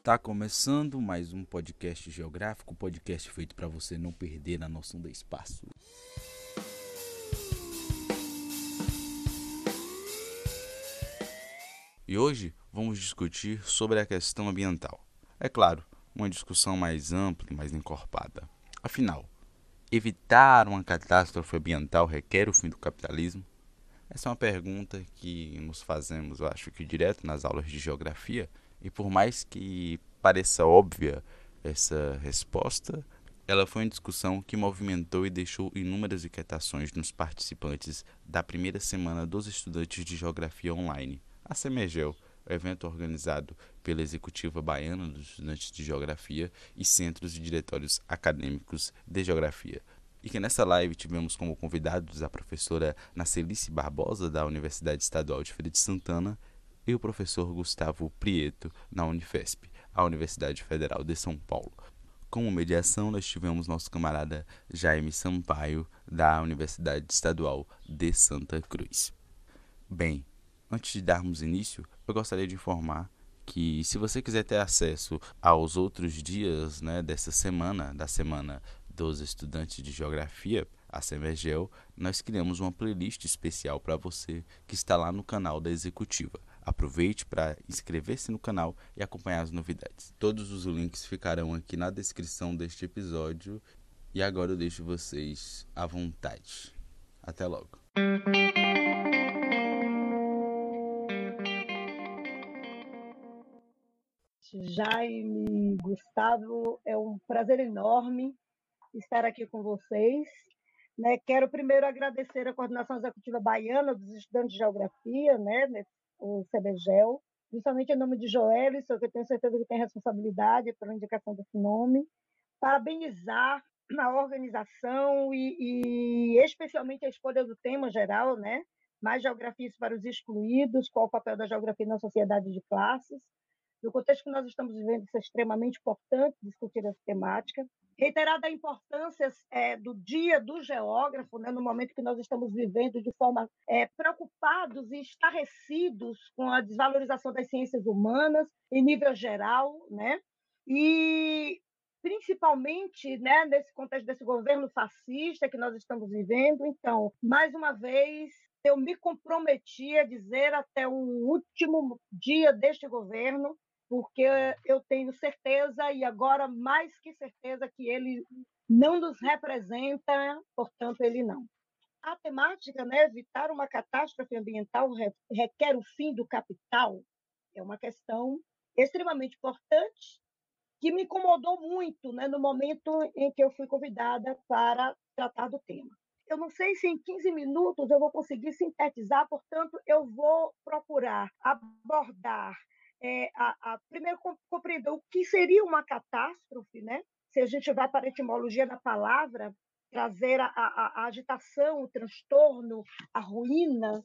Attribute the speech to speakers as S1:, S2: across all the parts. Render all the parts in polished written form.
S1: Tá começando mais um podcast geográfico, podcast feito para você não perder a noção do espaço. E hoje vamos discutir sobre a questão ambiental. É claro, uma discussão mais ampla e mais encorpada. Afinal, evitar uma catástrofe ambiental requer o fim do capitalismo? Essa é uma pergunta que nos fazemos, eu acho que direto nas aulas de geografia, e por mais que pareça óbvia essa resposta, ela foi uma discussão que movimentou e deixou inúmeras inquietações nos participantes da primeira semana dos estudantes de geografia online, a CEMEGEL, evento organizado pela Executiva Baiana dos Estudantes de Geografia e Centros e Diretórios Acadêmicos de Geografia. E que nessa live tivemos como convidados a professora Nacelice Barbosa, da Universidade Estadual de Feira de Santana, e o professor Gustavo Prieto, na Unifesp, a Universidade Federal de São Paulo. Como mediação, nós tivemos nosso camarada Jaime Sampaio, da Universidade Estadual de Santa Cruz. Bem, antes de darmos início, eu gostaria de informar que se você quiser ter acesso aos outros dias, dessa semana, da semana dos estudantes de geografia, a CEMEGEL, nós criamos uma playlist especial para você que está lá no canal da Executiva. Aproveite para inscrever-se no canal e acompanhar as novidades. Todos os links ficarão aqui na descrição deste episódio e agora eu deixo vocês à vontade. Até logo.
S2: Jaime, Gustavo, é um prazer enorme estar aqui com vocês. Quero primeiro agradecer a Coordenação Executiva Baiana dos Estudantes de Geografia, o CEBGEL, principalmente em nome de Joelison, que eu tenho certeza que tem responsabilidade pela indicação desse nome, parabenizar a organização e especialmente a escolha do tema geral, mais geografias para os excluídos, qual o papel da geografia na sociedade de classes. No contexto que nós estamos vivendo, isso é extremamente importante, discutir essa temática. Reiterar a importância do Dia do Geógrafo, no momento que nós estamos vivendo de forma preocupados e estarrecidos com a desvalorização das ciências humanas em nível geral, e principalmente nesse contexto desse governo fascista que nós estamos vivendo. Então, mais uma vez, eu me comprometi a dizer até o último dia deste governo, porque eu tenho certeza, e agora mais que certeza, que ele não nos representa, portanto, ele não. A temática, evitar uma catástrofe ambiental requer o fim do capital, é uma questão extremamente importante, que me incomodou muito no momento em que eu fui convidada para tratar do tema. Eu não sei se em 15 minutos eu vou conseguir sintetizar, portanto, eu vou procurar abordar, primeiro compreender o que seria uma catástrofe, se a gente vai para a etimologia da palavra, trazer a agitação, o transtorno, a ruína,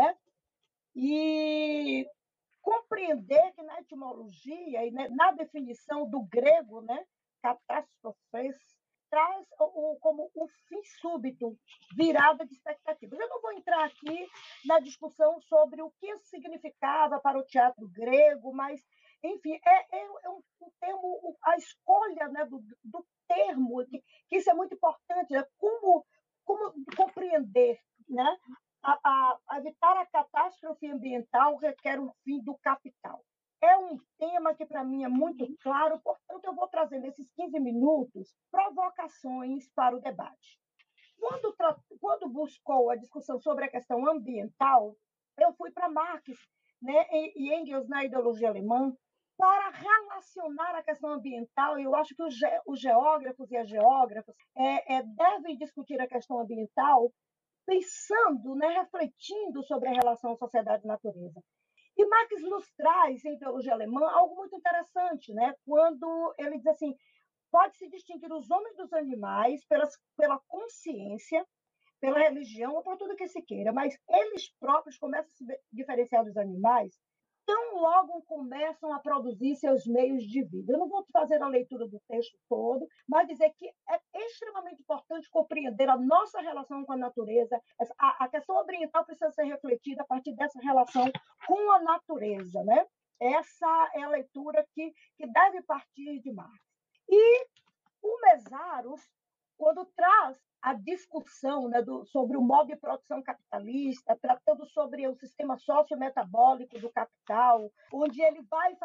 S2: e compreender que na etimologia e na definição do grego, catástrofes, traz como o fim súbito, virada de expectativas. Eu não vou entrar aqui na discussão sobre o que isso significava para o teatro grego, mas, enfim, é um termo, a escolha do termo, que isso é muito importante, como compreender, a evitar a catástrofe ambiental requer o fim do capital. É um tema que, para mim, é muito claro, portanto, eu vou trazer nesses 15 minutos provocações para o debate. Quando buscou a discussão sobre a questão ambiental, eu fui para Marx e Engels na ideologia alemã para relacionar a questão ambiental, e eu acho que os geógrafos e as geógrafas devem discutir a questão ambiental pensando, refletindo sobre a relação sociedade-natureza. E Marx nos traz, em teologia alemã, algo muito interessante, quando ele diz assim, pode-se distinguir os homens dos animais pela consciência, pela religião ou por tudo que se queira, mas eles próprios começam a se diferenciar dos animais tão logo começam a produzir seus meios de vida. Eu não vou fazer a leitura do texto todo, mas dizer que é extremamente importante compreender a nossa relação com a natureza. A questão ambiental precisa ser refletida a partir dessa relação com a natureza, Essa é a leitura que deve partir de Marx. E o Mesaros, quando traz a discussão, né, sobre o modo de produção capitalista, tratando sobre o sistema sociometabólico do capital, onde ele vai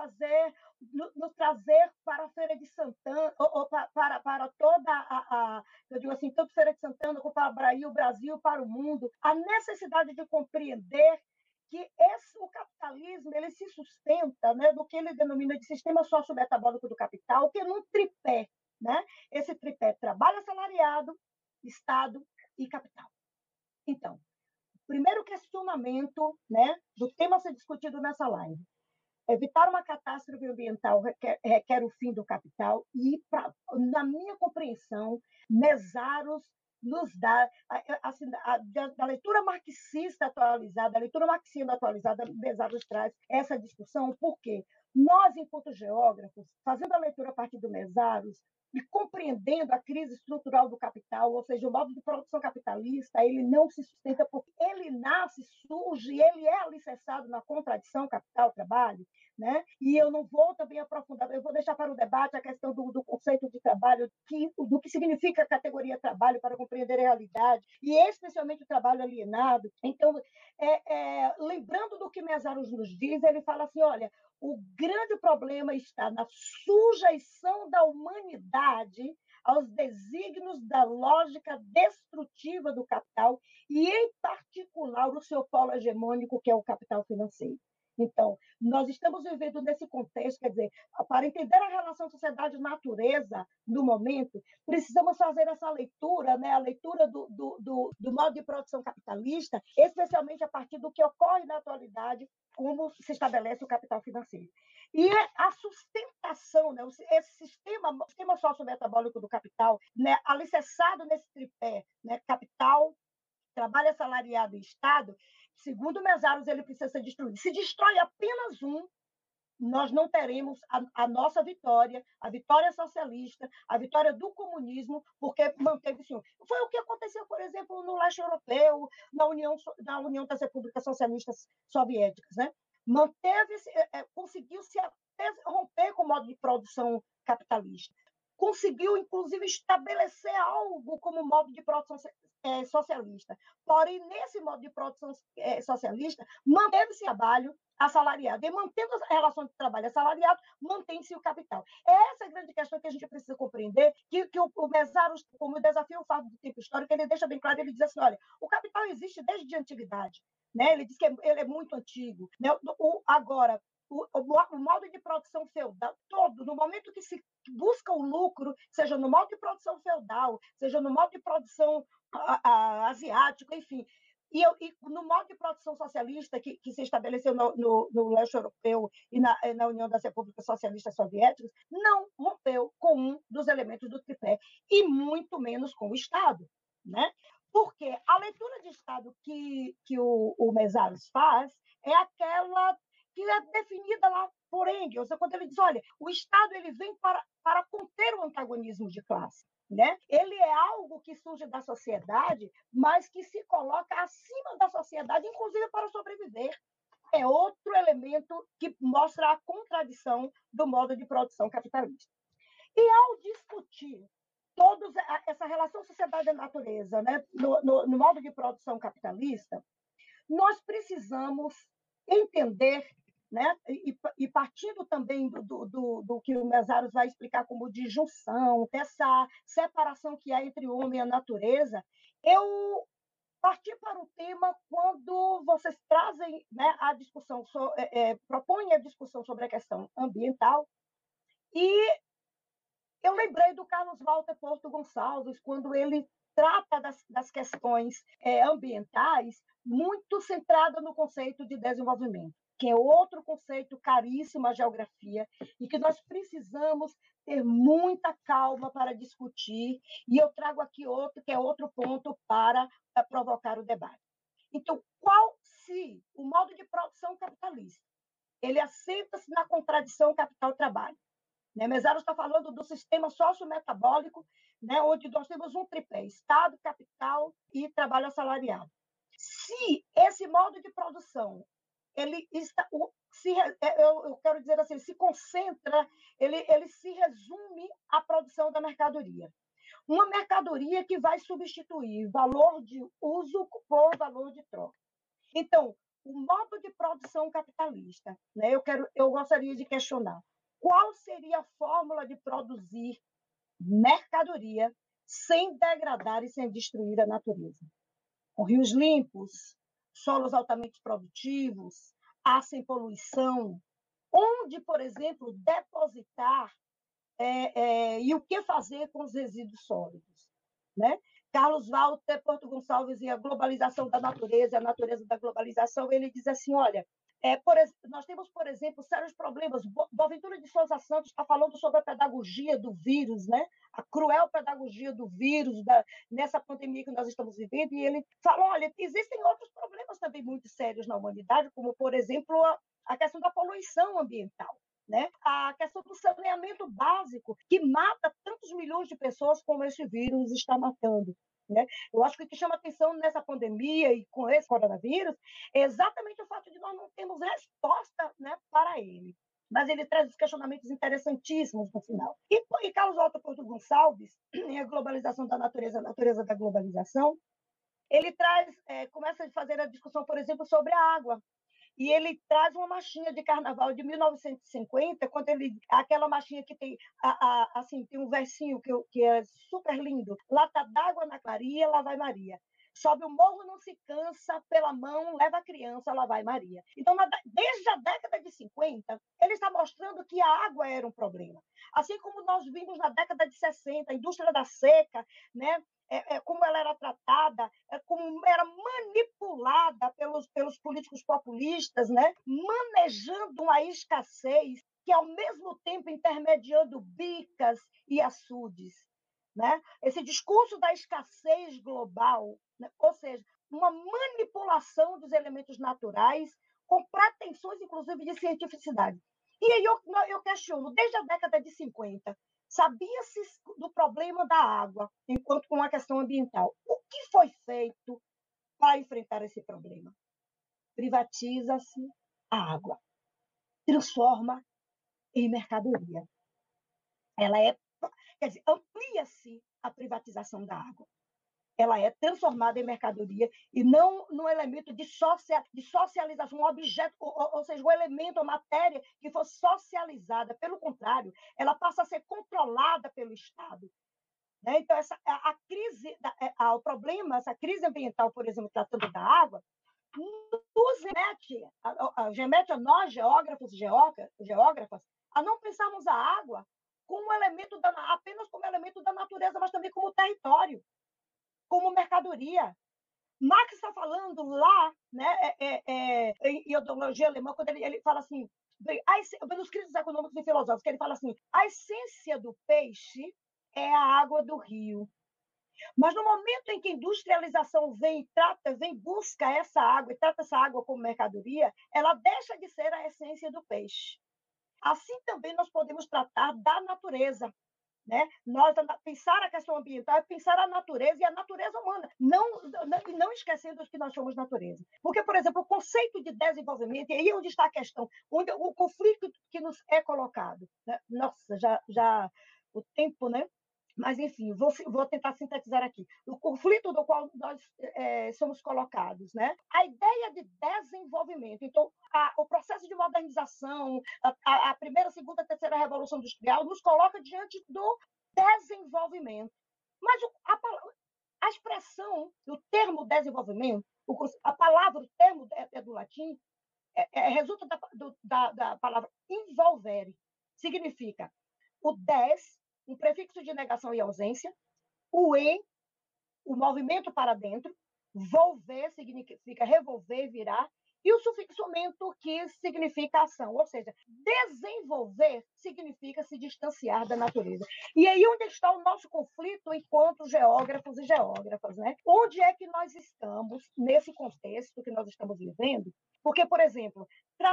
S2: nos trazer para a Feira de Santana, ou para toda eu digo assim, tanto Feira de Santana como para o Brasil, para o mundo, a necessidade de compreender que o capitalismo ele se sustenta, né, do que ele denomina de sistema sociometabólico do capital, que é num tripé, né? Esse tripé: trabalho assalariado, Estado e capital. Então, primeiro questionamento, né, do tema a ser discutido nessa live: evitar uma catástrofe ambiental requer o fim do capital, e, na minha compreensão, Mesaros nos dá, assim, da leitura marxista atualizada, a leitura marxista atualizada, Mesaros traz essa discussão, porque nós, enquanto geógrafos, fazendo a leitura a partir do Mesaros, e compreendendo a crise estrutural do capital, ou seja, o modo de produção capitalista, ele não se sustenta porque ele nasce, surge, ele é alicerçado na contradição capital-trabalho, né? E eu não vou também aprofundar, eu vou deixar para o debate a questão do conceito de trabalho, do que significa a categoria trabalho para compreender a realidade, e especialmente o trabalho alienado. Então, lembrando do que Mesaros nos diz, ele fala assim, olha, o grande problema está na sujeição da humanidade aos desígnios da lógica destrutiva do capital e, em particular, o seu polo hegemônico, que é o capital financeiro. Então, nós estamos vivendo nesse contexto, quer dizer, para entender a relação sociedade-natureza no momento, precisamos fazer essa leitura, né, a leitura do modo de produção capitalista, especialmente a partir do que ocorre na atualidade, como se estabelece o capital financeiro. E a sustentação, né, esse sistema sociometabólico do capital, né, alicerçado nesse tripé, né, capital, trabalho assalariado e Estado, segundo Mesaros, ele precisa ser destruído. Se destrói apenas um, nós não teremos a nossa vitória, a vitória socialista, a vitória do comunismo, porque manteve-se um. Foi o que aconteceu, por exemplo, no leste europeu, na União das Repúblicas Socialistas Soviéticas, né? Manteve-se, conseguiu-se até romper com o modo de produção capitalista. Conseguiu, inclusive, estabelecer algo como modo de produção socialista. Porém, nesse modo de produção socialista, manteve-se trabalho assalariado. E mantendo a relação de trabalho assalariado, mantém-se o capital. É essa a grande questão que a gente precisa compreender, que o Mesaros, como desafio o fato do tempo histórico, ele deixa bem claro, ele diz assim, olha, o capital existe desde a antiguidade. Né? Ele diz que ele é muito antigo. Né? Agora, o modo de produção feudal, todo, no momento que se busca o lucro, seja no modo de produção feudal, seja no modo de produção asiático, enfim, e no modo de produção socialista que se estabeleceu no leste europeu e na União das Repúblicas Socialistas Soviéticas, não rompeu com um dos elementos do tripé, e muito menos com o Estado. Né? Porque a leitura de Estado que o Mesaros faz é aquela que é definida lá por Engels, quando ele diz, olha, o Estado ele vem para conter o antagonismo de classe. Né? Ele é algo que surge da sociedade, mas que se coloca acima da sociedade, inclusive para sobreviver. É outro elemento que mostra a contradição do modo de produção capitalista. E ao discutir essa relação sociedade-natureza, né, no modo de produção capitalista, nós precisamos entender, né, e partindo também do que o Mesaros vai explicar como disjunção, dessa separação que há entre o homem e a natureza, eu parti para o tema quando vocês trazem, né, a discussão, propõem a discussão sobre a questão ambiental, e eu lembrei do Carlos Walter Porto Gonçalves, quando ele trata das questões ambientais, muito centrada no conceito de desenvolvimento, que é outro conceito caríssimo à geografia e que nós precisamos ter muita calma para discutir. E eu trago aqui outro, que é outro ponto para provocar o debate. Então, se o modo de produção capitalista ele assenta-se na contradição capital-trabalho, né? Mesaros está falando do sistema sociometabólico, né, onde nós temos um tripé: Estado, capital e trabalho assalariado. Se esse modo de produção eu quero dizer assim, ele se concentra, ele se resume à produção da mercadoria. Uma mercadoria que vai substituir valor de uso por valor de troca. Então, o modo de produção capitalista, né? Eu gostaria de questionar qual seria a fórmula de produzir mercadoria sem degradar e sem destruir a natureza. Com rios limpos, solos altamente produtivos, ar sem poluição, onde, por exemplo, depositar e o que fazer com os resíduos sólidos. Né? Carlos Walter Porto Gonçalves, em A Globalização da Natureza, a Natureza da Globalização, ele diz assim, olha, nós temos, por exemplo, sérios problemas. Boaventura de Souza Santos está falando sobre a pedagogia do vírus, né? A cruel pedagogia do vírus nessa pandemia que nós estamos vivendo, e ele fala, olha, existem outros problemas também muito sérios na humanidade, como, por exemplo, a questão da poluição ambiental. Né? A questão do saneamento básico, que mata tantos milhões de pessoas como esse vírus está matando. Né? Eu acho que o que chama atenção nessa pandemia e com esse coronavírus é exatamente o fato de nós não termos resposta, né, para ele. Mas ele traz questionamentos interessantíssimos no final. E Carlos Walter Porto Gonçalves, em A Globalização da Natureza, a Natureza da Globalização, ele começa a fazer a discussão, por exemplo, sobre a água. E ele traz uma marchinha de carnaval de 1950, aquela marchinha que tem, assim, tem um versinho que é super lindo. Lata d'água na Claria, lá vai Maria. Sobe o morro, não se cansa, pela mão, leva a criança, lá vai Maria. Então, desde a década de 50, ele está mostrando que a água era um problema. Assim como nós vimos na década de 60, a indústria da seca, né? Como ela era tratada, como era manipulada pelos políticos populistas, né? Manejando uma escassez que, ao mesmo tempo, intermediando bicas e açudes. Né? Esse discurso da escassez global, né? Ou seja, uma manipulação dos elementos naturais com pretensões, inclusive, de cientificidade. E aí eu questiono, desde a década de 50, sabia-se do problema da água enquanto uma questão ambiental. O que foi feito para enfrentar esse problema? Privatiza-se a água, transforma em mercadoria. Quer dizer, amplia-se a privatização da água. Ela é transformada em mercadoria e não no elemento de socialização, um objeto, ou seja, um elemento, a matéria que for socializada. Pelo contrário, ela passa a ser controlada pelo Estado. Né? Então, a crise, o problema, essa crise ambiental, por exemplo, tratando da água, nos remete a nós, geógrafos e geógrafas, a não pensarmos a água como apenas como elemento da natureza, mas também como território, como mercadoria. Marx está falando lá, né, em ideologia alemã, quando ele fala assim, nos críticos econômicos e filosóficos, ele fala assim, a essência do peixe é a água do rio. Mas no momento em que a industrialização busca essa água e trata essa água como mercadoria, ela deixa de ser a essência do peixe. Assim também nós podemos tratar da natureza. Né? Pensar a questão ambiental é pensar a natureza e a natureza humana, não esquecendo que nós somos natureza. Porque, por exemplo, o conceito de desenvolvimento, e aí é onde está a questão, onde o conflito que nos é colocado. Né? Nossa, já o tempo, né? Mas, enfim, vou tentar sintetizar aqui. O conflito do qual nós somos colocados, né? A ideia de desenvolvimento. Então, o processo de modernização, a primeira, segunda, terceira revolução industrial nos coloca diante do desenvolvimento. Mas a expressão, o termo desenvolvimento, a palavra, o termo é do latim, resulta da palavra involvere. Significa o des, um prefixo de negação e ausência, o e, o movimento para dentro, volver significa revolver, virar, e o sufixo mento, que significa ação, ou seja, desenvolver significa se distanciar da natureza. E aí onde está o nosso conflito enquanto geógrafos e geógrafas, né? Onde é que nós estamos nesse contexto que nós estamos vivendo? Porque, por exemplo,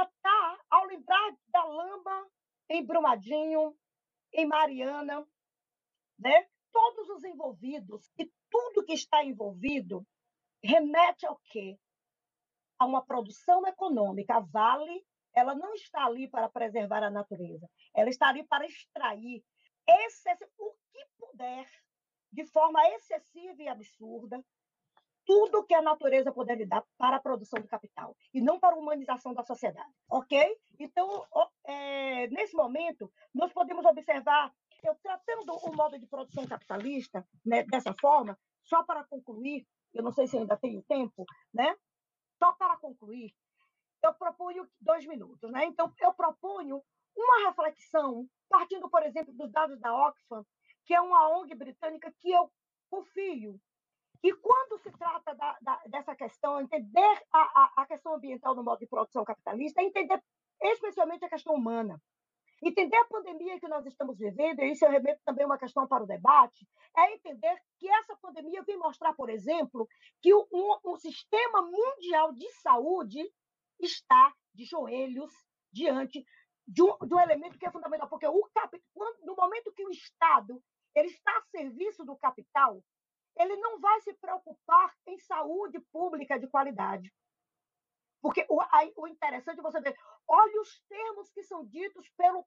S2: ao lembrar da lama em Brumadinho, em Mariana, né? Todos os envolvidos e tudo que está envolvido remete ao quê? A uma produção econômica. A Vale ela não está ali para preservar a natureza, ela está ali para extrair o que puder, de forma excessiva e absurda, tudo que a natureza puder lhe dar para a produção do capital, e não para a humanização da sociedade, ok? Então, nesse momento, nós podemos observar, eu tratando o modo de produção capitalista, né, dessa forma, só para concluir, eu não sei se ainda tenho tempo, né? Só para concluir, eu proponho 2 minutos, né? Então, eu proponho uma reflexão, partindo, por exemplo, dos dados da Oxfam, que é uma ONG britânica que eu confio. E quando se trata dessa questão, entender a questão ambiental no modo de produção capitalista, é entender especialmente a questão humana. Entender a pandemia que nós estamos vivendo, e isso eu remeto também uma questão para o debate, é entender que essa pandemia vem mostrar, por exemplo, que o sistema mundial de saúde está de joelhos diante de um elemento que é fundamental, porque no momento que o Estado ele está a serviço do capital, ele não vai se preocupar em saúde pública de qualidade. Porque o interessante é você ver, olha os termos que são ditos pelo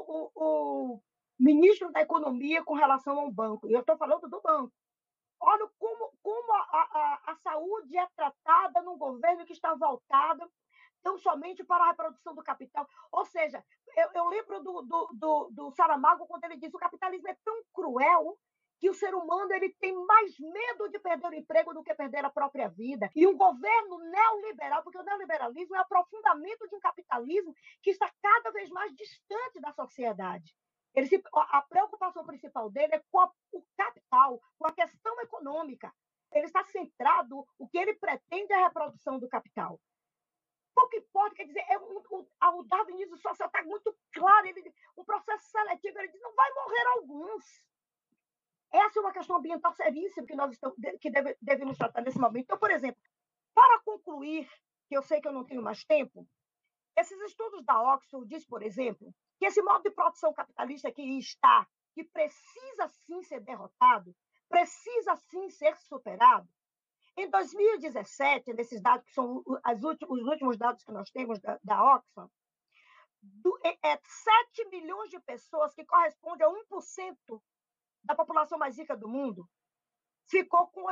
S2: o ministro da Economia com relação ao banco. E eu estou falando do banco. Olha como a saúde é tratada num governo que está voltado tão somente para a reprodução do capital. Ou seja, eu lembro do Saramago quando ele diz que o capitalismo é tão cruel que o ser humano ele tem mais medo de perder o emprego do que perder a própria vida. E um governo neoliberal, porque o neoliberalismo é o aprofundamento de um capitalismo que está cada vez mais distante da sociedade. A preocupação principal dele é com o capital, com a questão econômica. Ele está centrado, o que ele pretende é a reprodução do capital. Pouco importa, quer dizer, o darwinismo social está muito claro, um processo seletivo, ele diz, não vai morrer alguns. Essa é uma questão ambiental seríssima que devemos tratar nesse momento. Então, por exemplo, para concluir, que eu sei que eu não tenho mais tempo, esses estudos da Oxford diz, por exemplo, que esse modo de produção capitalista que precisa sim ser derrotado, precisa sim ser superado. Em 2017, nesses dados que são os últimos dados que nós temos da Oxfam, 7 milhões de pessoas, que corresponde a 1% da população mais rica do mundo, ficou com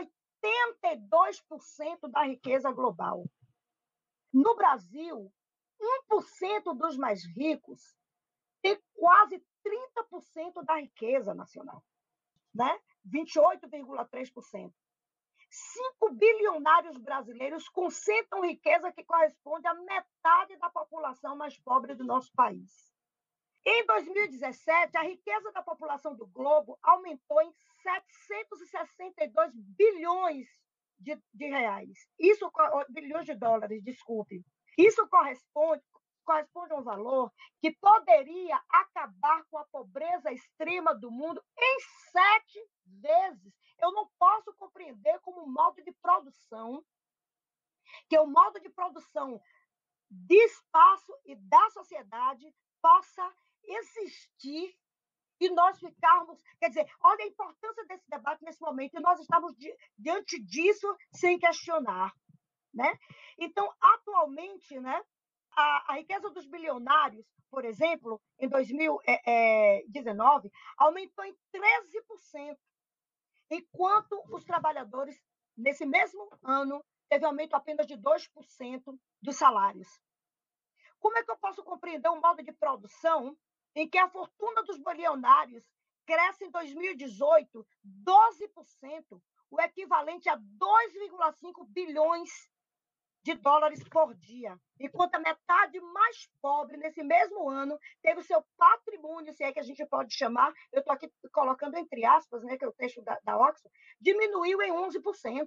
S2: 82% da riqueza global. No Brasil, 1% dos mais ricos tem quase 30% da riqueza nacional, né? 28,3%. 5 bilionários brasileiros concentram riqueza que corresponde à metade da população mais pobre do nosso país. Em 2017, a riqueza da população do globo aumentou em 762 bilhões de reais. Bilhões de dólares, desculpe. Isso corresponde a um valor que poderia acabar com a pobreza extrema do mundo em 7 vezes. Eu não posso compreender como um modo de produção, que é o modo de produção de espaço e da sociedade, possa existir e nós ficarmos... Quer dizer, olha a importância desse debate nesse momento, e nós estamos diante disso sem questionar, né? Então, atualmente, né, a riqueza dos bilionários, por exemplo, em 2019, aumentou em 13%, enquanto os trabalhadores, nesse mesmo ano, teve aumento apenas de 2% dos salários. Como é que eu posso compreender um modo de produção em que a fortuna dos bilionários cresce em 2018 12%, o equivalente a 2,5 bilhões de dólares por dia, enquanto a metade mais pobre, nesse mesmo ano, teve o seu patrimônio, se é que a gente pode chamar, eu estou aqui colocando entre aspas, né, que é o texto da Oxford, diminuiu em 11%.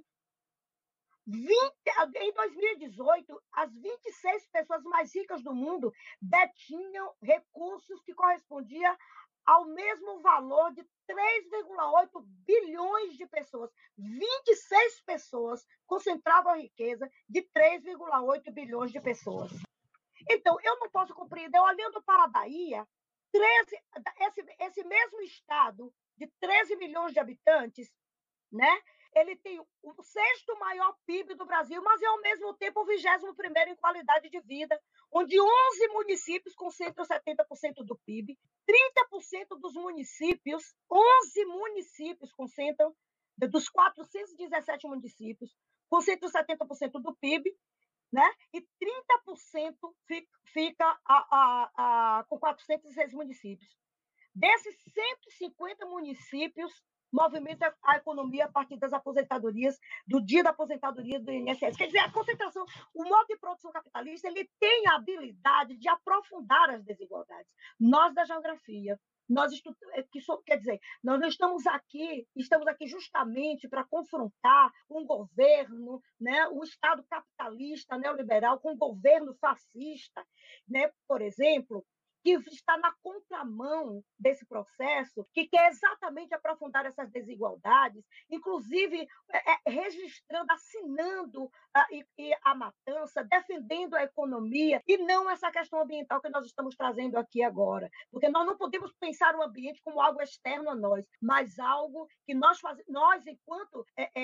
S2: Em 2018, as 26 pessoas mais ricas do mundo detinham recursos que correspondiam ao mesmo valor de 3,8 bilhões de pessoas. 26 pessoas concentravam a riqueza de 3,8 bilhões de pessoas. Então, eu não posso compreender, olhando para a Bahia, esse mesmo estado de 13 milhões de habitantes, né, Ele tem o sexto maior PIB do Brasil, mas é ao mesmo tempo o 21º em qualidade de vida, onde 11 municípios concentram 70% do PIB, 30% dos municípios, 11 municípios concentram, dos 417 municípios, concentram 70% do PIB, né? E 30% fica com 406 municípios. Desses 150 municípios, movimenta a economia a partir das aposentadorias, do dia da aposentadoria do INSS. Quer dizer, a concentração, o modo de produção capitalista, ele tem a habilidade de aprofundar as desigualdades. Nós, da geografia, quer dizer, nós não estamos aqui justamente para confrontar um governo, né, o Estado capitalista neoliberal com um governo fascista, né, por exemplo, que está na contramão desse processo, que quer exatamente aprofundar essas desigualdades, inclusive registrando, assinando a matança, defendendo a economia, e não essa questão ambiental que nós estamos trazendo aqui agora. Porque nós não podemos pensar o ambiente como algo externo a nós, mas algo que nós enquanto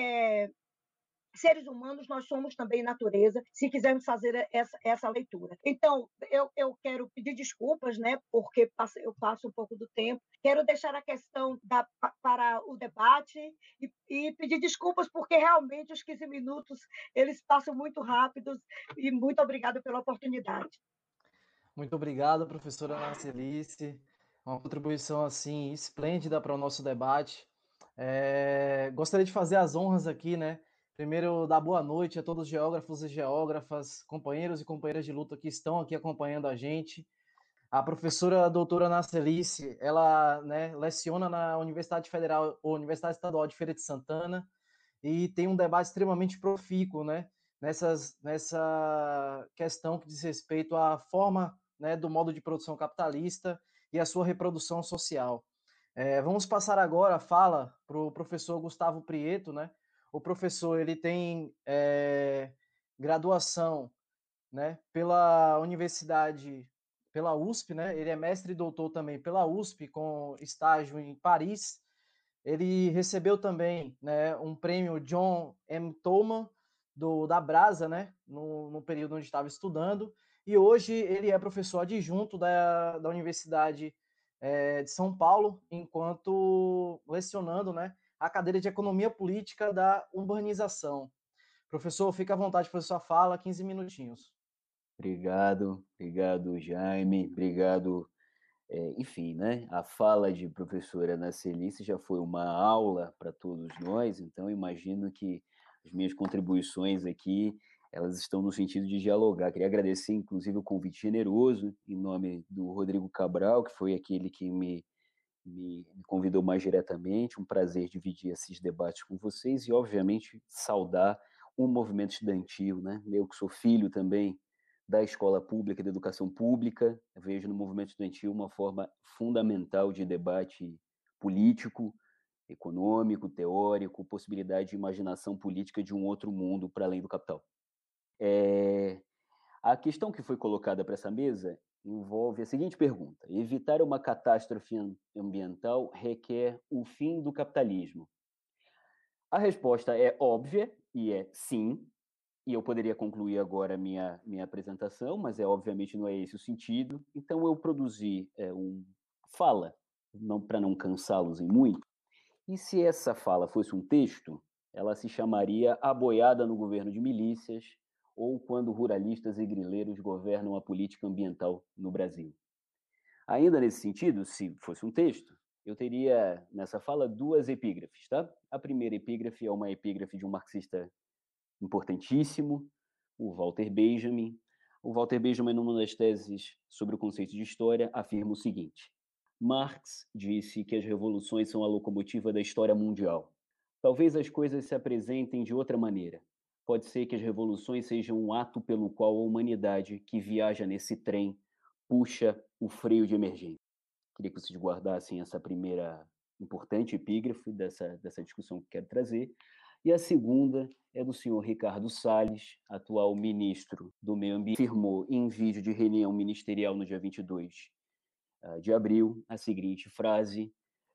S2: seres humanos, nós somos também natureza, se quisermos fazer essa leitura. Então, eu quero pedir desculpas, né, porque eu passo um pouco do tempo, quero deixar a questão para o debate e pedir desculpas, porque realmente os 15 minutos, eles passam muito rápidos, e muito obrigada pela oportunidade.
S3: Muito obrigado, professora Narcelice. Uma contribuição assim esplêndida para o nosso debate. Gostaria de fazer as honras aqui, né? Primeiro, dar boa noite a todos os geógrafos e geógrafas, companheiros e companheiras de luta que estão aqui acompanhando a gente. A professora doutora Narcelice, ela, né, leciona na Universidade Federal ou Universidade Estadual de Feira de Santana e tem um debate extremamente profícuo, né, nessa questão que diz respeito à forma, né, do modo de produção capitalista e a sua reprodução social. Vamos passar agora a fala para o professor Gustavo Prieto, né? O professor ele tem graduação, né, pela Universidade, pela USP, né? Ele é mestre e doutor também pela USP, com estágio em Paris. Ele recebeu também, né, um prêmio John M. Tolman da Brasa, né, no período onde estava estudando, e hoje ele é professor adjunto da Universidade de São Paulo, enquanto lecionando, né, a cadeira de Economia Política da Urbanização. Professor, fica à vontade para sua fala, 15 minutinhos.
S4: Obrigado, Jaime, obrigado. Enfim, né? A fala de professora Nacelice já foi uma aula para todos nós, então imagino que as minhas contribuições aqui, elas estão no sentido de dialogar. Queria agradecer, inclusive, o convite generoso em nome do Rodrigo Cabral, que foi aquele que me convidou mais diretamente. Um prazer dividir esses debates com vocês e, obviamente, saudar o movimento estudantil, né? Eu que sou filho também da escola pública, da educação pública, vejo no movimento estudantil uma forma fundamental de debate político, econômico, teórico, possibilidade de imaginação política de um outro mundo para além do capital. A questão que foi colocada para essa mesa envolve a seguinte pergunta: evitar uma catástrofe ambiental requer o fim do capitalismo? A resposta é óbvia e é sim, e eu poderia concluir agora a minha apresentação, mas obviamente não é esse o sentido. Então eu produzi fala, para não cansá-los em muito, e se essa fala fosse um texto, ela se chamaria A Boiada no Governo de Milícias, ou Quando Ruralistas e Grileiros Governam a Política Ambiental no Brasil. Ainda nesse sentido, se fosse um texto, eu teria nessa fala duas epígrafes, tá? A primeira epígrafe é uma epígrafe de um marxista importantíssimo, o Walter Benjamin. O Walter Benjamin, numa das teses sobre o conceito de história, afirma o seguinte: Marx disse que as revoluções são a locomotiva da história mundial. Talvez as coisas se apresentem de outra maneira. Pode ser que as revoluções sejam um ato pelo qual a humanidade que viaja nesse trem puxa o freio de emergência. Queria que vocês guardassem essa primeira importante epígrafe dessa discussão que quero trazer. E a segunda é do senhor Ricardo Salles, atual ministro do Meio Ambiente, afirmou em vídeo de reunião ministerial no dia 22 de abril a seguinte frase: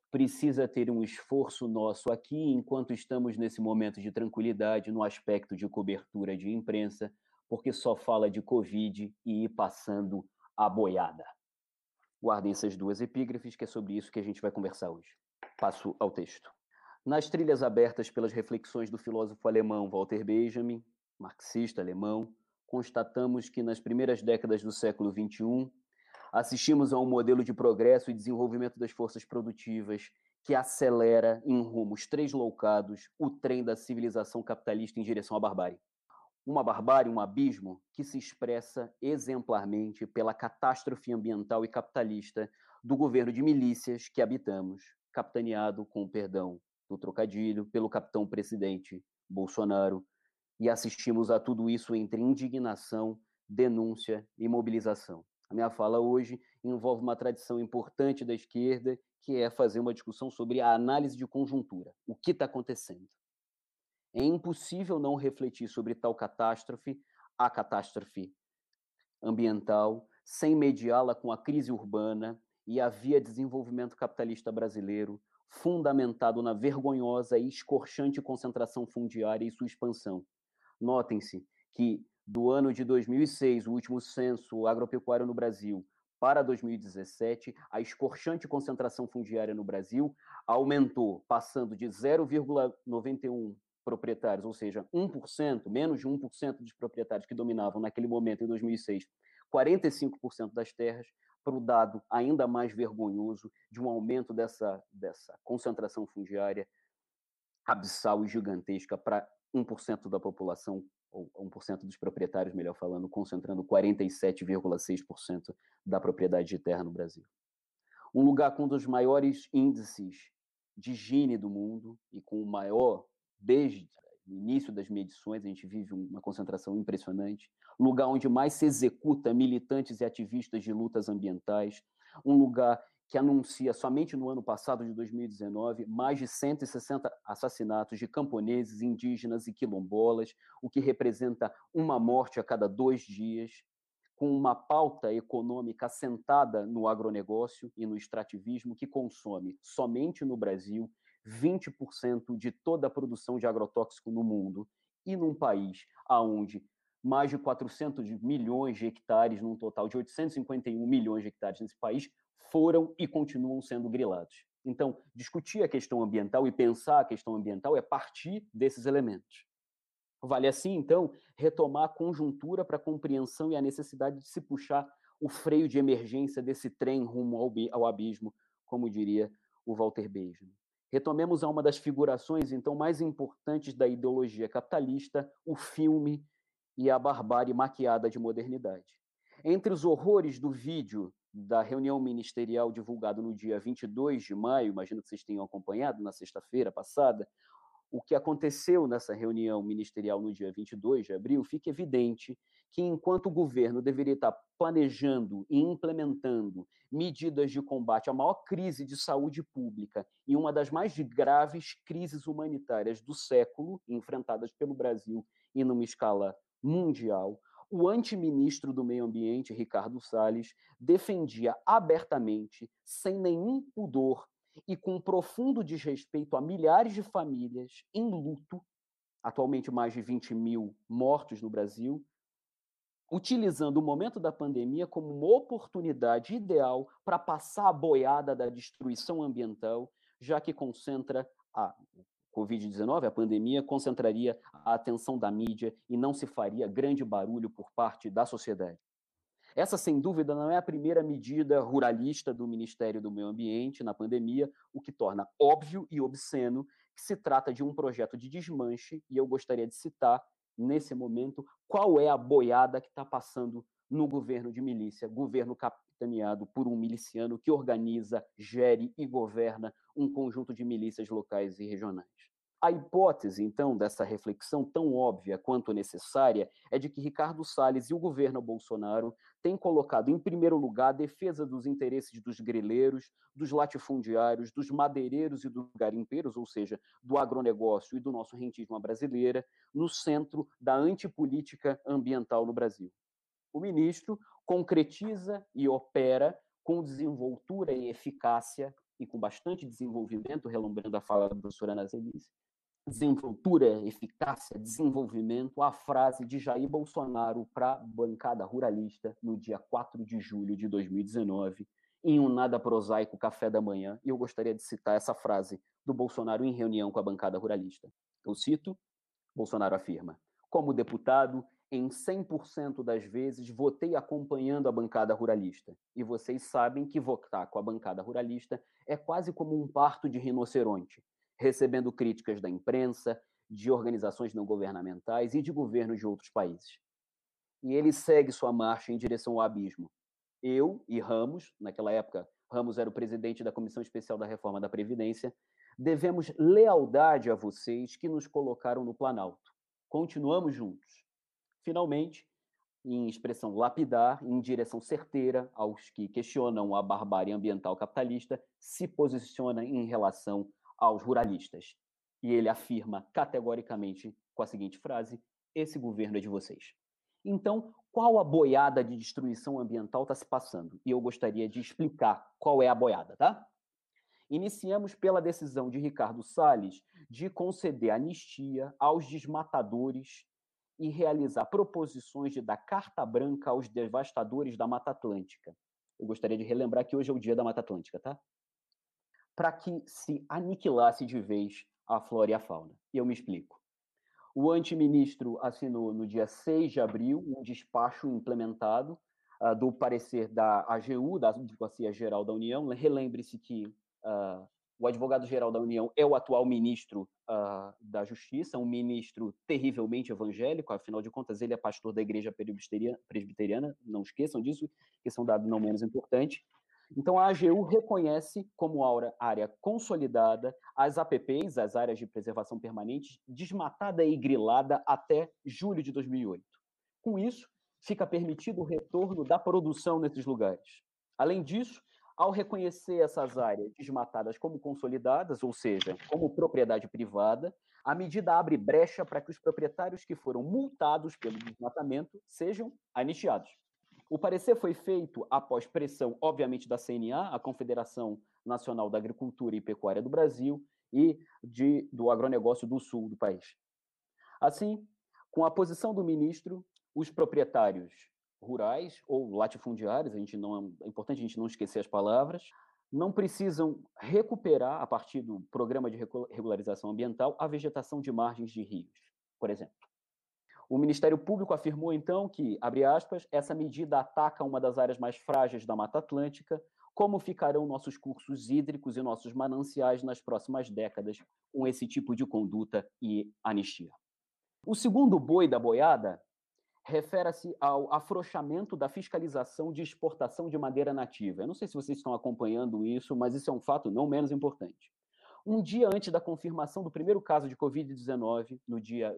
S4: precisa ter um esforço nosso aqui, enquanto estamos nesse momento de tranquilidade, no aspecto de cobertura de imprensa, porque só fala de Covid e ir passando a boiada. Guardem essas duas epígrafes, que é sobre isso que a gente vai conversar hoje. Passo ao texto. Nas trilhas abertas pelas reflexões do filósofo alemão Walter Benjamin, marxista alemão, constatamos que nas primeiras décadas do século XXI, assistimos a um modelo de progresso e desenvolvimento das forças produtivas que acelera em rumos tresloucados o trem da civilização capitalista em direção à barbárie. Uma barbárie, um abismo que se expressa exemplarmente pela catástrofe ambiental e capitalista do governo de milícias que habitamos, capitaneado, com o perdão do trocadilho, pelo capitão-presidente Bolsonaro, e assistimos a tudo isso entre indignação, denúncia e mobilização. A minha fala hoje envolve uma tradição importante da esquerda, que é fazer uma discussão sobre a análise de conjuntura, o que está acontecendo. É impossível não refletir sobre tal catástrofe, a catástrofe ambiental, sem mediá-la com a crise urbana e a via desenvolvimento capitalista brasileiro, fundamentado na vergonhosa e escorchante concentração fundiária e sua expansão. Notem-se que do ano de 2006, o último censo agropecuário no Brasil, para 2017, a escorchante concentração fundiária no Brasil aumentou, passando de 0,91 proprietários, ou seja, 1%, menos de 1% dos proprietários que dominavam naquele momento, em 2006, 45% das terras, para o dado ainda mais vergonhoso de um aumento dessa concentração fundiária abissal e gigantesca para 1% da população, ou 1% dos proprietários, melhor falando, concentrando 47,6% da propriedade de terra no Brasil. Um lugar com um dos maiores índices de higiene do mundo e com o maior, desde o início das medições, a gente vive uma concentração impressionante. Um lugar onde mais se executa militantes e ativistas de lutas ambientais. Um lugar que anuncia, somente no ano passado, de 2019, mais de 160 assassinatos de camponeses, indígenas e quilombolas, o que representa uma morte a cada 2 dias, com uma pauta econômica assentada no agronegócio e no extrativismo, que consome, somente no Brasil, 20% de toda a produção de agrotóxico no mundo, e num país onde mais de 400 milhões de hectares, num total de 851 milhões de hectares nesse país, foram e continuam sendo grilados. Então, discutir a questão ambiental e pensar a questão ambiental é partir desses elementos. Vale assim, então, retomar a conjuntura para a compreensão e a necessidade de se puxar o freio de emergência desse trem rumo ao abismo, como diria o Walter Benjamin. Retomemos a uma das figurações, então, mais importantes da ideologia capitalista, o filme e a barbárie maquiada de modernidade. Entre os horrores do vídeo da reunião ministerial divulgado no dia 22 de maio, imagino que vocês tenham acompanhado, na sexta-feira passada, o que aconteceu nessa reunião ministerial no dia 22 de abril, fica evidente que, enquanto o governo deveria estar planejando e implementando medidas de combate à maior crise de saúde pública e uma das mais graves crises humanitárias do século, enfrentadas pelo Brasil e numa escala mundial, o antiministro do Meio Ambiente, Ricardo Salles, defendia abertamente, sem nenhum pudor, e com profundo desrespeito a milhares de famílias em luto, atualmente mais de 20 mil mortos no Brasil, utilizando o momento da pandemia como uma oportunidade ideal para passar a boiada da destruição ambiental, já que concentra a Covid-19, a pandemia, concentraria a atenção da mídia e não se faria grande barulho por parte da sociedade. Essa, sem dúvida, não é a primeira medida ruralista do Ministério do Meio Ambiente na pandemia, o que torna óbvio e obsceno que se trata de um projeto de desmanche, e eu gostaria de citar, nesse momento, qual é a boiada que está passando no governo de milícia, governo capitaneado por um miliciano que organiza, gere e governa um conjunto de milícias locais e regionais. A hipótese, então, dessa reflexão tão óbvia quanto necessária é de que Ricardo Salles e o governo Bolsonaro têm colocado em primeiro lugar a defesa dos interesses dos grileiros, dos latifundiários, dos madeireiros e dos garimpeiros, ou seja, do agronegócio e do nosso rentismo à brasileira, no centro da antipolítica ambiental no Brasil. O ministro concretiza e opera com desenvoltura e eficácia e com bastante desenvolvimento, relembrando a fala da professora Ana Zelice, desenvoltura, eficácia, desenvolvimento, a frase de Jair Bolsonaro para a bancada ruralista no dia 4 de julho de 2019, em um nada prosaico café da manhã, e eu gostaria de citar essa frase do Bolsonaro em reunião com a bancada ruralista. Eu cito, Bolsonaro afirma: como deputado, em 100% das vezes votei acompanhando a bancada ruralista. E vocês sabem que votar com a bancada ruralista é quase como um parto de rinoceronte, recebendo críticas da imprensa, de organizações não governamentais e de governos de outros países. E ele segue sua marcha em direção ao abismo. Eu e Ramos, naquela época, Ramos era o presidente da Comissão Especial da Reforma da Previdência, devemos lealdade a vocês que nos colocaram no Planalto. Continuamos juntos. Finalmente, em expressão lapidar, em direção certeira aos que questionam a barbárie ambiental capitalista, se posiciona em relação aos ruralistas. E ele afirma categoricamente com a seguinte frase: esse governo é de vocês. Então, qual a boiada de destruição ambiental está se passando? E eu gostaria de explicar qual é a boiada, tá? Iniciamos pela decisão de Ricardo Salles de conceder anistia aos desmatadores e realizar proposições de dar carta branca aos devastadores da Mata Atlântica. Eu gostaria de relembrar que hoje é o dia da Mata Atlântica, tá? Para que se aniquilasse de vez a flora e a fauna. E eu me explico. O antiministro assinou no dia 6 de abril um despacho implementado do parecer da AGU, da Advocacia Geral da União. Relembre-se que o advogado-geral da União é o atual ministro da Justiça, um ministro terrivelmente evangélico, afinal de contas, ele é pastor da Igreja Presbiteriana, não esqueçam disso, que são dados não menos importantes. Então, a AGU reconhece como área consolidada as APPs, as áreas de preservação permanente, desmatada e grilada até julho de 2008. Com isso, fica permitido o retorno da produção nesses lugares. Além disso, ao reconhecer essas áreas desmatadas como consolidadas, ou seja, como propriedade privada, a medida abre brecha para que os proprietários que foram multados pelo desmatamento sejam anistiados. O parecer foi feito após pressão, obviamente, da CNA, a Confederação Nacional da Agricultura e Pecuária do Brasil, e do agronegócio do sul do país. Assim, com a posição do ministro, os proprietários rurais ou latifundiários, é importante a gente não esquecer as palavras, não precisam recuperar, a partir do Programa de Regularização Ambiental, a vegetação de margens de rios, por exemplo. O Ministério Público afirmou, então, que, abre aspas, essa medida ataca uma das áreas mais frágeis da Mata Atlântica, como ficarão nossos cursos hídricos e nossos mananciais nas próximas décadas com esse tipo de conduta e anistia. O segundo boi da boiada refere-se ao afrouxamento da fiscalização de exportação de madeira nativa. Eu não sei se vocês estão acompanhando isso, mas isso é um fato não menos importante. Um dia antes da confirmação do primeiro caso de Covid-19, no dia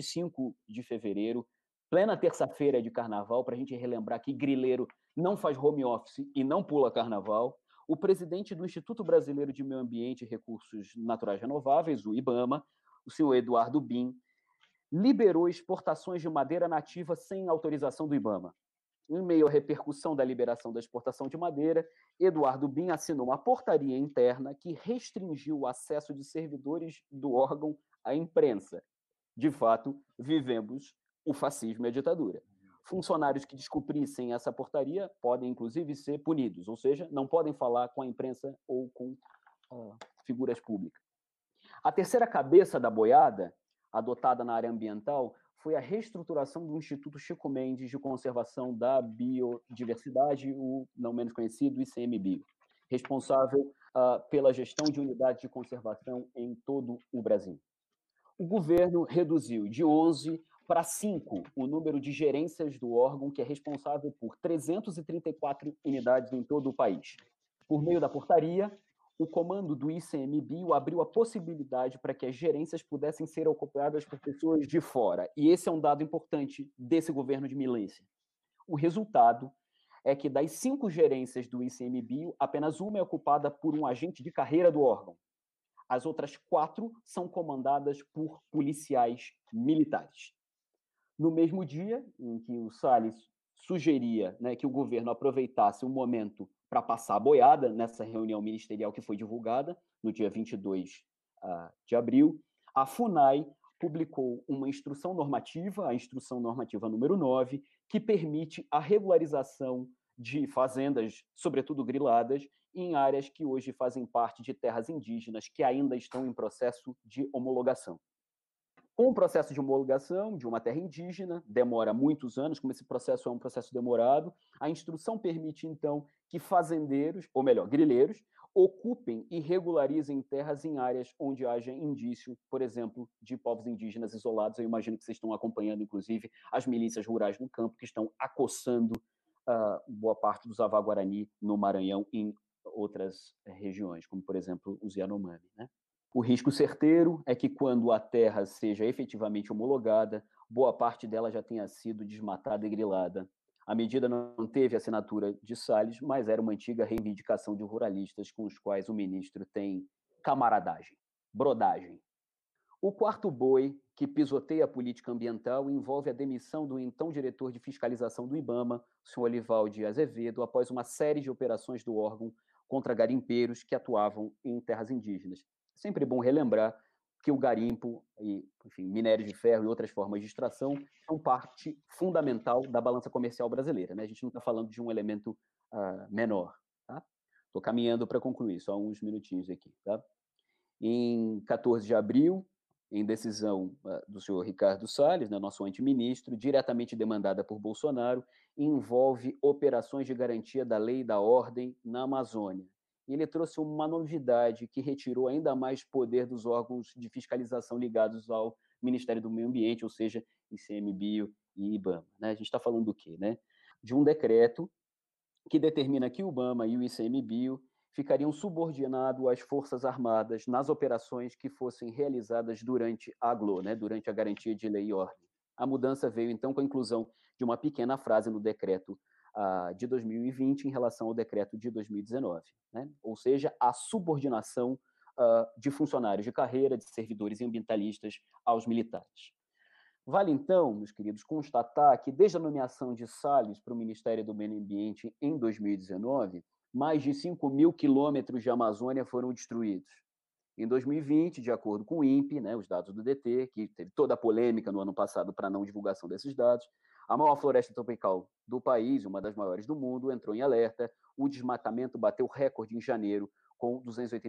S4: 25 de fevereiro, plena terça-feira de carnaval, para a gente relembrar que grileiro não faz home office e não pula carnaval, o presidente do Instituto Brasileiro de Meio Ambiente e Recursos Naturais Renováveis, o IBAMA, o senhor Eduardo Bin, liberou exportações de madeira nativa sem autorização do IBAMA. Em meio à repercussão da liberação da exportação de madeira, Eduardo Bin assinou uma portaria interna que restringiu o acesso de servidores do órgão à imprensa. De fato, vivemos o fascismo e a ditadura. Funcionários que descumprissem essa portaria podem, inclusive, ser punidos, ou seja, não podem falar com a imprensa ou com figuras públicas. A terceira cabeça da boiada, adotada na área ambiental, foi a reestruturação do Instituto Chico Mendes de Conservação da Biodiversidade, o não menos conhecido ICMBio, responsável pela gestão de unidades de conservação em todo o Brasil. O governo reduziu de 11 para 5 o número de gerências do órgão, que é responsável por 334 unidades em todo o país. Por meio da portaria, o comando do ICMBio abriu a possibilidade para que as gerências pudessem ser ocupadas por pessoas de fora. E esse é um dado importante desse governo de milícia. O resultado é que das 5 gerências do ICMBio, apenas uma é ocupada por um agente de carreira do órgão. As outras 4 são comandadas por policiais militares. No mesmo dia em que o Salles sugeria, né, que o governo aproveitasse o momento para passar a boiada nessa reunião ministerial que foi divulgada no dia 22 de abril, a FUNAI publicou uma instrução normativa, a instrução normativa número 9, que permite a regularização de fazendas, sobretudo griladas, em áreas que hoje fazem parte de terras indígenas que ainda estão em processo de homologação. Com o processo de homologação de uma terra indígena, demora muitos anos, como esse processo é um processo demorado, a instrução permite, então, que fazendeiros, ou melhor, grileiros, ocupem e regularizem terras em áreas onde haja indício, por exemplo, de povos indígenas isolados. Eu imagino que vocês estão acompanhando, inclusive, as milícias rurais no campo, que estão acossando boa parte dos Avá-Guarani no Maranhão e em outras regiões, como, por exemplo, os Yanomami, né? O risco certeiro é que, quando a terra seja efetivamente homologada, boa parte dela já tenha sido desmatada e grilada. A medida não teve assinatura de Salles, mas era uma antiga reivindicação de ruralistas com os quais o ministro tem camaradagem, brodagem. O quarto boi, que pisoteia a política ambiental, envolve a demissão do então diretor de fiscalização do IBAMA, o senhor Olivaldo Azevedo, após uma série de operações do órgão contra garimpeiros que atuavam em terras indígenas. Sempre bom relembrar que o garimpo e, enfim, minério de ferro e outras formas de extração são parte fundamental da balança comercial brasileira, né? A gente não está falando de um elemento menor, tá? Estou caminhando para concluir, só uns minutinhos aqui, tá? Em 14 de abril, em decisão do senhor Ricardo Salles, né, nosso antiministro, diretamente demandada por Bolsonaro, envolve operações de garantia da lei e da ordem na Amazônia. E ele trouxe uma novidade que retirou ainda mais poder dos órgãos de fiscalização ligados ao Ministério do Meio Ambiente, ou seja, ICMBio e IBAMA. Né? A gente está falando do quê? Né? De um decreto que determina que o IBAMA e o ICMBio ficariam subordinados às Forças Armadas nas operações que fossem realizadas durante a AGLO, né? Durante a garantia de lei e ordem. A mudança veio, então, com a inclusão de uma pequena frase no decreto de 2020 em relação ao decreto de 2019, né? Ou seja, a subordinação de funcionários de carreira, de servidores ambientalistas aos militares. Vale, então, meus queridos, constatar que desde a nomeação de Salles para o Ministério do Meio Ambiente em 2019, mais de 5 mil quilômetros de Amazônia foram destruídos. Em 2020, de acordo com o INPE, né, os dados do DT, que teve toda a polêmica no ano passado para a não divulgação desses dados, a maior floresta tropical do país, uma das maiores do mundo, entrou em alerta. O desmatamento bateu recorde em janeiro, com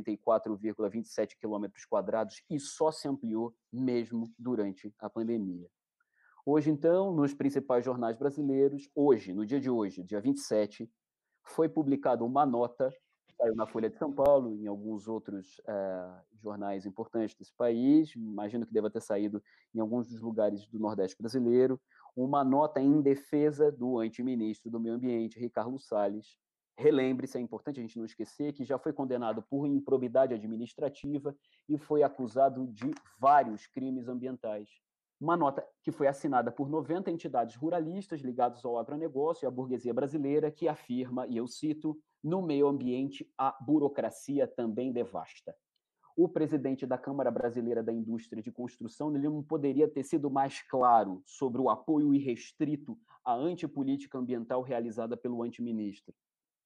S4: 284,27 quilômetros quadrados, e só se ampliou mesmo durante a pandemia. Hoje, então, nos principais jornais brasileiros, hoje, no dia de hoje, dia 27, foi publicada uma nota, saiu na Folha de São Paulo, em alguns outros jornais importantes desse país, imagino que deva ter saído em alguns dos lugares do Nordeste brasileiro, uma nota em defesa do antiministro do Meio Ambiente, Ricardo Salles. Relembre-se, é importante a gente não esquecer, que já foi condenado por improbidade administrativa e foi acusado de vários crimes ambientais. Uma nota que foi assinada por 90 entidades ruralistas ligadas ao agronegócio e à burguesia brasileira, que afirma, e eu cito, no meio ambiente a burocracia também devasta. O presidente da Câmara Brasileira da Indústria de Construção não poderia ter sido mais claro sobre o apoio irrestrito à antipolítica ambiental realizada pelo antiministro.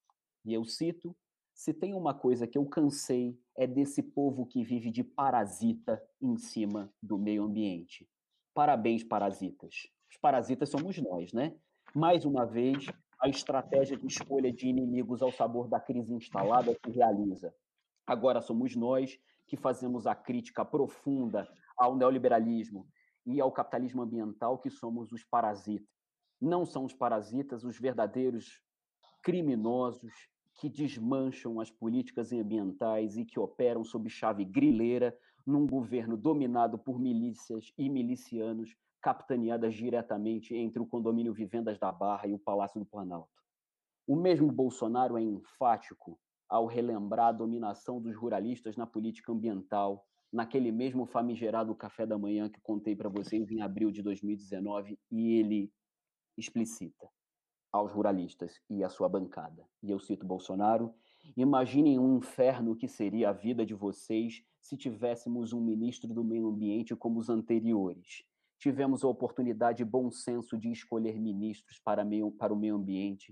S4: E eu cito, se tem uma coisa que eu cansei é desse povo que vive de parasita em cima do meio ambiente. Parabéns, parasitas. Os parasitas somos nós, né? Mais uma vez, a estratégia de escolha de inimigos ao sabor da crise instalada se realiza. Agora somos nós que fazemos a crítica profunda ao neoliberalismo e ao capitalismo ambiental, que somos os parasitas. Não são os parasitas os verdadeiros criminosos que desmancham as políticas ambientais e que operam sob chave grileira num governo dominado por milícias e milicianos capitaneadas diretamente entre o condomínio Vivendas da Barra e o Palácio do Planalto. O mesmo Bolsonaro é enfático ao relembrar a dominação dos ruralistas na política ambiental, naquele mesmo famigerado café da manhã que contei para vocês em abril de 2019, e ele explicita aos ruralistas e à sua bancada. E eu cito Bolsonaro: imaginem um inferno que seria a vida de vocês se tivéssemos um ministro do meio ambiente como os anteriores. Tivemos a oportunidade e bom senso de escolher ministros para o meio ambiente,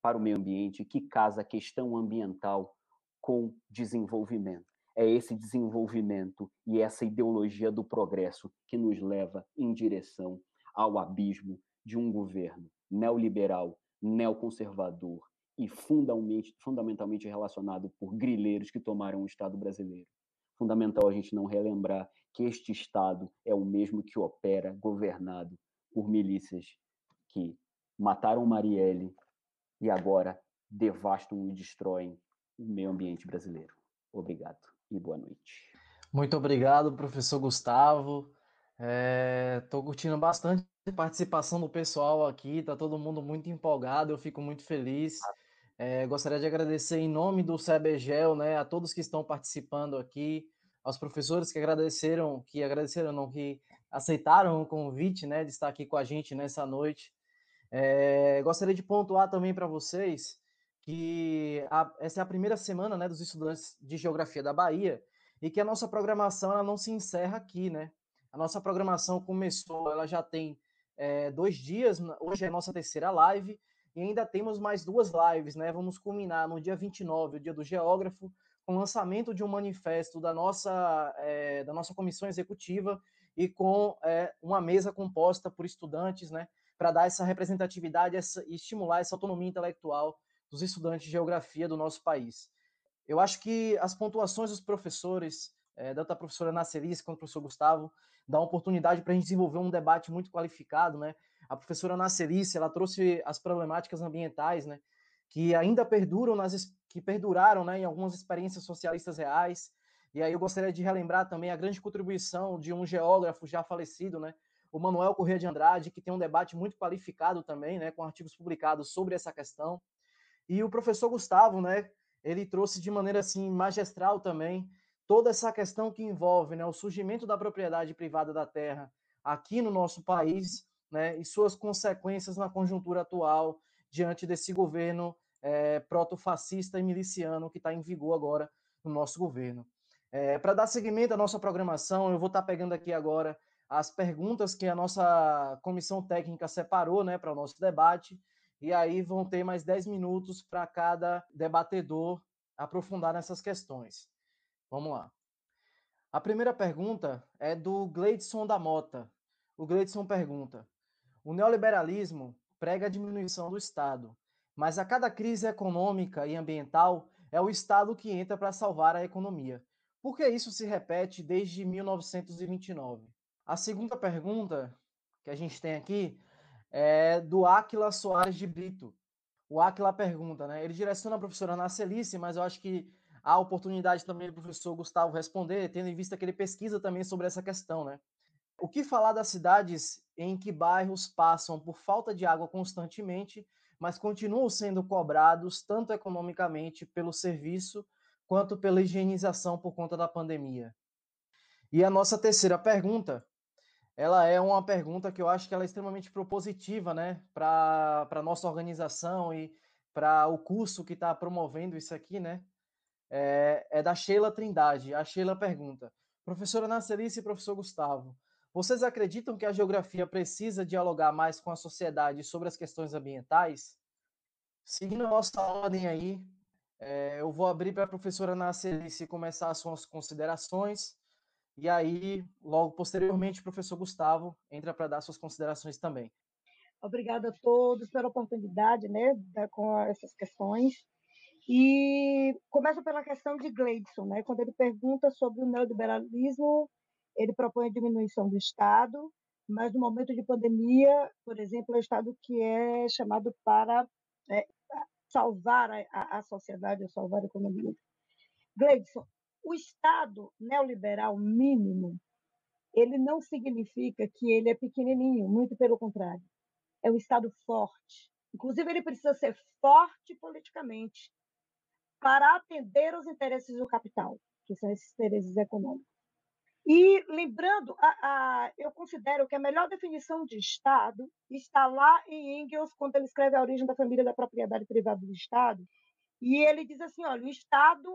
S4: para o meio ambiente que casa a questão ambiental com desenvolvimento. É esse desenvolvimento e essa ideologia do progresso que nos leva em direção ao abismo de um governo neoliberal, neoconservador e fundamentalmente relacionado por grileiros que tomaram o Estado brasileiro. Fundamental a gente não relembrar que este Estado é o mesmo que opera, governado por milícias que mataram Marielle e agora devastam e destroem o meio ambiente brasileiro. Obrigado e boa noite.
S3: Muito obrigado, professor Gustavo. Estou curtindo bastante a participação do pessoal aqui, está todo mundo muito empolgado, eu fico muito feliz. Gostaria de agradecer em nome do CBGEL, né, a todos que estão participando aqui, aos professores que aceitaram o convite, né, de estar aqui com a gente nessa noite. Gostaria de pontuar também para vocês que essa é a primeira semana, né, dos estudantes de Geografia da Bahia e que a nossa programação ela não se encerra aqui, né? A nossa programação começou, ela já tem 2 dias, hoje é a nossa terceira live e ainda temos mais 2 lives, né? Vamos culminar no dia 29, o dia do geógrafo, com o lançamento de um manifesto da nossa comissão executiva e com uma mesa composta por estudantes, né? Para dar essa representatividade e estimular essa autonomia intelectual dos estudantes de geografia do nosso país. Eu acho que as pontuações dos professores, tanto a professora Nacelice quanto o professor Gustavo, dá uma oportunidade para a gente desenvolver um debate muito qualificado, né? A professora Nacelice, ela trouxe as problemáticas ambientais, né? Que ainda perduraram, né, em algumas experiências socialistas reais. E aí eu gostaria de relembrar também a grande contribuição de um geógrafo já falecido, né? O Manuel Corrêa de Andrade, que tem um debate muito qualificado também, né, com artigos publicados sobre essa questão. E o professor Gustavo, né, ele trouxe de maneira assim magistral também toda essa questão que envolve, né, o surgimento da propriedade privada da terra aqui no nosso país, né, e suas consequências na conjuntura atual diante desse governo proto-fascista e miliciano que está em vigor agora no nosso governo. Para dar seguimento à nossa programação, eu vou estar pegando aqui agora as perguntas que a nossa comissão técnica separou, né, para o nosso debate, e aí vão ter mais 10 minutos para cada debatedor aprofundar nessas questões. Vamos lá. A primeira pergunta é do Gleidson da Mota. O Gleidson pergunta: o neoliberalismo prega a diminuição do Estado, mas a cada crise econômica e ambiental é o Estado que entra para salvar a economia. Por que isso se repete desde 1929? A segunda pergunta que a gente tem aqui é do Áquila Soares de Brito. O Áquila pergunta, né? Ele direciona a professora Nacelice, mas eu acho que há oportunidade também do professor Gustavo responder, tendo em vista que ele pesquisa também sobre essa questão, né? O que falar das cidades em que bairros passam por falta de água constantemente, mas continuam sendo cobrados tanto economicamente pelo serviço quanto pela higienização por conta da pandemia? E a nossa terceira pergunta, ela é uma pergunta que eu acho que ela é extremamente propositiva, né, para a nossa organização e para o curso que está promovendo isso aqui, né? É da Sheila Trindade. A Sheila pergunta: professora Nacelice e professor Gustavo, vocês acreditam que a geografia precisa dialogar mais com a sociedade sobre as questões ambientais? Seguindo a nossa ordem aí, eu vou abrir para a professora Nacelice começar as suas considerações. E aí, logo posteriormente, o professor Gustavo entra para dar suas considerações também.
S2: Obrigada a todos pela oportunidade, né, com essas questões. E começa pela questão de Gleidson, né, quando ele pergunta sobre o neoliberalismo, ele propõe a diminuição do Estado, mas no momento de pandemia, por exemplo, é o Estado que é chamado para salvar a sociedade, ou salvar a economia. Gleidson, o Estado neoliberal mínimo, ele não significa que ele é pequenininho, muito pelo contrário. É um Estado forte. Inclusive, ele precisa ser forte politicamente para atender os interesses do capital, que são esses interesses econômicos. E lembrando, eu considero que a melhor definição de Estado está lá em Engels, quando ele escreve A Origem da Família da Propriedade Privada do Estado, e ele diz assim, olha, o Estado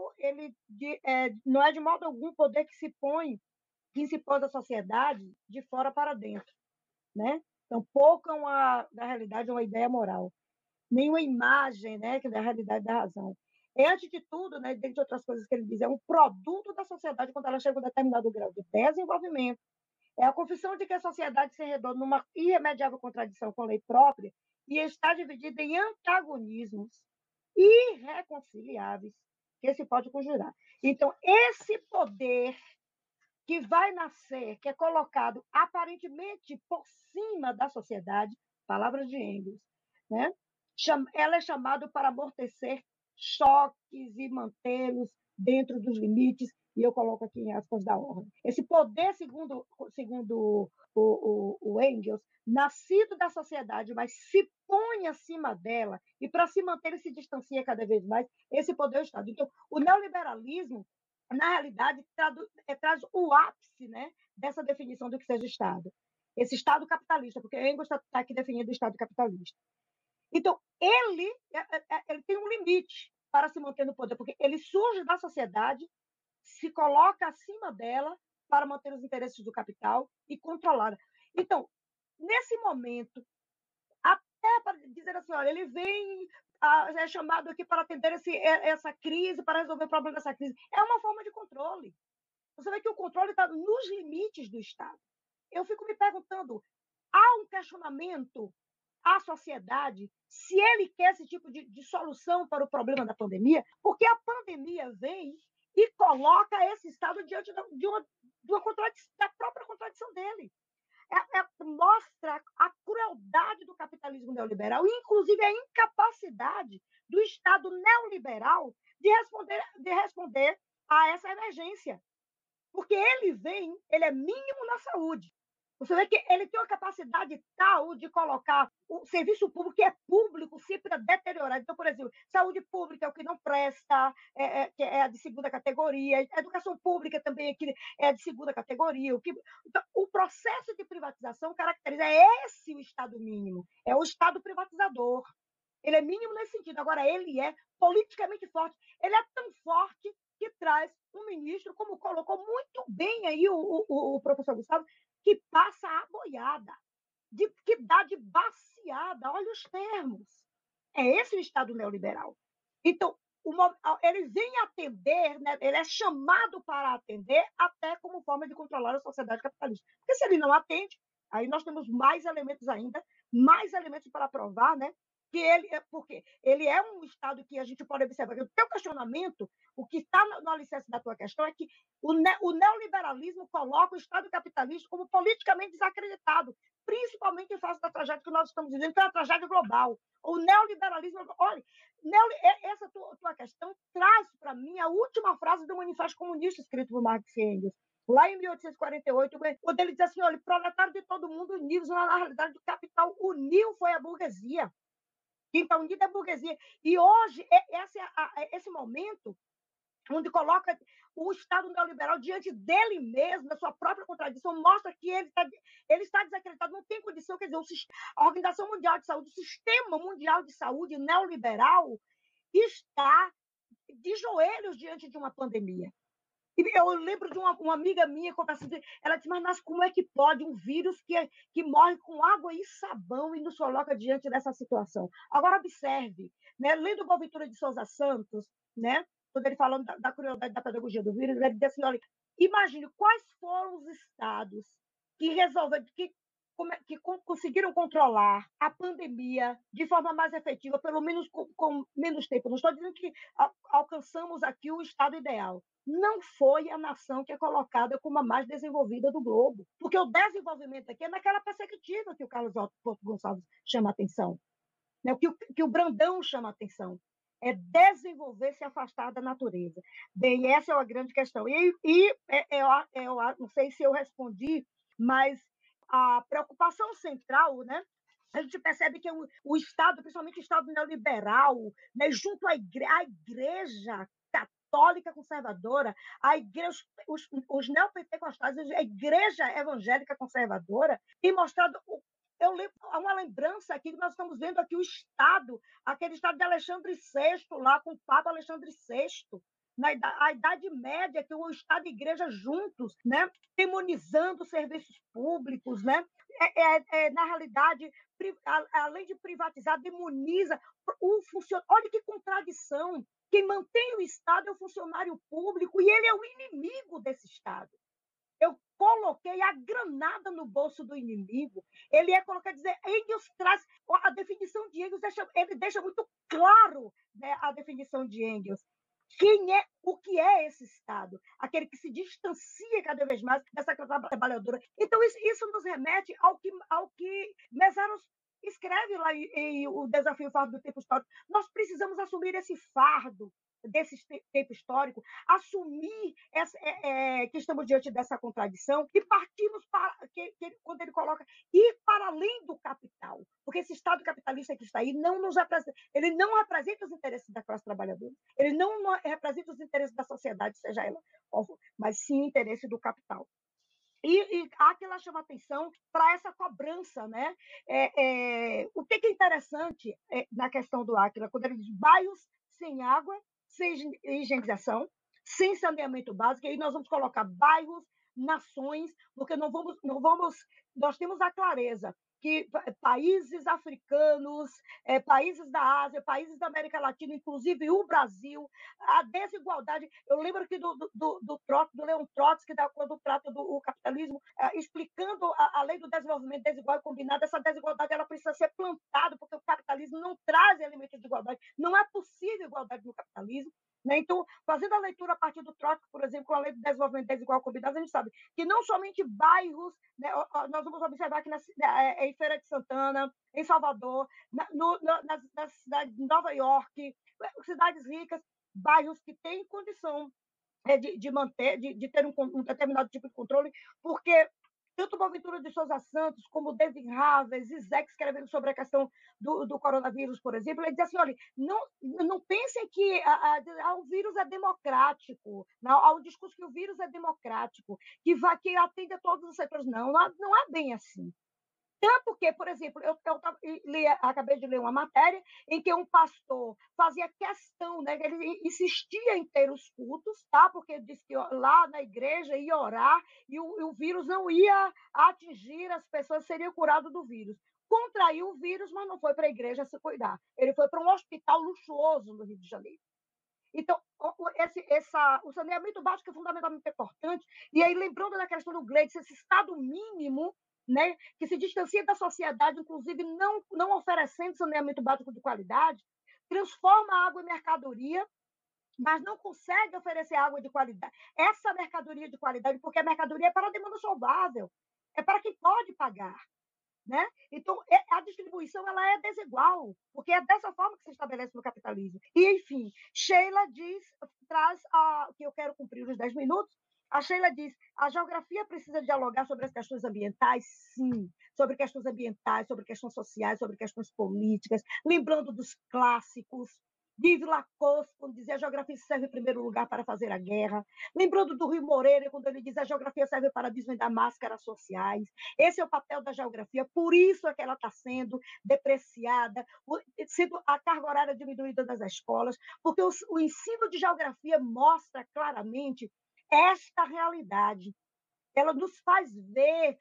S2: não é de modo algum poder que se impõe à sociedade de fora para dentro, né? Então, pouco na realidade, é uma ideia moral. nenhuma imagem, né, que é da realidade da razão. É, antes de tudo, né, dentre outras coisas que ele diz, é um produto da sociedade quando ela chega a um determinado grau de desenvolvimento. É a confissão de que a sociedade se enredou numa irremediável contradição com a lei própria e está dividida em antagonismos irreconciliáveis que se pode conjurar. Então, esse poder que vai nascer, que é colocado aparentemente por cima da sociedade, palavras de Engels, né? Ela é chamada para amortecer choques e mantê-los dentro dos limites, e eu coloco aqui em aspas da ordem. Esse poder, segundo o Engels, nascido da sociedade, mas se põe acima dela, e para se manter ele se distancia cada vez mais, esse poder é o Estado. Então, o neoliberalismo, na realidade, traz o ápice, né, dessa definição do que seja Estado. Esse Estado capitalista, porque Engels está aqui definindo o Estado capitalista. Então, ele tem um limite para se manter no poder, porque ele surge da sociedade, se coloca acima dela para manter os interesses do capital e controlar. Então, nesse momento, até para dizer assim, olha, ele vem, é chamado aqui para atender essa crise, para resolver o problema dessa crise. É uma forma de controle. Você vê que o controle está nos limites do Estado. Eu fico me perguntando, há um questionamento à sociedade se ele quer esse tipo de solução para o problema da pandemia, porque a pandemia vem e coloca esse Estado diante da própria contradição dele. Mostra a crueldade do capitalismo neoliberal, inclusive a incapacidade do Estado neoliberal de responder a essa emergência. Porque ele é mínimo na saúde. Você vê que ele tem uma capacidade tal de colocar o serviço público, que é público, sempre deteriorado. Então, por exemplo, saúde pública é o que não presta, que é a de segunda categoria, educação pública também é de segunda categoria. Então, o processo de privatização caracteriza esse o Estado mínimo, é o Estado privatizador. Ele é mínimo nesse sentido. Agora, ele é politicamente forte. Ele é tão forte que traz um ministro, como colocou muito bem aí o professor Gustavo, que passa a boiada, que dá de baciada. Olha os termos. É esse o Estado neoliberal. Então, ele vem atender, né? Ele é chamado para atender até como forma de controlar a sociedade capitalista. Porque se ele não atende, aí nós temos mais elementos ainda, mais elementos para provar, né? Porque ele é um Estado que a gente pode observar. O teu questionamento, o que está no alicerce da tua questão é que o neoliberalismo coloca o Estado capitalista como politicamente desacreditado, principalmente em face da tragédia que nós estamos vivendo, que é uma tragédia global. O neoliberalismo... Olha, essa tua questão traz para mim a última frase do Manifesto Comunista escrito por Marx e Engels, lá em 1848, quando ele diz assim, olha, proletário de todo mundo unidos, na realidade, o capital uniu foi a burguesia. Quem está unido é a burguesia. E hoje, esse momento onde coloca o Estado neoliberal diante dele mesmo, da sua própria contradição, mostra que ele está desacreditado, não tem condição. Quer dizer, a Organização Mundial de Saúde, o Sistema Mundial de Saúde neoliberal, está de joelhos diante de uma pandemia. Eu lembro de uma amiga minha conversando, ela disse, mas como é que pode um vírus que morre com água e sabão e nos coloca diante dessa situação? Agora observe, né? Lendo Boaventura de Souza Santos, né? Quando ele falando da crueldade da pedagogia do vírus, ele diz assim, olha, imagine quais foram os estados que resolveram, que conseguiram controlar a pandemia de forma mais efetiva, pelo menos com menos tempo. Não estou dizendo que alcançamos aqui o estado ideal. Não foi a nação que é colocada como a mais desenvolvida do globo. Porque o desenvolvimento aqui é naquela perspectiva que o Carlos Alberto Gonçalves chama a atenção, né? que o Brandão chama a atenção. É desenvolver-se e afastar da natureza. Bem, essa é uma grande questão. Eu não sei se eu respondi, mas a preocupação central, né? A gente percebe que o Estado, principalmente o Estado neoliberal, né, junto à igreja católica conservadora, a igreja, os neopentecostais, a igreja evangélica conservadora, tem mostrado uma lembrança aqui que nós estamos vendo aqui o Estado, aquele Estado de Alexandre VI, lá com o Papa Alexandre VI, a Idade Média, que o Estado e a Igreja juntos, né, demonizando serviços públicos, né, na realidade, além de privatizar, demoniza o funcionário. Olha que contradição! Quem mantém o Estado é o funcionário público e ele é o inimigo desse Estado. Eu coloquei a granada no bolso do inimigo. Ele é colocar, dizer, Engels traz a definição de Engels, ele deixa muito claro, né, a definição de Engels. O que é esse Estado? Aquele que se distancia cada vez mais dessa classe trabalhadora. Então, isso nos remete ao que Mesaros escreve lá em O Desafio Fardo do Tempo Histórico. Nós precisamos assumir esse fardo desse tempo histórico, assumir que estamos diante dessa contradição e partimos para, quando ele coloca, ir para além do capital, porque esse Estado capitalista que está aí ele não representa os interesses da classe trabalhadora, ele não representa os interesses da sociedade, seja ela qual for, mas sim o interesse do capital. E Aquila chama atenção para essa cobrança, né? O que é interessante na questão do Aquila, quando ele diz bairros sem água, sem higienização, sem saneamento básico, e aí nós vamos colocar bairros, nações, porque nós temos a clareza que países africanos, países da Ásia, países da América Latina, inclusive o Brasil, a desigualdade. Eu lembro que do Leon Trotsky, quando trata do capitalismo, explicando a lei do desenvolvimento desigual e combinado, essa desigualdade ela precisa ser plantada, porque o capitalismo não traz elementos de igualdade. Não é possível igualdade no capitalismo. Né? Então, fazendo a leitura a partir do Trotsky, por exemplo, com a lei do desenvolvimento desigual combinado, a gente sabe que não somente bairros, né, nós vamos observar que em Feira de Santana, em Salvador, na cidade de Nova York, cidades ricas, bairros que têm condição de manter, de ter um determinado tipo de controle, porque tanto Boaventura de Souza Santos como David Harvey, Zizek, escrevendo sobre a questão do coronavírus, por exemplo, ele diz assim, olha, não pensem que o vírus é democrático, há um discurso que o vírus é democrático, que atende a todos os setores. Não é bem assim. Tanto que, por exemplo, eu acabei de ler uma matéria em que um pastor fazia questão, né, ele insistia em ter os cultos, tá? Porque ele disse que lá na igreja ia orar e o vírus não ia atingir as pessoas, seria curado do vírus. Contraiu o vírus, mas não foi para a igreja se cuidar. Ele foi para um hospital luxuoso no Rio de Janeiro. Então, o saneamento básico é fundamentalmente importante. E aí, lembrando da questão do Gleides, esse estado mínimo, né, que se distancia da sociedade, inclusive não oferecendo saneamento básico de qualidade, transforma a água em mercadoria, mas não consegue oferecer água de qualidade. Essa mercadoria de qualidade, porque a mercadoria é para a demanda saudável, é para quem pode pagar. Né? Então, a distribuição ela é desigual, porque é dessa forma que se estabelece no capitalismo. E, enfim, Sheila traz que eu quero cumprir os 10 minutos. A Sheila diz: a geografia precisa dialogar sobre as questões ambientais, sim, sobre questões ambientais, sobre questões sociais, sobre questões políticas, lembrando dos clássicos, de Lacoste, quando dizia a geografia serve em primeiro lugar para fazer a guerra. Lembrando do Rui Moreira, quando ele diz a geografia serve para desvendar máscaras sociais. Esse é o papel da geografia, por isso é que ela está sendo depreciada, sendo a carga horária diminuída das escolas, porque o ensino de geografia mostra claramente esta realidade. Ela nos faz ver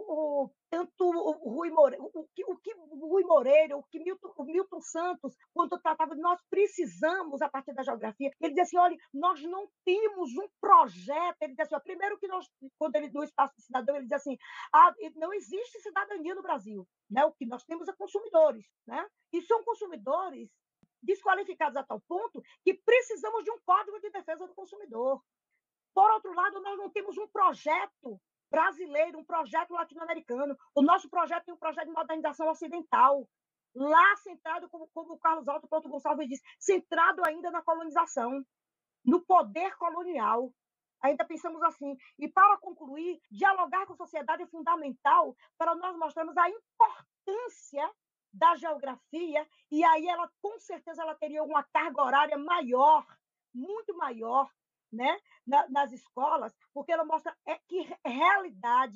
S2: tanto o Rui Moreira, o que o Rui Moreira, o que o Milton Santos, quando tratava de nós precisamos, a partir da geografia, ele dizia assim, olha, nós não temos um projeto, ele dizia assim, primeiro que nós, quando ele do Espaço do Cidadão, ele dizia assim, não existe cidadania no Brasil, né? O que nós temos é consumidores, né? E são consumidores desqualificados a tal ponto que precisamos de um código de defesa do consumidor. Por outro lado, nós não temos um projeto brasileiro, um projeto latino-americano. O nosso projeto é um projeto de modernização ocidental, lá centrado, como o Carlos Alto Porto Gonçalves disse, centrado ainda na colonização, no poder colonial. Ainda pensamos assim. E, para concluir, dialogar com a sociedade é fundamental para nós mostrarmos a importância da geografia, e aí ela, com certeza, ela teria uma carga horária maior, muito maior, né, nas escolas, porque ela mostra que realidade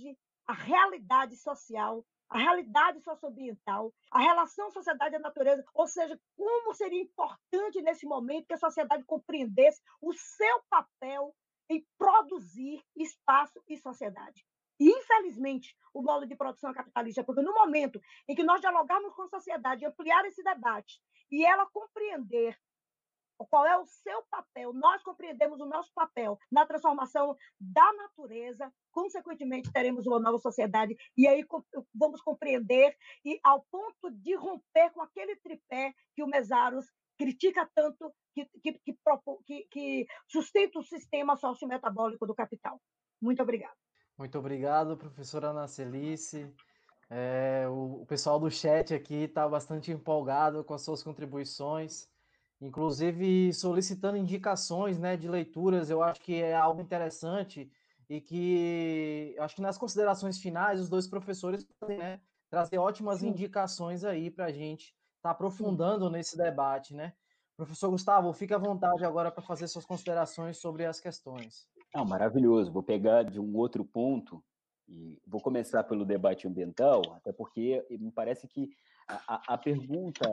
S2: a realidade social, a realidade socioambiental, a relação sociedade e natureza, ou seja, como seria importante nesse momento que a sociedade compreendesse o seu papel em produzir espaço e sociedade. E, infelizmente, o modo de produção é capitalista, porque no momento em que nós dialogarmos com a sociedade, ampliar esse debate, e ela compreender qual é o seu papel, nós compreendemos o nosso papel na transformação da natureza, consequentemente teremos uma nova sociedade, e aí vamos compreender, e ao ponto de romper com aquele tripé que o Mesaros critica tanto, que sustenta o sistema sociometabólico do capital. Muito obrigada.
S3: Muito obrigado, professora Ana Celice. O pessoal do chat aqui está bastante empolgado com as suas contribuições, inclusive solicitando indicações, né, de leituras. Eu acho que é algo interessante e que acho que nas considerações finais os dois professores podem, né, trazer ótimas indicações aí para a gente estar aprofundando nesse debate, né? Professor Gustavo, fique à vontade agora para fazer suas considerações sobre as questões.
S4: Maravilhoso. Vou pegar de um outro ponto e vou começar pelo debate ambiental, até porque me parece que a pergunta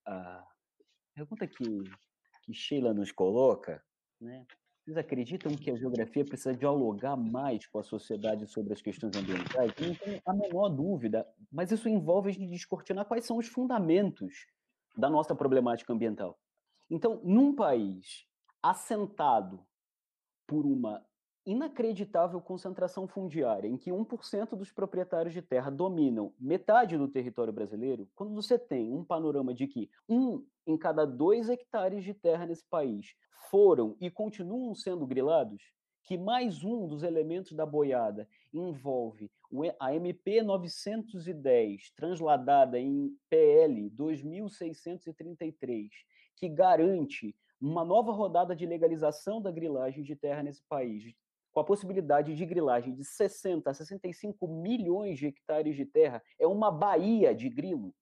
S4: que Sheila nos coloca, né? Vocês acreditam que a geografia precisa dialogar mais com a sociedade sobre as questões ambientais? Não tenho a menor dúvida, mas isso envolve a gente descortinar quais são os fundamentos da nossa problemática ambiental. Então, num país assentado por uma inacreditável concentração fundiária, em que 1% dos proprietários de terra dominam metade do território brasileiro, quando você tem um panorama de que 1 em cada 2 hectares de terra nesse país foram e continuam sendo grilados, que mais um dos elementos da boiada envolve a MP 910, transladada em PL 2633, que garante uma nova rodada de legalização da grilagem de terra nesse país, com a possibilidade de grilagem de 60 a 65 milhões de hectares de terra, é uma baía de grilo,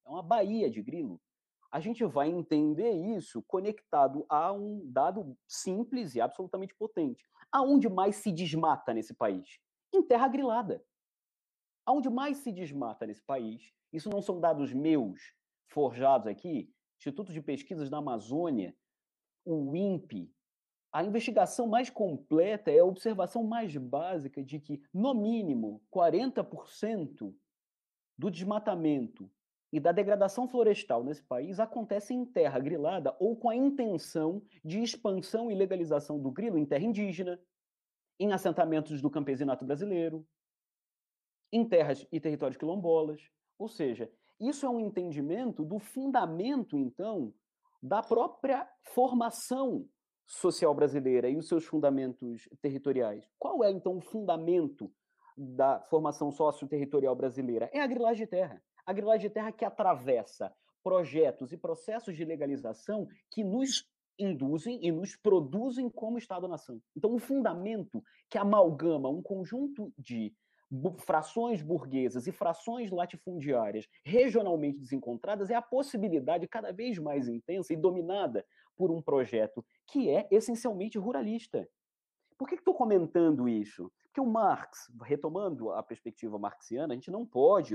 S4: A gente vai entender isso conectado a um dado simples e absolutamente potente. Aonde mais se desmata nesse país? Em terra grilada. Aonde mais se desmata nesse país, isso não são dados meus, forjados aqui, Instituto de Pesquisas da Amazônia, o INPE, a investigação mais completa é a observação mais básica de que, no mínimo, 40% do desmatamento e da degradação florestal nesse país acontece em terra grilada ou com a intenção de expansão e legalização do grilo em terra indígena, em assentamentos do campesinato brasileiro, em terras e territórios quilombolas. Ou seja, isso é um entendimento do fundamento, então, da própria formação social brasileira e os seus fundamentos territoriais. Qual é, então, o fundamento da formação socioterritorial brasileira? É a grilagem de terra. A grilagem de terra que atravessa projetos e processos de legalização que nos induzem e nos produzem como Estado-nação. Então, o fundamento que amalgama um conjunto de frações burguesas e frações latifundiárias regionalmente desencontradas é a possibilidade cada vez mais intensa e dominada por um projeto que é essencialmente ruralista. Por que estou comentando isso? Porque o Marx, retomando a perspectiva marxiana, a gente não pode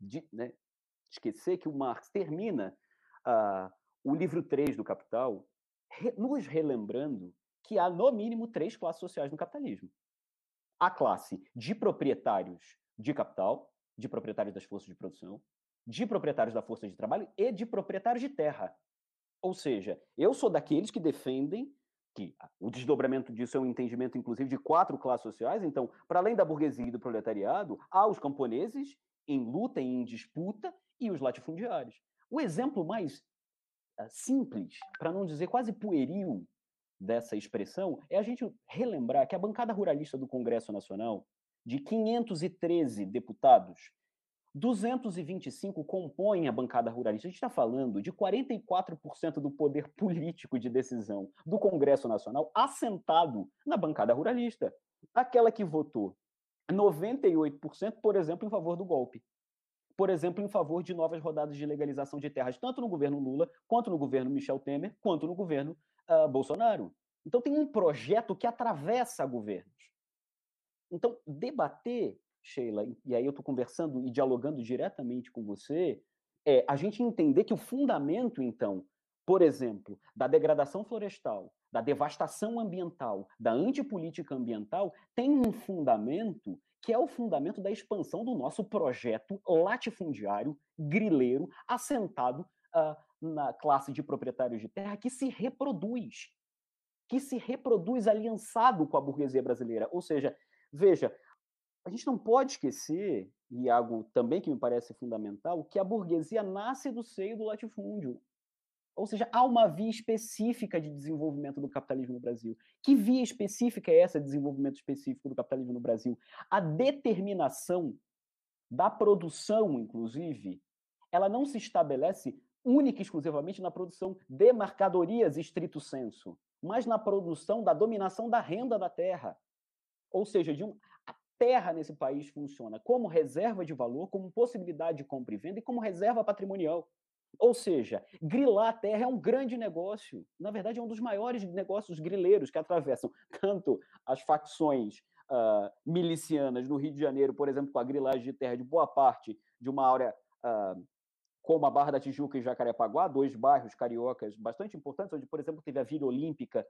S4: esquecer que o Marx termina o livro 3 do Capital nos relembrando que há, no mínimo, 3 classes sociais no capitalismo. A classe de proprietários de capital, de proprietários das forças de produção, de proprietários da força de trabalho e de proprietários de terra. Ou seja, eu sou daqueles que defendem que o desdobramento disso é um entendimento, inclusive, de 4 classes sociais. Então, para além da burguesia e do proletariado, há os camponeses em luta e em disputa e os latifundiários. O exemplo mais simples, para não dizer quase pueril, dessa expressão é a gente relembrar que a bancada ruralista do Congresso Nacional, de 513 deputados, 225 compõem a bancada ruralista. A gente está falando de 44% do poder político de decisão do Congresso Nacional assentado na bancada ruralista. Aquela que votou 98%, por exemplo, em favor do golpe. Por exemplo, em favor de novas rodadas de legalização de terras, tanto no governo Lula, quanto no governo Michel Temer, quanto no governo Bolsonaro. Então, tem um projeto que atravessa governos. Então, debater Sheila, e aí eu estou conversando e dialogando diretamente com você, é a gente entender que o fundamento, então, por exemplo, da degradação florestal, da devastação ambiental, da antipolítica ambiental, tem um fundamento que é o fundamento da expansão do nosso projeto latifundiário, grileiro, assentado na classe de proprietários de terra, que se reproduz aliançado com a burguesia brasileira. Ou seja, veja, a gente não pode esquecer, e algo também que me parece fundamental, que a burguesia nasce do seio do latifúndio. Ou seja, há uma via específica de desenvolvimento do capitalismo no Brasil. Que via específica é essa de desenvolvimento específico do capitalismo no Brasil? A determinação da produção, inclusive, ela não se estabelece única e exclusivamente na produção de mercadorias estrito sensu, mas na produção da dominação da renda da terra. Ou seja, a terra nesse país funciona como reserva de valor, como possibilidade de compra e venda e como reserva patrimonial. Ou seja, grilar a terra é um grande negócio. Na verdade, é um dos maiores negócios grileiros que atravessam tanto as facções milicianas no Rio de Janeiro, por exemplo, com a grilagem de terra de boa parte de uma área como a Barra da Tijuca e Jacarepaguá, dois bairros cariocas bastante importantes, onde, por exemplo, teve a Vila Olímpica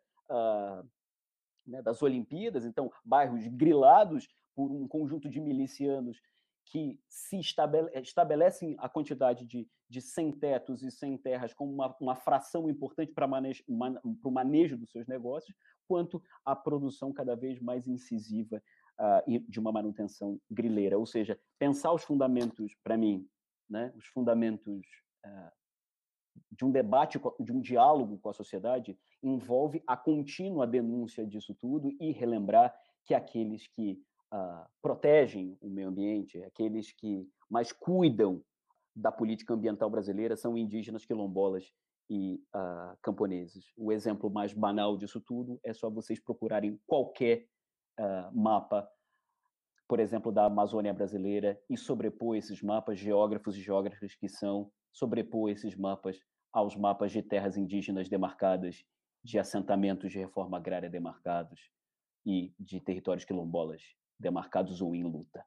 S4: das Olimpíadas, então bairros grilados por um conjunto de milicianos que se estabelecem a quantidade de sem-tetos e sem-terras como uma fração importante para o manejo dos seus negócios, quanto a produção cada vez mais incisiva de uma manutenção grileira. Ou seja, pensar os fundamentos, para mim, né, os fundamentos de um debate, de um diálogo com a sociedade, envolve a contínua denúncia disso tudo e relembrar que aqueles que protegem o meio ambiente, aqueles que mais cuidam da política ambiental brasileira são indígenas, quilombolas e camponeses. O exemplo mais banal disso tudo é só vocês procurarem qualquer mapa, por exemplo, da Amazônia brasileira e sobrepor esses mapas, geógrafos e geógrafas que são, sobrepor esses mapas aos mapas de terras indígenas demarcadas, de assentamentos de reforma agrária demarcados e de territórios quilombolas demarcados ou em luta.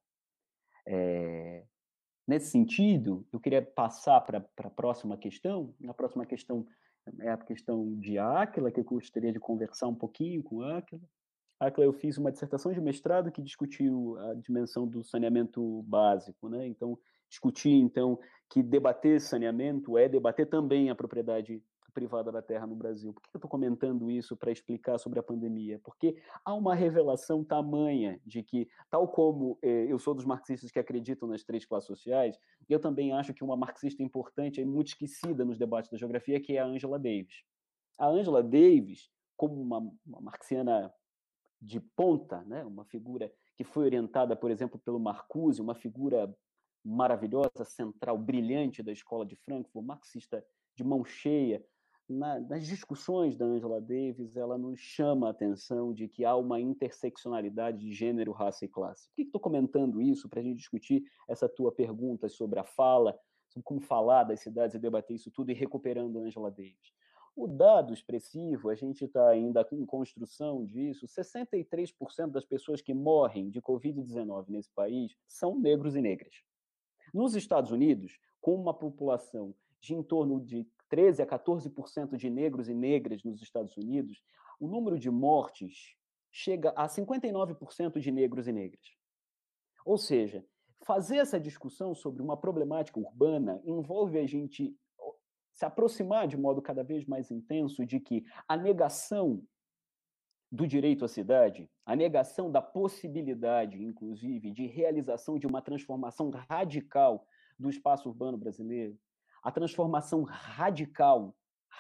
S4: Nesse sentido, eu queria passar para a próxima questão. A próxima questão é a questão de Áquila, que eu gostaria de conversar um pouquinho com Áquila. Áquila, eu fiz uma dissertação de mestrado que discutiu a dimensão do saneamento básico, né? Então, discutir, então, que debater saneamento é debater também a propriedade privada da terra no Brasil. Por que eu estou comentando isso para explicar sobre a pandemia? Porque há uma revelação tamanha de que, tal como eu sou dos marxistas que acreditam nas três classes sociais, eu também acho que uma marxista importante e muito esquecida nos debates da geografia, que é a Angela Davis. A Angela Davis, como uma marxiana de ponta, né? Uma figura que foi orientada, por exemplo, pelo Marcuse, uma figura maravilhosa, central, brilhante da escola de Frankfurt, marxista de mão cheia. Nas discussões da Angela Davis, ela nos chama a atenção de que há uma interseccionalidade de gênero, raça e classe. Por que estou comentando isso? Para a gente discutir essa tua pergunta sobre a fala, sobre como falar das cidades e debater isso tudo e recuperando a Angela Davis. O dado expressivo, a gente está ainda em construção disso, 63% das pessoas que morrem de Covid-19 nesse país são negros e negras. Nos Estados Unidos, com uma população de em torno de 13 a 14% de negros e negras nos Estados Unidos, o número de mortes chega a 59% de negros e negras. Ou seja, fazer essa discussão sobre uma problemática urbana envolve a gente se aproximar de modo cada vez mais intenso de que a negação do direito à cidade, a negação da possibilidade, inclusive, de realização de uma transformação radical do espaço urbano brasileiro, a transformação radical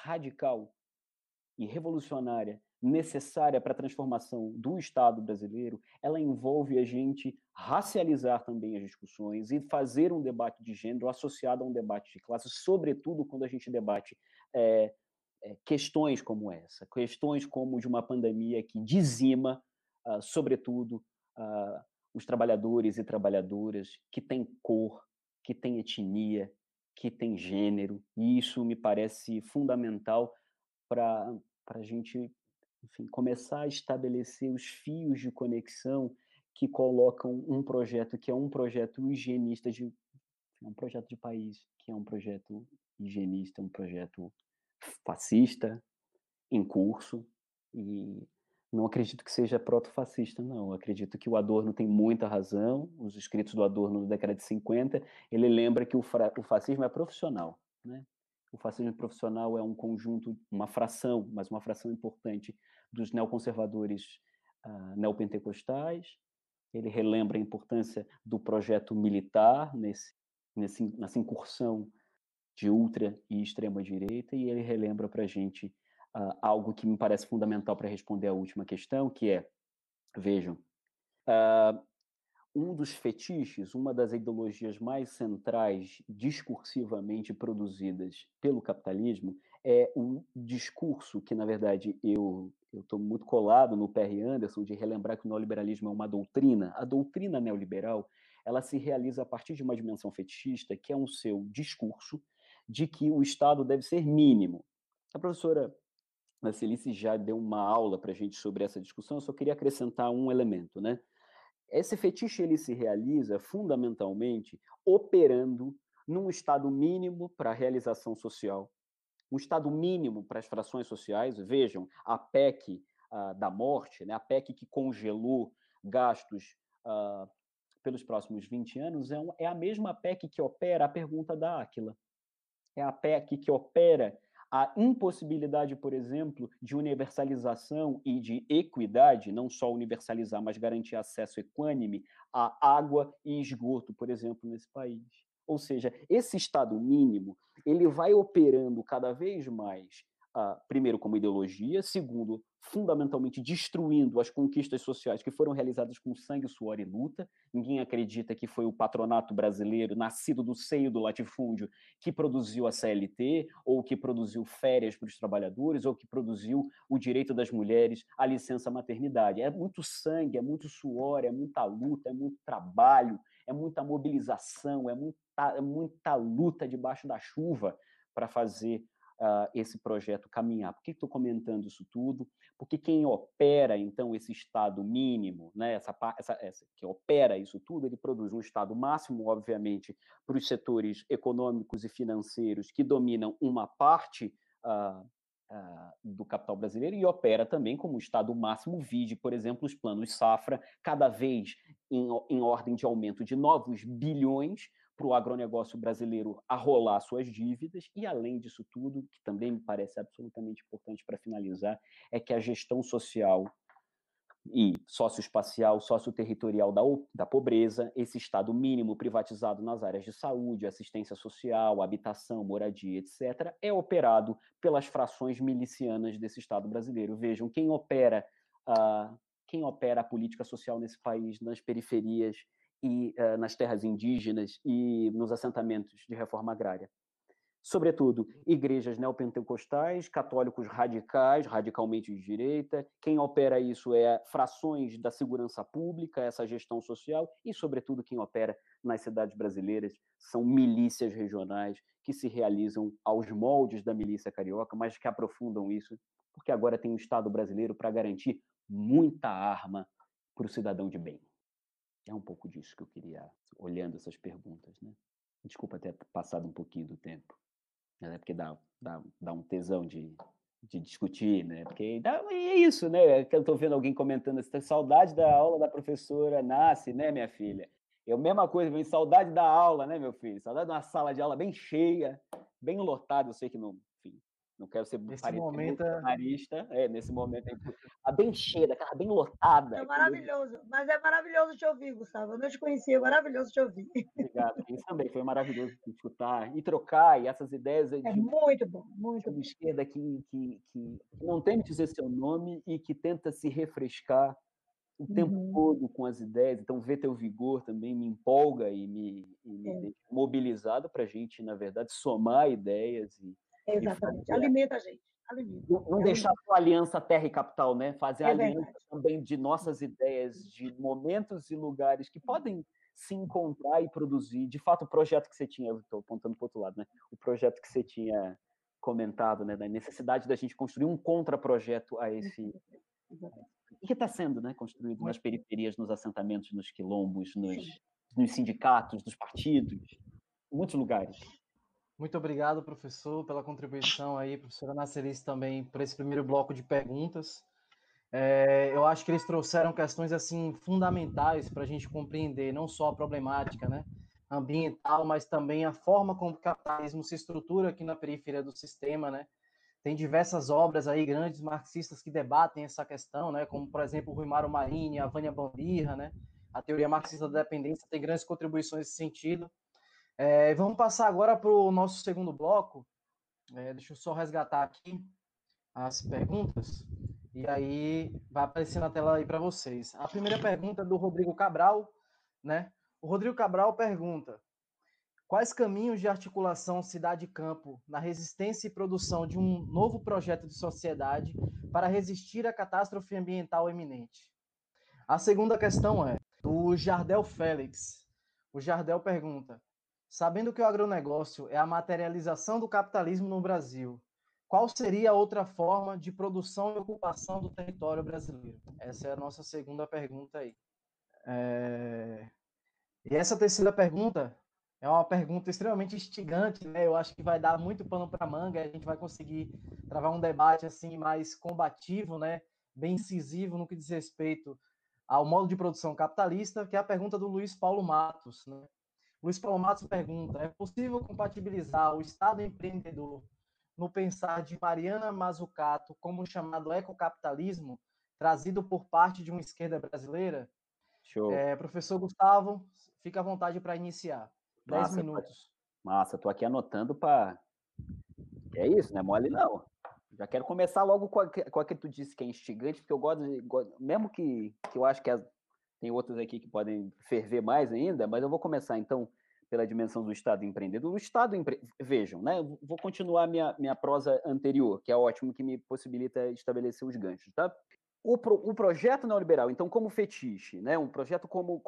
S4: e revolucionária necessária para a transformação do Estado brasileiro, ela envolve a gente racializar também as discussões e fazer um debate de gênero associado a um debate de classe, sobretudo quando a gente debate questões como essa, questões como de uma pandemia que dizima, sobretudo, os trabalhadores e trabalhadoras que têm cor, que têm etnia, que têm gênero, e isso me parece fundamental para a gente, enfim, começar a estabelecer os fios de conexão que colocam um projeto que é um projeto higienista é um projeto de país, que é um projeto higienista, um projeto fascista em curso, e não acredito que seja proto-fascista, não. Acredito que o Adorno tem muita razão. Os escritos do Adorno da década de 50, ele lembra que o fascismo é profissional, né? O fascismo profissional é um conjunto, uma fração, mas uma fração importante dos neoconservadores neopentecostais. Ele relembra a importância do projeto militar nessa incursão de ultra e extrema direita, e ele relembra para a gente algo que me parece fundamental para responder a última questão, que é, vejam, um dos fetiches, uma das ideologias mais centrais discursivamente produzidas pelo capitalismo é um discurso que, na verdade, eu estou muito colado no Perry Anderson de relembrar que o neoliberalismo é uma doutrina. A doutrina neoliberal, ela se realiza a partir de uma dimensão fetichista, que é um seu discurso de que o Estado deve ser mínimo. A professora Marcelice já deu uma aula para a gente sobre essa discussão, eu só queria acrescentar um elemento, né? Esse fetiche ele se realiza fundamentalmente operando num estado mínimo para a realização social, um estado mínimo para as frações sociais. Vejam, a PEC da morte, né, a PEC que congelou gastos pelos próximos 20 anos, é a mesma PEC que opera a pergunta da Áquila. É a PEC que opera a impossibilidade, por exemplo, de universalização e de equidade, não só universalizar, mas garantir acesso equânime à água e esgoto, por exemplo, nesse país. Ou seja, esse Estado mínimo, ele vai operando cada vez mais, primeiro como ideologia, segundo, fundamentalmente destruindo as conquistas sociais que foram realizadas com sangue, suor e luta. Ninguém acredita que foi o patronato brasileiro, nascido do seio do latifúndio, que produziu a CLT, ou que produziu férias para os trabalhadores, ou que produziu o direito das mulheres à licença maternidade. É muito sangue, é muito suor, é muita luta, é muito trabalho, é muita mobilização, é muita luta debaixo da chuva para fazer esse projeto caminhar. Por que estou comentando isso tudo? Porque quem opera, então, esse estado mínimo, né, essa que opera isso tudo, ele produz um estado máximo, obviamente, para os setores econômicos e financeiros que dominam uma parte do capital brasileiro, e opera também como estado máximo, vide, por exemplo, os planos safra, cada vez em ordem de aumento de novos bilhões para o agronegócio brasileiro arrolar suas dívidas. E, além disso tudo, que também me parece absolutamente importante para finalizar, é que a gestão social e socioespacial, socioterritorial da pobreza, esse estado mínimo privatizado nas áreas de saúde, assistência social, habitação, moradia, etc., é operado pelas frações milicianas desse Estado brasileiro. Vejam, quem opera a política social nesse país, nas periferias e nas terras indígenas e nos assentamentos de reforma agrária. Sobretudo, igrejas neopentecostais, católicos radicais, radicalmente de direita. Quem opera isso é frações da segurança pública, essa gestão social, e, sobretudo, quem opera nas cidades brasileiras são milícias regionais que se realizam aos moldes da milícia carioca, mas que aprofundam isso, porque agora tem um Estado brasileiro para garantir muita arma para o cidadão de bem. É um pouco disso que eu queria, olhando essas perguntas, né? Desculpa ter passado um pouquinho do tempo. Né? Porque dá um tesão de discutir, né? Porque e é isso, né? Que eu estou vendo alguém comentando assim, saudade da aula da professora Nasce, né, minha filha? Eu, mesma coisa, vem saudade da aula, né, meu filho? Saudade de uma sala de aula bem cheia, bem lotada. Eu sei que não, enfim, não quero ser bolsonarista, nesse momento bem cheia, daquela bem lotada.
S2: É maravilhoso, mas é maravilhoso te ouvir, Gustavo. Eu não te conhecia, é maravilhoso te ouvir.
S4: Obrigado. Isso também foi maravilhoso escutar e trocar, e essas ideias
S2: de muito bom, muito
S4: uma esquerda que não teme dizer seu nome e que tenta se refrescar o tempo todo com as ideias. Então, ver teu vigor também me empolga e me deixa mobilizado para a gente, na verdade, somar ideias.
S2: Exatamente. Alimenta a gente.
S4: Não deixar só a aliança terra e capital, né? Fazer a aliança também de nossas ideias, de momentos e lugares que podem se encontrar e produzir. De fato, o projeto que você tinha, estou apontando para o outro lado, né? O projeto que você tinha comentado, né? Da necessidade da gente construir um contraprojeto a esse e que está sendo, né, construído nas periferias, nos assentamentos, nos quilombos,
S2: Sim.
S4: nos sindicatos, nos partidos, em muitos lugares.
S3: Muito obrigado, professor, pela contribuição aí, professora Nacelice também, por esse primeiro bloco de perguntas. Eu acho que eles trouxeram questões assim fundamentais para a gente compreender não só a problemática, né, ambiental, mas também a forma como o capitalismo se estrutura aqui na periferia do sistema, né? Tem diversas obras aí, grandes marxistas que debatem essa questão, né? Como, por exemplo, o Rui Mauro Marini, a Vânia Bambirra, né? A teoria marxista da dependência tem grandes contribuições nesse sentido. Vamos passar agora para o nosso segundo bloco. Deixa eu só resgatar aqui as perguntas. E aí vai aparecer na tela aí para vocês. A primeira pergunta é do Rodrigo Cabral, né? O Rodrigo Cabral pergunta: quais caminhos de articulação cidade-campo na resistência e produção de um novo projeto de sociedade para resistir à catástrofe ambiental iminente? A segunda questão é do Jardel Félix. O Jardel pergunta: sabendo que o agronegócio é a materialização do capitalismo no Brasil, qual seria a outra forma de produção e ocupação do território brasileiro? Essa é a nossa segunda pergunta aí. E essa terceira pergunta é uma pergunta extremamente instigante, né? Eu acho que vai dar muito pano para manga, a gente vai conseguir travar um debate assim mais combativo, né? Bem incisivo no que diz respeito ao modo de produção capitalista, que é a pergunta do Luiz Paulo Matos, né? Luiz Paulo Matos pergunta: é possível compatibilizar o Estado empreendedor no pensar de Mariana Mazzucato como o chamado ecocapitalismo, trazido por parte de uma esquerda brasileira?
S4: Show.
S3: Professor Gustavo, fica à vontade para iniciar. 10 minutos.
S4: Massa, tô aqui anotando para... É isso, não é mole não. Já quero começar logo com a que tu disse que é instigante, porque eu gosto mesmo que eu acho que tem outros aqui que podem ferver mais ainda, mas eu vou começar então pela dimensão do Estado empreendedor. Vejam, né? Eu vou continuar minha prosa anterior, que é ótimo, que me possibilita estabelecer os ganchos, tá? O projeto neoliberal, então, como fetiche, né? Um projeto como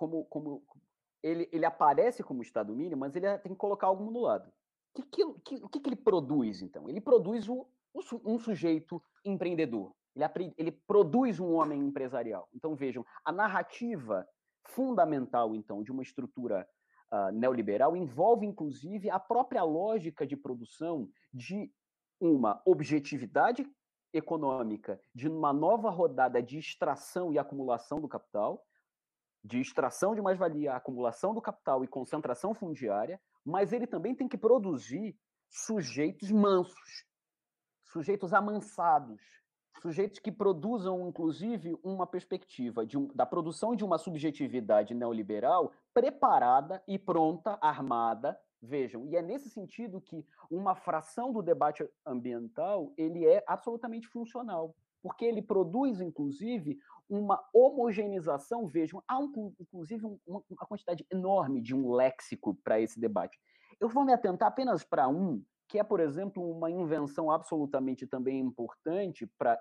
S4: ele aparece como Estado mínimo, mas ele tem que colocar algo no lado. O que ele produz, então? Ele produz um sujeito empreendedor. Ele produz um homem empresarial. Então, vejam, a narrativa fundamental, então, de uma estrutura neoliberal envolve, inclusive, a própria lógica de produção de uma objetividade econômica, de uma nova rodada de extração e acumulação do capital, de extração de mais-valia, acumulação do capital e concentração fundiária, mas ele também tem que produzir sujeitos mansos, sujeitos amansados, sujeitos que produzam, inclusive, uma perspectiva da produção de uma subjetividade neoliberal preparada e pronta, armada. Vejam, e é nesse sentido que uma fração do debate ambiental ele é absolutamente funcional, porque ele produz, inclusive, uma homogeneização. Vejam, há inclusive uma quantidade enorme de um léxico para esse debate. Eu vou me atentar apenas para que é, por exemplo, uma invenção absolutamente também importante para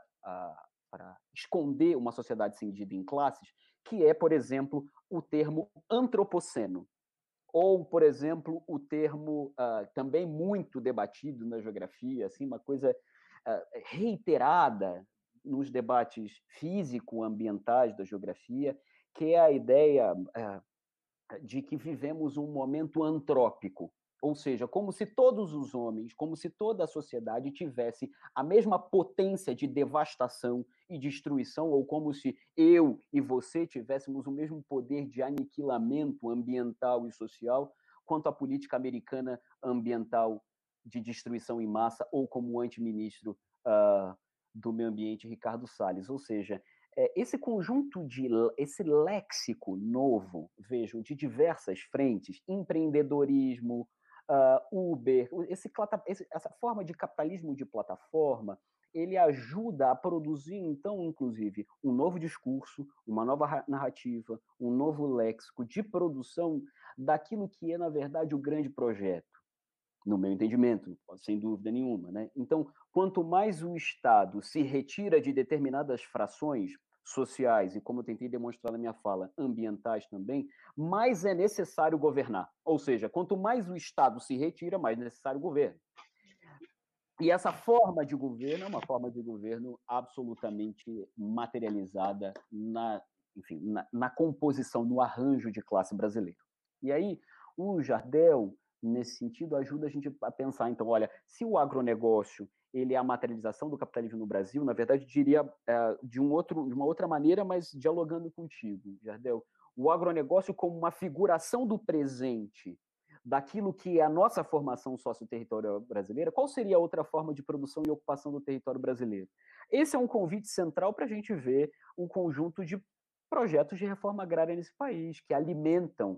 S4: esconder uma sociedade dividida em classes, que é, por exemplo, o termo antropoceno. Ou, por exemplo, o termo também muito debatido na geografia, assim, uma coisa reiterada nos debates físico-ambientais da geografia, que é a ideia de que vivemos um momento antrópico, ou seja, como se todos os homens, como se toda a sociedade tivesse a mesma potência de devastação e destruição, ou como se eu e você tivéssemos o mesmo poder de aniquilamento ambiental e social quanto a política americana ambiental de destruição em massa, ou como o antiministro do meio ambiente, Ricardo Salles. Ou seja, esse conjunto esse léxico novo, vejam, de diversas frentes, empreendedorismo, Uber, essa forma de capitalismo de plataforma, ele ajuda a produzir, então, inclusive, um novo discurso, uma nova narrativa, um novo léxico de produção daquilo que é, na verdade, o grande projeto, no meu entendimento, sem dúvida nenhuma, né? Então, quanto mais o Estado se retira de determinadas frações sociais, e como eu tentei demonstrar na minha fala, ambientais também, mais é necessário governar. Ou seja, quanto mais o Estado se retira, mais é necessário o governo. E essa forma de governo é uma forma de governo absolutamente materializada enfim, na composição, no arranjo de classe brasileiro. E aí, o Jardel, nesse sentido, ajuda a gente a pensar, então, olha, se o agronegócio ele é a materialização do capitalismo no Brasil, na verdade, diria de uma outra maneira, mas dialogando contigo, Jardel, o agronegócio como uma figuração do presente daquilo que é a nossa formação socioterritorial brasileira, qual seria a outra forma de produção e ocupação do território brasileiro? Esse é um convite central para a gente ver um conjunto de projetos de reforma agrária nesse país, que alimentam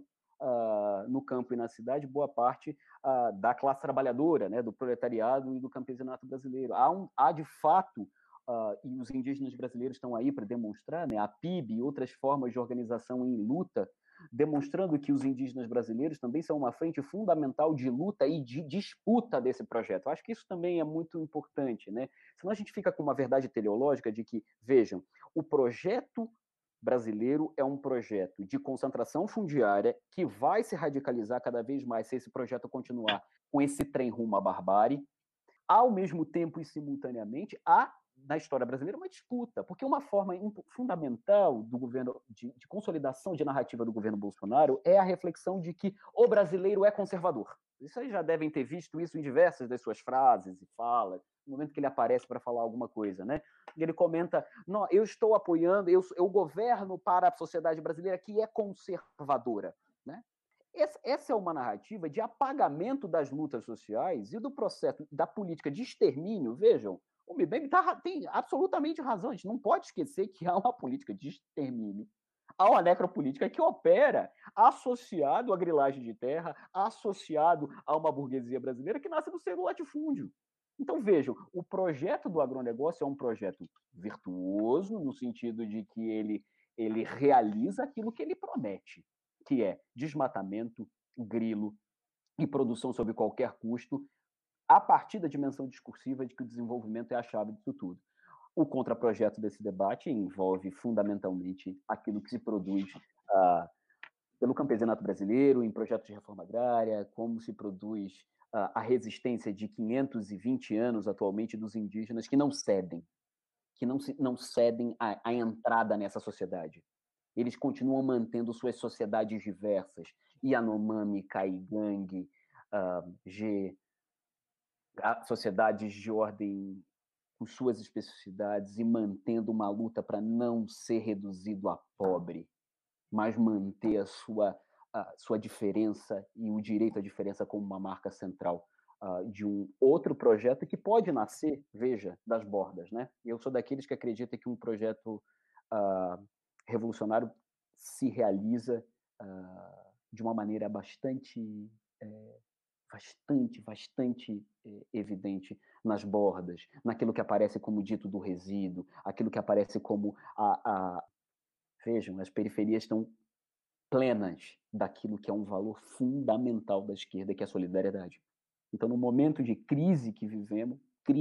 S4: no campo e na cidade boa parte da classe trabalhadora, né, do proletariado e do campesinato brasileiro. Há de fato, e os indígenas brasileiros estão aí para demonstrar, né, a PIB e outras formas de organização em luta, demonstrando que os indígenas brasileiros também são uma frente fundamental de luta e de disputa desse projeto. Eu acho que isso também é muito importante, né? Senão a gente fica com uma verdade teleológica de que, vejam, o projeto brasileiro é um projeto de concentração fundiária que vai se radicalizar cada vez mais se esse projeto continuar com esse trem rumo à barbárie. Ao mesmo tempo e simultaneamente, há na história brasileira uma disputa, porque uma forma fundamental do governo de consolidação de narrativa do governo Bolsonaro é a reflexão de que o brasileiro é conservador. Vocês já devem ter visto isso em diversas das suas frases e falas, no momento que ele aparece para falar alguma coisa, né? Ele comenta: não, eu estou apoiando, eu governo para a sociedade brasileira que é conservadora, né? Essa é uma narrativa de apagamento das lutas sociais e do processo da política de extermínio. Vejam, o Mbembe tem absolutamente razão. A gente não pode esquecer que há uma política de extermínio, há uma necropolítica que opera associado à grilagem de terra, associado a uma burguesia brasileira que nasce do seu latifúndio. Então, vejam, o projeto do agronegócio é um projeto virtuoso, no sentido de que ele realiza aquilo que ele promete, que é desmatamento, grilo e produção sob qualquer custo, a partir da dimensão discursiva de que o desenvolvimento é a chave disso tudo. O contraprojeto desse debate envolve fundamentalmente aquilo que se produz pelo campesinato brasileiro, em projetos de reforma agrária, como se produz a resistência de 520 anos atualmente dos indígenas que não cedem, não cedem à entrada nessa sociedade. Eles continuam mantendo suas sociedades diversas, Yanomami, Caigangue, G, sociedades de ordem com suas especificidades e mantendo uma luta para não ser reduzido a pobre, mas manter a sua diferença e o direito à diferença como uma marca central de um outro projeto que pode nascer, veja, das bordas, né? Eu sou daqueles que acreditam que um projeto revolucionário se realiza de uma maneira bastante evidente nas bordas, naquilo que aparece como dito do resíduo, aquilo que aparece como vejam, as periferias estão plenas daquilo que é um valor fundamental da esquerda, que é a solidariedade. Então, no momento de crise que vivemos,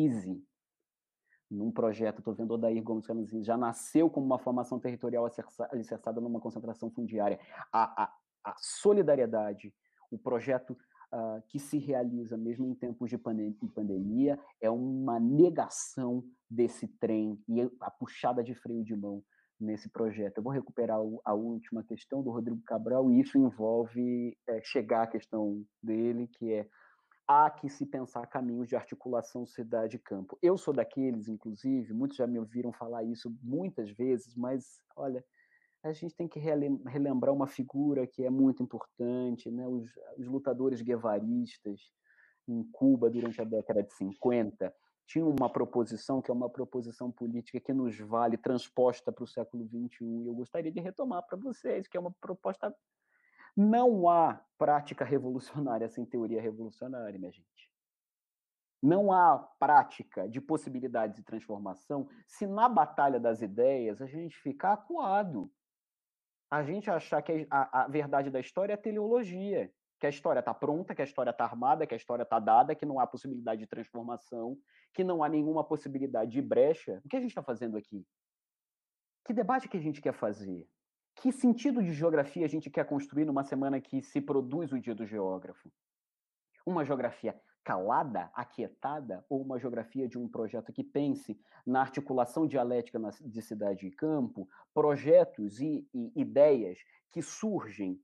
S4: num projeto, estou vendo Odair Gomes Canuzinho, já nasceu como uma formação territorial alicerçada numa concentração fundiária. A solidariedade, o projeto que se realiza mesmo em tempos de pandemia, é uma negação desse trem e a puxada de freio de mão nesse projeto. Eu vou recuperar a última questão do Rodrigo Cabral, e isso envolve chegar à questão dele, que é: há que se pensar caminhos de articulação cidade-campo. Eu sou daqueles, inclusive, muitos já me ouviram falar isso muitas vezes, mas, olha, a gente tem que relembrar uma figura que é muito importante, né? Os lutadores guevaristas em Cuba durante a década de 50 tinham uma proposição que é uma proposição política que nos vale, transposta para o século XXI, e eu gostaria de retomar para vocês, que é uma proposta. Não há prática revolucionária sem teoria revolucionária, minha gente. Não há prática de possibilidades de transformação se na batalha das ideias a gente ficar acuado. A gente achar que a verdade da história é a teleologia, que a história está pronta, que a história está armada, que a história está dada, que não há possibilidade de transformação, que não há nenhuma possibilidade de brecha. O que a gente está fazendo aqui? Que debate que a gente quer fazer? Que sentido de geografia a gente quer construir numa semana que se produz o Dia do Geógrafo? Uma geografia calada, aquietada, ou uma geografia de um projeto que pense na articulação dialética de cidade e campo, projetos e ideias que surgem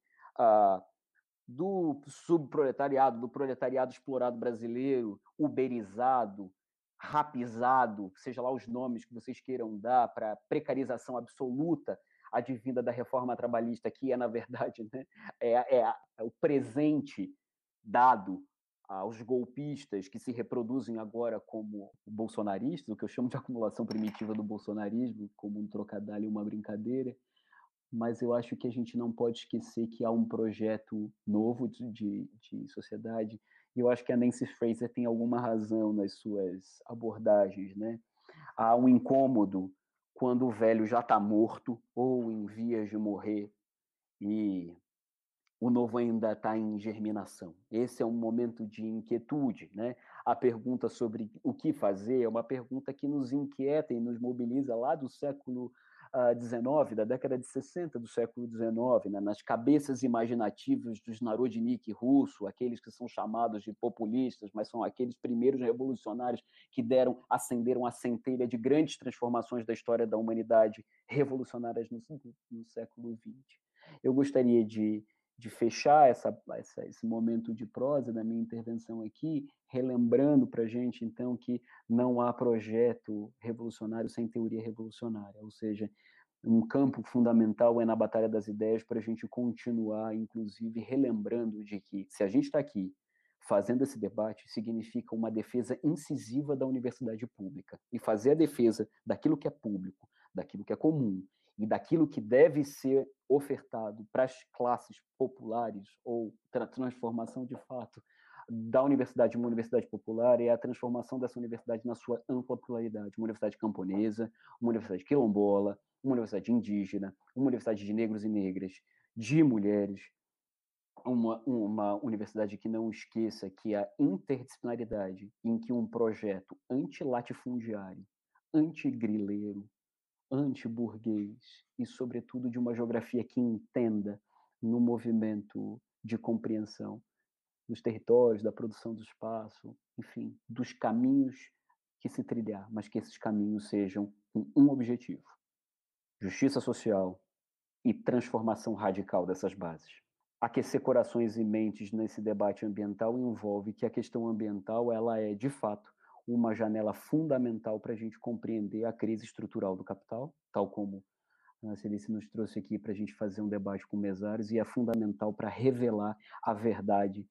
S4: do subproletariado, do proletariado explorado brasileiro, uberizado, rapizado, seja lá os nomes que vocês queiram dar, para precarização absoluta advinda da reforma trabalhista, que é, na verdade, né, é o presente dado aos golpistas que se reproduzem agora como bolsonaristas, o que eu chamo de acumulação primitiva do bolsonarismo, como um trocadilho e uma brincadeira. Mas eu acho que a gente não pode esquecer que há um projeto novo de sociedade, e eu acho que a Nancy Fraser tem alguma razão nas suas abordagens, né? Há um incômodo quando o velho já está morto ou em vias de morrer e o novo ainda está em germinação. Esse é um momento de inquietude, né? A pergunta sobre o que fazer é uma pergunta que nos inquieta e nos mobiliza lá do século XIX, da década de 60 do século XIX, né? Nas cabeças imaginativas dos narodnik russo, aqueles que são chamados de populistas, mas são aqueles primeiros revolucionários que acenderam a centelha de grandes transformações da história da humanidade revolucionárias no século XX. Eu gostaria de fechar esse momento de prosa da minha intervenção aqui, relembrando para a gente, então, que não há projeto revolucionário sem teoria revolucionária, ou seja, um campo fundamental é na batalha das ideias para a gente continuar, inclusive, relembrando de que, se a gente está aqui fazendo esse debate, significa uma defesa incisiva da universidade pública, e fazer a defesa daquilo que é público, daquilo que é comum, e daquilo que deve ser ofertado para as classes populares, ou transformação de fato da universidade em uma universidade popular, é a transformação dessa universidade na sua ampla pluralidade. Uma universidade camponesa, uma universidade quilombola, uma universidade indígena, uma universidade de negros e negras, de mulheres, uma universidade que não esqueça que a interdisciplinaridade em que um projeto antilatifundiário, antigrileiro, anti-burguês e, sobretudo, de uma geografia que entenda no movimento de compreensão dos territórios, da produção do espaço, enfim, dos caminhos que se trilhar, mas que esses caminhos sejam com um objetivo: justiça social e transformação radical dessas bases. Aquecer corações e mentes nesse debate ambiental envolve que a questão ambiental ela é, de fato, uma janela fundamental para a gente compreender a crise estrutural do capital, tal como a Celice nos trouxe aqui para a gente fazer um debate com mesários, e é fundamental para revelar a verdade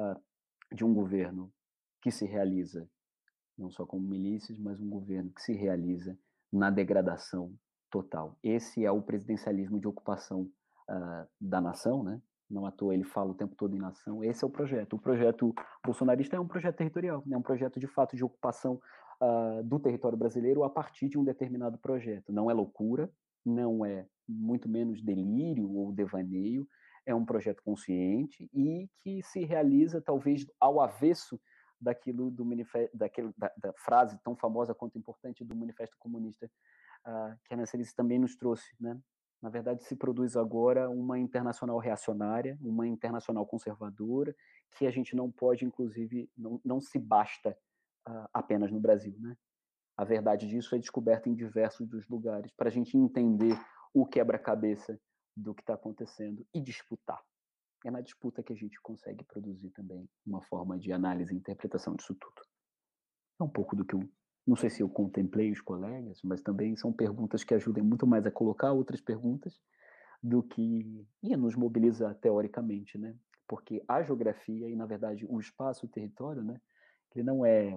S4: de um governo que se realiza, não só como milícias, mas um governo que se realiza na degradação total. Esse é o presidencialismo de ocupação da nação, né? Não à toa ele fala o tempo todo em nação. Esse é o projeto. O projeto bolsonarista é um projeto territorial, é um projeto de fato de ocupação do território brasileiro a partir de um determinado projeto. Não é loucura, não é muito menos delírio ou devaneio, é um projeto consciente e que se realiza talvez ao avesso daquilo do manifesto, da frase tão famosa quanto importante do Manifesto Comunista, que a Nancy também nos trouxe, né? Na verdade, se produz agora uma internacional reacionária, uma internacional conservadora, que a gente não pode, inclusive, não se basta apenas no Brasil, né? A verdade disso é descoberta em diversos dos lugares, para a gente entender o quebra-cabeça do que está acontecendo e disputar. É na disputa que a gente consegue produzir também uma forma de análise e interpretação disso tudo. É um pouco do que eu... Não sei se eu contemplei os colegas, mas também são perguntas que ajudem muito mais a colocar outras perguntas do que nos mobilizar teoricamente, né? Porque a geografia e, na verdade, o espaço, o território, né? Ele não é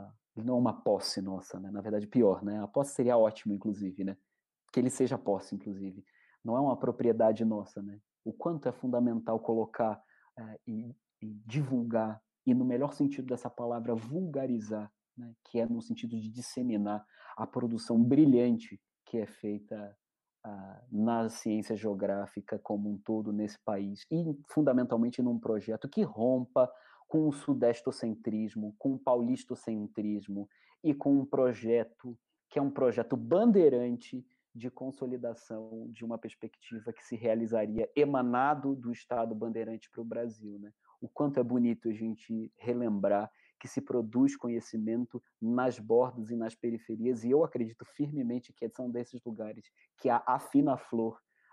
S4: uma posse nossa, né? Na verdade, pior, né? A posse seria ótimo, inclusive, né? Que ele seja posse, inclusive. Não é uma propriedade nossa, né? O quanto é fundamental colocar e divulgar, e no melhor sentido dessa palavra, vulgarizar, né? Que é no sentido de disseminar a produção brilhante que é feita na ciência geográfica como um todo nesse país, e fundamentalmente num projeto que rompa com o sudestocentrismo, com o paulistocentrismo e com um projeto que é um projeto bandeirante de consolidação de uma perspectiva que se realizaria emanado do Estado bandeirante para o Brasil, né? O quanto é bonito a gente relembrar que se produz conhecimento nas bordas e nas periferias, e eu acredito firmemente que são desses lugares que há a fina flor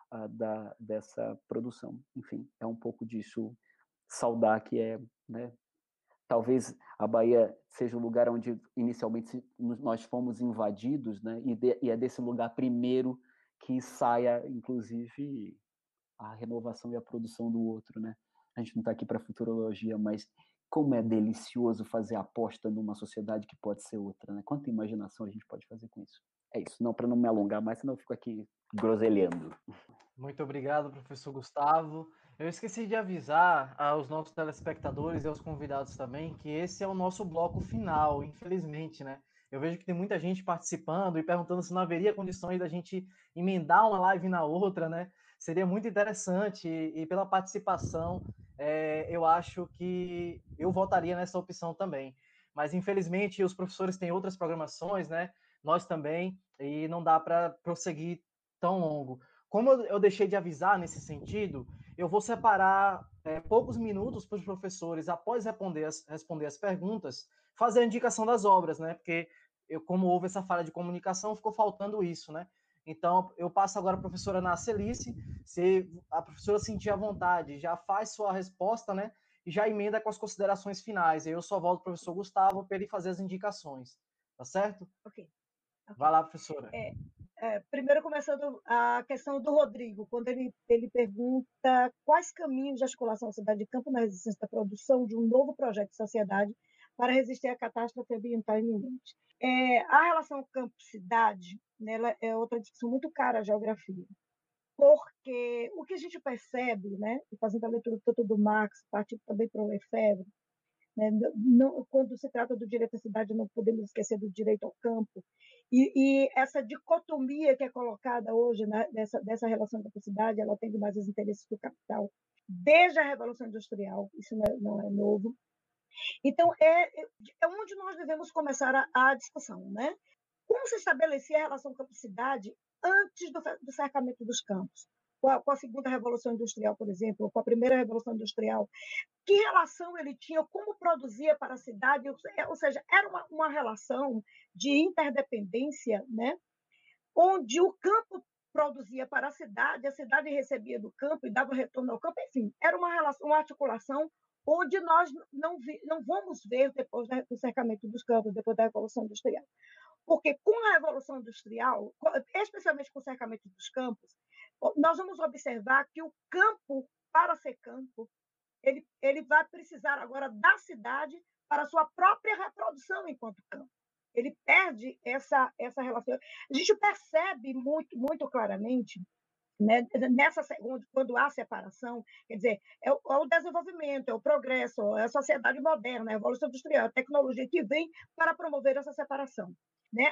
S4: dessa produção. Enfim, é um pouco disso, saudar que é, né, talvez a Bahia seja o lugar onde inicialmente nós fomos invadidos, né, e é desse lugar primeiro que saia, inclusive, a renovação e a produção do outro, né? A gente não está aqui para futurologia, mas como é delicioso fazer aposta numa sociedade que pode ser outra, né? Quanta imaginação a gente pode fazer com isso. É isso, não, para não me alongar mais, senão eu fico aqui groselhando.
S3: Muito obrigado, professor Gustavo. Eu esqueci de avisar aos nossos telespectadores e aos convidados também que esse é o nosso bloco final, infelizmente, né? Eu vejo que tem muita gente participando e perguntando se não haveria condições da gente emendar uma live na outra, né? Seria muito interessante e pela participação, eu acho que eu votaria nessa opção também. Mas, infelizmente, os professores têm outras programações, né? Nós também, e não dá para prosseguir tão longo. Como eu deixei de avisar nesse sentido, eu vou separar poucos minutos para os professores, após responder as perguntas, fazer a indicação das obras, né? Porque como houve essa falha de comunicação, ficou faltando isso, né? Então, eu passo agora a professora Ana Celice, se a professora sentir à vontade, já faz sua resposta, né? E já emenda com as considerações finais. Eu só volto para o professor Gustavo para ele fazer as indicações. Tá certo?
S2: Ok.
S3: Vai lá, professora.
S2: Primeiro, começando a questão do Rodrigo, quando ele pergunta quais caminhos de articulação da cidade de Campo na resistência da produção de um novo projeto de sociedade para resistir à catástrofe ambiental iminente. A relação campo-cidade, né, ela é outra discussão muito cara à geografia, porque o que a gente percebe, né, fazendo a leitura tanto do Marx, partindo também para o Lefebvre, né, quando se trata do direito à cidade, não podemos esquecer do direito ao campo, e essa dicotomia que é colocada hoje, né, dessa relação com a cidade, ela tem mais os interesses do capital, desde a Revolução Industrial, isso não é novo. Então, é onde nós devemos começar a discussão, né? Como se estabelecia a relação campo-cidade antes do cercamento dos campos? Com a segunda Revolução Industrial, por exemplo, com a primeira Revolução Industrial, que relação ele tinha, como produzia para a cidade, ou seja, era uma relação de interdependência, né? Onde o campo produzia para a cidade recebia do campo e dava retorno ao campo, enfim, era uma relação, uma articulação onde nós não vamos ver depois do cercamento dos campos, depois da Revolução Industrial. Porque com a Revolução Industrial, especialmente com o cercamento dos campos, nós vamos observar que o campo, para ser campo, ele vai precisar agora da cidade para a sua própria reprodução enquanto campo. Ele perde essa relação. A gente percebe muito claramente, né, quando há separação, quer dizer, é o desenvolvimento, é o progresso, é a sociedade moderna, é a evolução industrial, a tecnologia que vem para promover essa separação, né?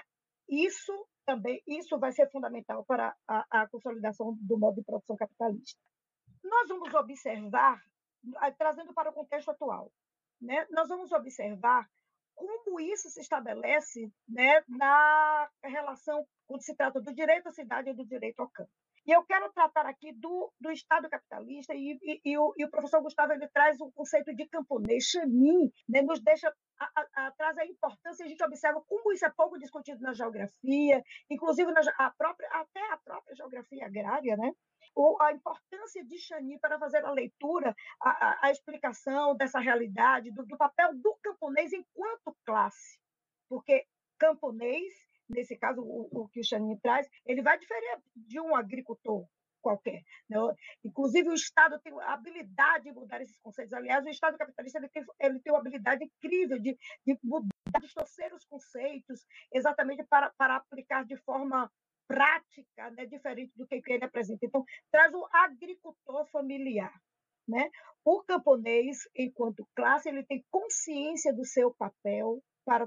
S2: Isso vai ser fundamental para a consolidação do modo de produção capitalista. Nós vamos observar, trazendo para o contexto atual, né? Nós vamos observar como isso se estabelece, né, na relação, quando se trata do direito à cidade e do direito ao campo. E eu quero tratar aqui do Estado capitalista, e o professor Gustavo ele traz o conceito de camponês. Chanin, né, nos deixa traz a importância, a gente observa como isso é pouco discutido na geografia, inclusive até a própria geografia agrária, né? A importância de Chanin para fazer a leitura, a explicação dessa realidade, do papel do camponês enquanto classe. Porque camponês, nesse caso, o que o Chanin traz, ele vai diferir de um agricultor qualquer. Né? Inclusive, o Estado tem a habilidade de mudar esses conceitos. Aliás, o Estado capitalista ele tem uma habilidade incrível de mudar, de distorcer os conceitos, exatamente para aplicar de forma prática, né, diferente do que ele apresenta. Então, traz o agricultor familiar. Né? O camponês, enquanto classe, ele tem consciência do seu papel para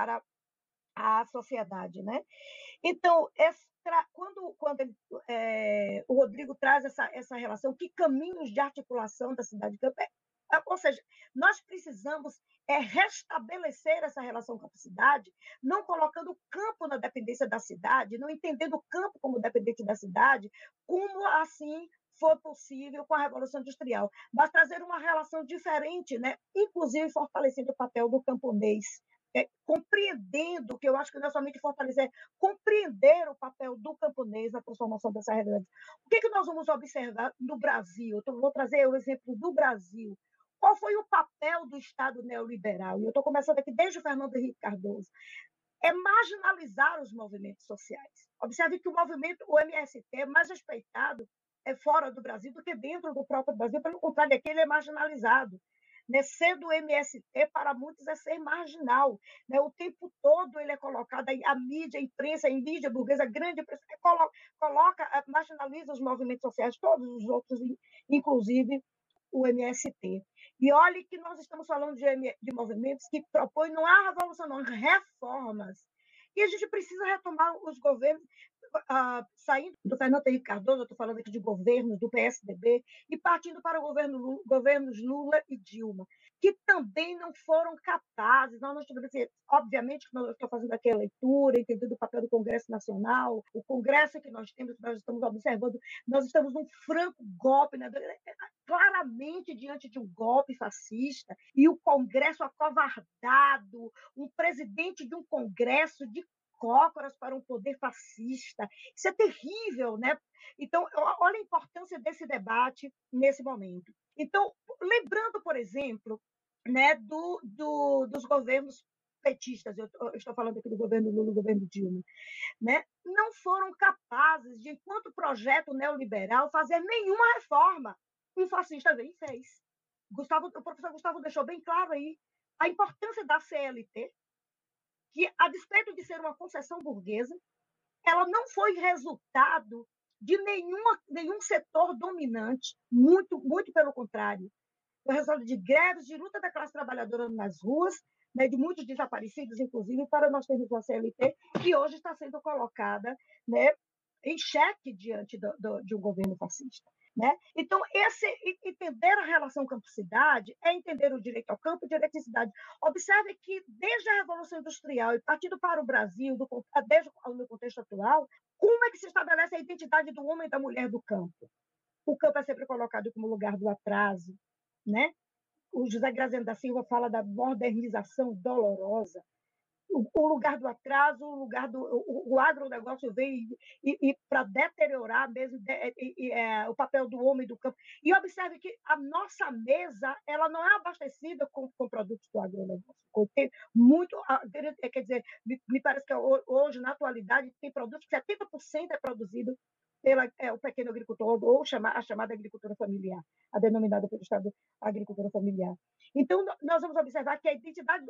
S2: a sociedade. Né? Então, quando o Rodrigo traz essa relação, que caminhos de articulação da cidade de campo, ou seja, nós precisamos restabelecer essa relação com a cidade, não colocando o campo na dependência da cidade, não entendendo o campo como dependente da cidade, como assim foi possível com a Revolução Industrial, mas trazer uma relação diferente, né? Inclusive fortalecendo o papel do camponês, compreendendo, que eu acho que não é somente fortalecer, compreender o papel do camponês na transformação dessa realidade. O que nós vamos observar no Brasil? Eu vou trazer o exemplo do Brasil. Qual foi o papel do Estado neoliberal? E eu estou começando aqui desde o Fernando Henrique Cardoso. É marginalizar os movimentos sociais. Observe que o movimento, o MST, é mais respeitado fora do Brasil do que dentro do próprio Brasil. Pelo contrário, aqui ele é marginalizado. Né? Ser do MST, para muitos, é ser marginal. Né? O tempo todo ele é colocado, a mídia, a imprensa, a mídia burguesa, a grande imprensa, marginaliza os movimentos sociais, todos os outros, inclusive o MST. E olhe que nós estamos falando de movimentos que propõem não a revolução, não, reformas. E a gente precisa retomar os governos, saindo do Fernando Henrique Cardoso, eu estou falando aqui de governos do PSDB, e partindo para governos Lula e Dilma, que também não foram capazes, nós tivemos, obviamente, que eu estou fazendo aqui a leitura, entendendo o papel do Congresso Nacional, o Congresso que nós temos, nós estamos observando, nós estamos num franco golpe, né? Claramente diante de um golpe fascista, e o Congresso acovardado, um presidente de um Congresso de cócoras para um poder fascista. Isso é terrível, né? Então, olha a importância desse debate nesse momento. Então, lembrando, por exemplo, né, dos governos petistas, eu estou falando aqui do governo Lula e do governo Dilma, né, não foram capazes de, enquanto projeto neoliberal, fazer nenhuma reforma. Um fascista veio e fez. O professor Gustavo deixou bem claro aí a importância da CLT, que, a despeito de ser uma concessão burguesa, ela não foi resultado de nenhum setor dominante, muito pelo contrário. Foi resultado de greves, de luta da classe trabalhadora nas ruas, né, de muitos desaparecidos, inclusive, para nós termos a CLT, que hoje está sendo colocada, né, em xeque diante de um governo fascista. Né? Então, entender a relação campo-cidade é entender o direito ao campo e o direito à cidade. Observe que, desde a Revolução Industrial e partindo para o Brasil, desde o contexto atual, como é que se estabelece a identidade do homem e da mulher do campo? O campo é sempre colocado como lugar do atraso. Né? O José Graziano da Silva fala da modernização dolorosa. O lugar do atraso, o agronegócio veio para deteriorar mesmo o papel do homem do campo. E observe que a nossa mesa ela não é abastecida com produtos do agronegócio. Tem muito, quer dizer, me parece que hoje, na atualidade, tem produtos que 70% é produzido pelo pequeno agricultor, ou a chamada agricultura familiar, a denominada pelo Estado agricultura familiar. Então, nós vamos observar que a identidade,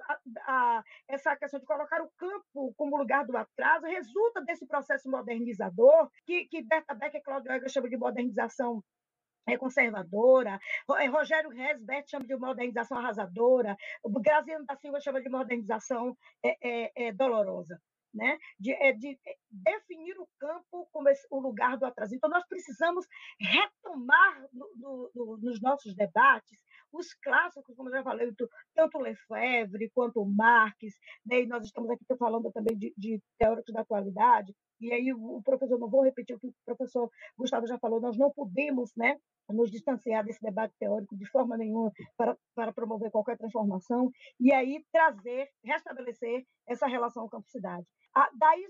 S2: essa questão de colocar o campo como lugar do atraso, resulta desse processo modernizador que Berta Beck e Cláudio Egger chamam de modernização conservadora, Rogério Resbert chama de modernização arrasadora, Graziano da Silva chama de modernização dolorosa. Né? De definir o campo como o lugar do atraso. Então, nós precisamos retomar nos nossos debates os clássicos, como eu já falei, tanto Lefebvre quanto Marx, né? E nós estamos aqui falando também de teóricos da atualidade, e aí o professor, não vou repetir o que o professor Gustavo já falou, nós não podemos, né, nos distanciar desse debate teórico de forma nenhuma para promover qualquer transformação, e aí restabelecer essa relação campo-cidade. Daí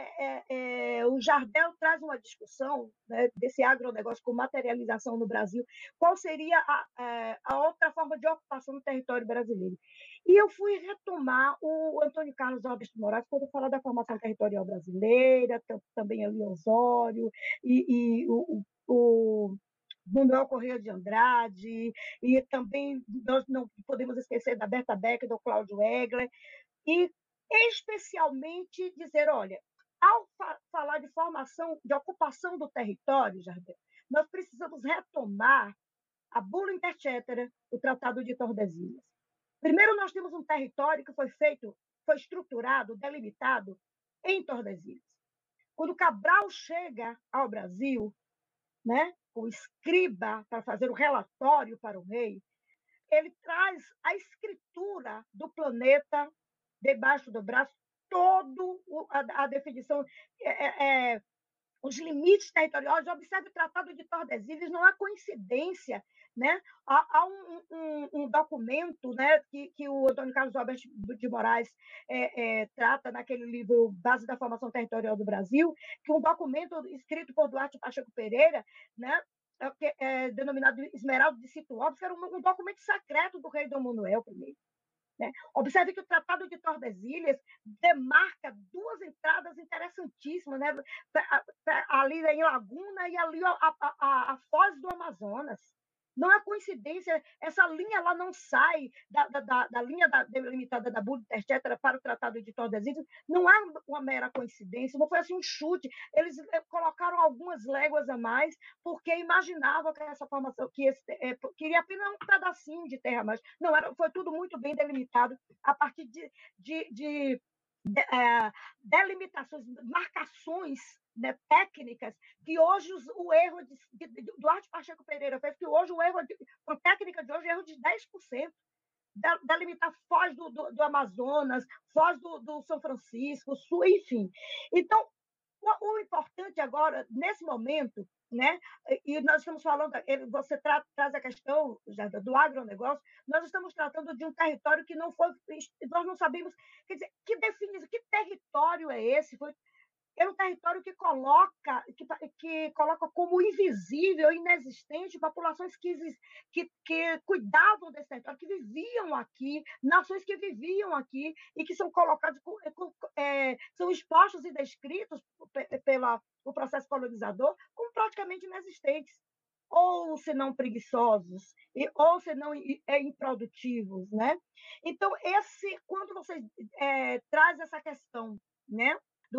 S2: o Jardel traz uma discussão, né, desse agronegócio com materialização no Brasil, qual seria a outra forma de ocupação do território brasileiro. E eu fui retomar o Antônio Carlos Alves de Moraes quando fala da formação territorial brasileira, também ali Osório, e o Manuel Correia de Andrade, e também nós não podemos esquecer da Berta Beck, do Cláudio Egler, e especialmente dizer, olha, ao falar de formação, de ocupação do território, Jardel, nós precisamos retomar a bula intercetera, o Tratado de Tordesilhas. Primeiro, nós temos um território que foi estruturado, delimitado em Tordesilhas. Quando Cabral chega ao Brasil, né, o escriba para fazer o relatório para o rei, ele traz a escritura do planeta debaixo do braço, toda a definição os limites territoriais. Observe o Tratado de Tordesilhas, não há coincidência, né? Há um documento, né, que o Antônio Carlos Alberto de Moraes trata naquele livro Base da Formação Territorial do Brasil, que um documento escrito por Duarte Pacheco Pereira, né, denominado Esmeralda de Situops, que era um documento secreto do rei Dom Manuel I. Né? Observe que o Tratado de Tordesilhas demarca duas entradas interessantíssimas, né? Ali em Laguna e ali a foz do Amazonas. Não é coincidência, essa linha ela não sai da linha delimitada da Budapest para o Tratado de Tordesilhas, não é uma mera coincidência, não foi assim um chute, eles colocaram algumas léguas a mais, porque imaginavam que essa formação, queria apenas um pedacinho de terra, mas não era, foi tudo muito bem delimitado a partir de delimitações, marcações, né, técnicas, que hoje o erro de Duarte Pacheco Pereira fez, que hoje o erro, com técnica de hoje, o erro de 10%, delimitar Foz do Amazonas, Foz do São Francisco, Sul, enfim. Então, o importante agora, nesse momento, né, e nós estamos falando, você traz a questão do agronegócio, nós estamos tratando de um território que não foi, nós não sabemos, quer dizer, que território é esse? É um território que coloca como invisível, inexistente, populações que cuidavam desse território, que viviam aqui, nações que viviam aqui e que são colocados, são expostos e descritos pelo processo colonizador como praticamente inexistentes, ou se não preguiçosos, ou se não improdutivos, né? Então, quando você traz essa questão, né,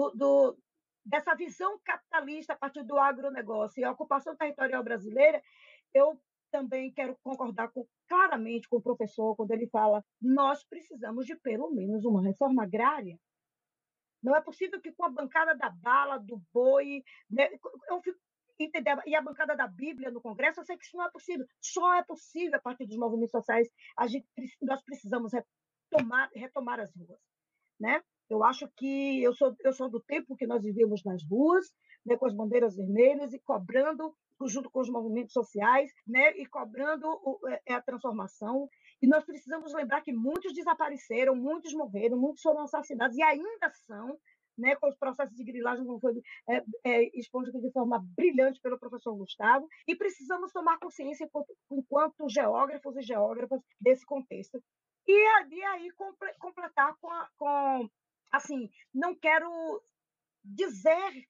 S2: dessa visão capitalista a partir do agronegócio e a ocupação territorial brasileira, eu também quero concordar claramente com o professor quando ele fala nós precisamos de pelo menos uma reforma agrária. Não é possível que com a bancada da bala, do boi, né, eu fico entender, e a bancada da Bíblia no Congresso, eu sei que isso não é possível. Só é possível a partir dos movimentos sociais. Nós precisamos retomar as ruas, né? Eu acho que eu sou do tempo que nós vivemos nas ruas, né, com as bandeiras vermelhas e cobrando, junto com os movimentos sociais, né, e cobrando a transformação. E nós precisamos lembrar que muitos desapareceram, muitos morreram, muitos foram assassinados e ainda são, né, com os processos de grilagem, como foi exposto de forma brilhante pelo professor Gustavo, e precisamos tomar consciência enquanto geógrafos e geógrafas desse contexto. E aí completar com assim, não quero dizer,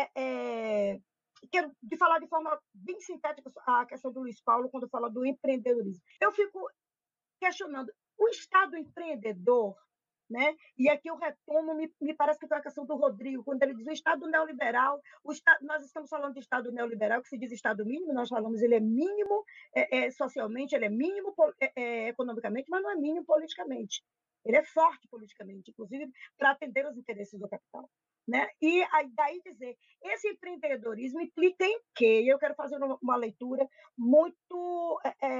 S2: quero falar de forma bem sintética a questão do Luiz Paulo quando fala do empreendedorismo. Eu fico questionando, o Estado empreendedor, né? E aqui eu retomo, me parece que foi a questão do Rodrigo, quando ele diz o Estado neoliberal, nós estamos falando de Estado neoliberal, que se diz Estado mínimo, nós falamos ele é mínimo socialmente, ele é mínimo economicamente, mas não é mínimo politicamente. Ele é forte politicamente, inclusive para atender os interesses do capital. Né? E daí dizer, esse empreendedorismo implica em quê? Eu quero fazer uma leitura muito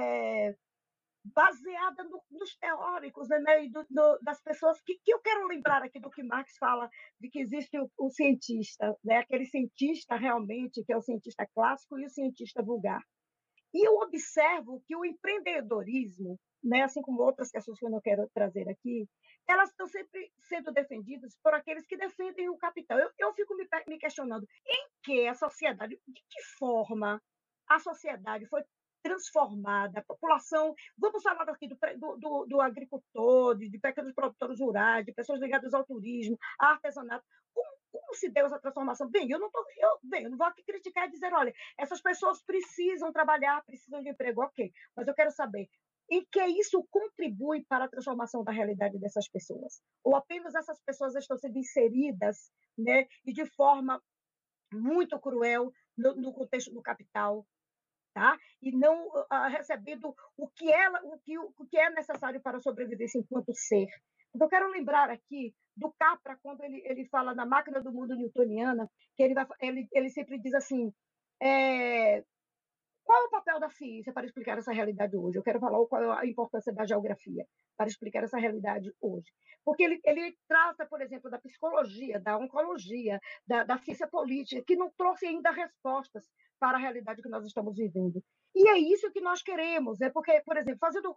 S2: baseada nos teóricos, né, e das pessoas que eu quero lembrar aqui do que Marx fala, de que existe o cientista, né, aquele cientista realmente, que é o cientista clássico e o cientista vulgar. E eu observo que o empreendedorismo, né, assim como outras questões que eu não quero trazer aqui, elas estão sempre sendo defendidas por aqueles que defendem o capital. Eu fico me questionando em que a sociedade, de que forma a sociedade foi transformada, a população, vamos falar aqui do agricultor, de pequenos produtores rurais, de pessoas ligadas ao turismo, ao artesanato, como se deu essa transformação? Bem, eu não vou aqui criticar e dizer, olha, essas pessoas precisam trabalhar, precisam de emprego, ok, mas eu quero saber em que isso contribui para a transformação da realidade dessas pessoas? Ou apenas essas pessoas estão sendo inseridas, né, e de forma muito cruel no contexto do capital, tá? E não recebendo o que é necessário para a sobrevivência enquanto ser. Então, eu quero lembrar aqui do Capra, quando ele fala na máquina do mundo newtoniana, que ele sempre diz assim, Qual é o papel da ciência para explicar essa realidade hoje? Eu quero falar qual é a importância da geografia para explicar essa realidade hoje. Porque ele trata, por exemplo, da psicologia, da oncologia, da ciência política, que não trouxe ainda respostas para a realidade que nós estamos vivendo. E é isso que nós queremos, porque, por exemplo, fazendo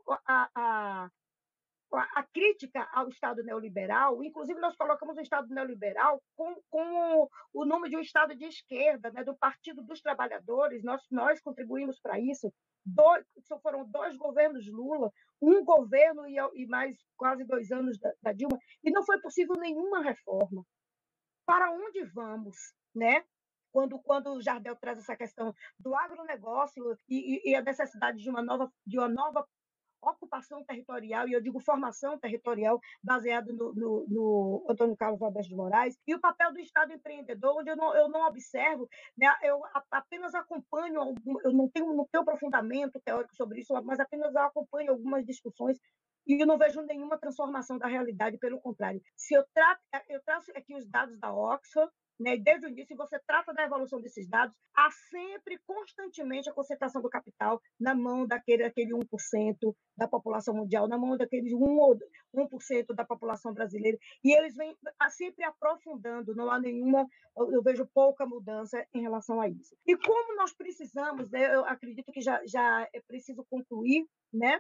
S2: a crítica ao Estado neoliberal, inclusive nós colocamos o Estado neoliberal com o nome de um Estado de esquerda, né, do Partido dos Trabalhadores, nós contribuímos para isso. Foram 2 governos Lula, um governo e mais quase 2 anos da Dilma, e não foi possível nenhuma reforma. Para onde vamos, né? Quando o Jardel traz essa questão do agronegócio e a necessidade de uma nova ocupação territorial, e eu digo formação territorial, baseado no Antônio Carlos Alberto de Moraes, e o papel do Estado empreendedor, onde eu não observo, né, eu apenas acompanho, eu não tenho aprofundamento teórico sobre isso, mas apenas eu acompanho algumas discussões e eu não vejo nenhuma transformação da realidade, pelo contrário. Se eu traço aqui os dados da Oxford, né, desde o início, você trata da evolução desses dados, há sempre, constantemente, a concentração do capital na mão daquele 1% da população mundial, na mão daqueles 1% da população brasileira, e eles vêm sempre aprofundando, não há nenhuma, eu vejo pouca mudança em relação a isso. E como nós precisamos, né, eu acredito que já é preciso concluir, né,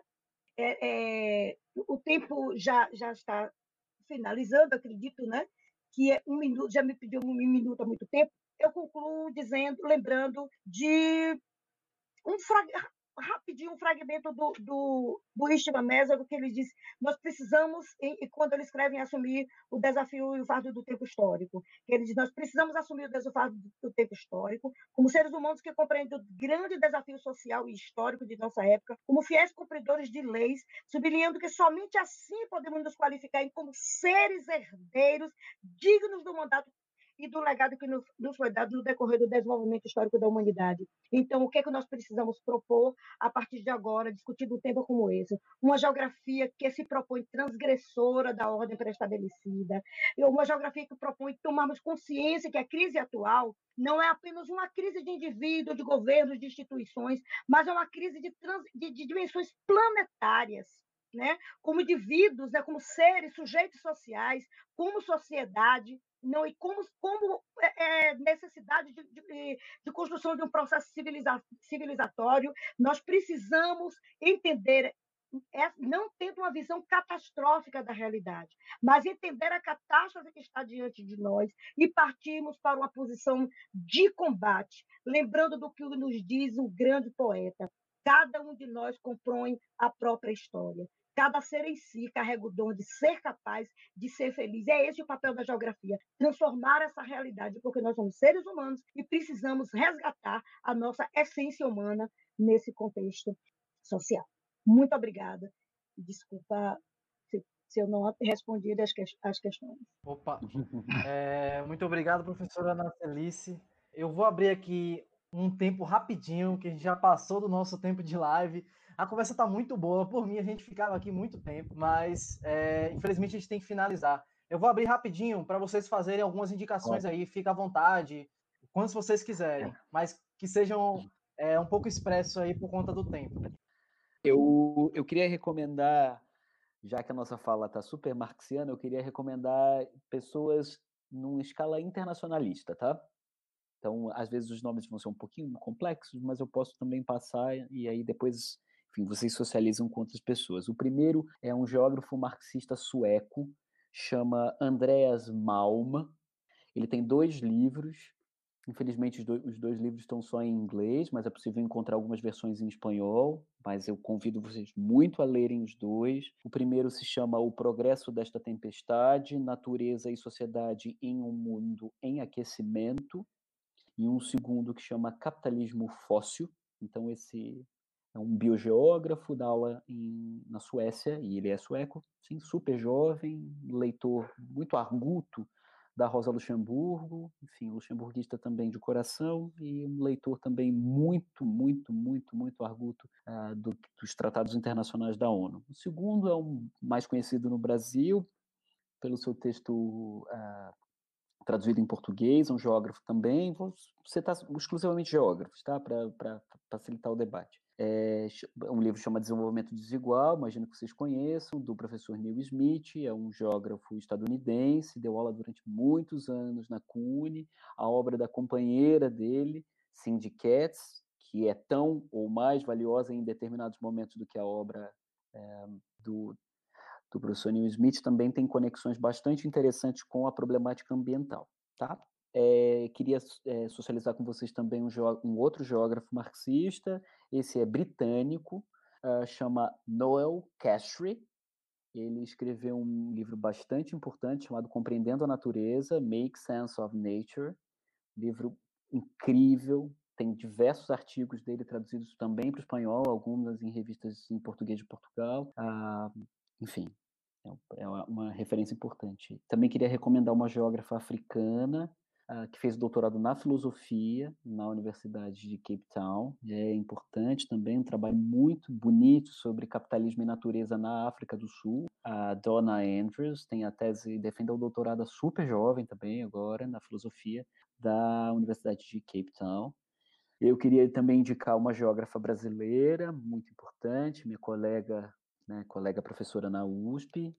S2: o tempo já está finalizando, acredito, né? Que é 1 minuto, já me pediu 1 minuto há muito tempo. Eu concluo lembrando de um rapidinho um fragmento do Istvan Mesmer, que ele diz: nós precisamos, e quando ele escreve, assumir o desafio e o fardo do tempo histórico. Ele diz: nós precisamos assumir o desafio do tempo histórico, como seres humanos que compreendem o grande desafio social e histórico de nossa época, como fiéis cumpridores de leis, sublinhando que somente assim podemos nos qualificar como seres herdeiros dignos do mandato e do legado que nos foi dado no decorrer do desenvolvimento histórico da humanidade. Então, o que é que nós precisamos propor a partir de agora, discutindo um tema como esse? Uma geografia que se propõe transgressora da ordem pré-estabelecida, uma geografia que propõe tomarmos consciência que a crise atual não é apenas uma crise de indivíduos, de governos, de instituições, mas é uma crise de dimensões planetárias, né? Como indivíduos, né? Como seres, sujeitos sociais, como sociedade, não, e como necessidade de construção de um processo civilizatório, nós precisamos entender, não tendo uma visão catastrófica da realidade, mas entender a catástrofe que está diante de nós e partirmos para uma posição de combate, lembrando do que nos diz o grande poeta: cada um de nós compõe a própria história. Cada ser em si carrega o dom de ser capaz de ser feliz. É esse o papel da geografia, transformar essa realidade, porque nós somos seres humanos e precisamos resgatar a nossa essência humana nesse contexto social. Muito obrigada. Desculpa se eu não respondi as questões.
S3: Opa! Muito obrigado, professora Ana Celice. Eu vou abrir aqui um tempo rapidinho, que a gente já passou do nosso tempo de live. A conversa está muito boa. Por mim, a gente ficava aqui muito tempo, mas infelizmente a gente tem que finalizar. Eu vou abrir rapidinho para vocês fazerem algumas indicações aí. Fica à vontade, quantos vocês quiserem, mas que sejam um pouco expressos aí por conta do tempo.
S4: Eu queria recomendar, já que a nossa fala está super marxiana, eu queria recomendar pessoas numa escala internacionalista, tá? Então, às vezes os nomes vão ser um pouquinho complexos, mas eu posso também passar e aí depois, enfim, vocês socializam com outras pessoas. O primeiro é um geógrafo marxista sueco, chama Andreas Malm. Ele tem 2 livros. Infelizmente, os dois livros estão só em inglês, mas é possível encontrar algumas versões em espanhol, mas eu convido vocês muito a lerem os 2. O primeiro se chama O Progresso desta Tempestade, Natureza e Sociedade em um Mundo em Aquecimento, e um segundo que chama Capitalismo Fóssil. Então, esse é um biogeógrafo, dá aula na Suécia, e ele é sueco, sim, super jovem, leitor muito arguto da Rosa Luxemburgo, enfim, luxemburguista também de coração, e um leitor também muito, muito, muito, muito arguto dos tratados internacionais da ONU. O segundo é um mais conhecido no Brasil, pelo seu texto traduzido em português, um geógrafo também. Vou citar exclusivamente geógrafos, tá? Para facilitar o debate. Um livro que chama Desenvolvimento Desigual, imagino que vocês conheçam, do professor Neil Smith, é um geógrafo estadunidense, deu aula durante muitos anos na CUNY, a obra da companheira dele, Cindy Katz, que é tão ou mais valiosa em determinados momentos do que a obra do professor Neil Smith, também tem conexões bastante interessantes com a problemática ambiental, tá? Queria socializar com vocês também um outro geógrafo marxista, esse é britânico, chama Noel Castry. Ele escreveu um livro bastante importante chamado Compreendendo a Natureza, Make Sense of Nature, livro incrível, tem diversos artigos dele traduzidos também para o espanhol, algumas em revistas em português de Portugal, enfim, é uma referência importante. Também queria recomendar uma geógrafa africana, que fez doutorado na filosofia na Universidade de Cape Town. É importante também, um trabalho muito bonito sobre capitalismo e natureza na África do Sul. A Donna Andrews tem a tese, defendeu o doutorado super jovem também agora, na filosofia da Universidade de Cape Town. Eu queria também indicar uma geógrafa brasileira, muito importante, minha colega professora na USP,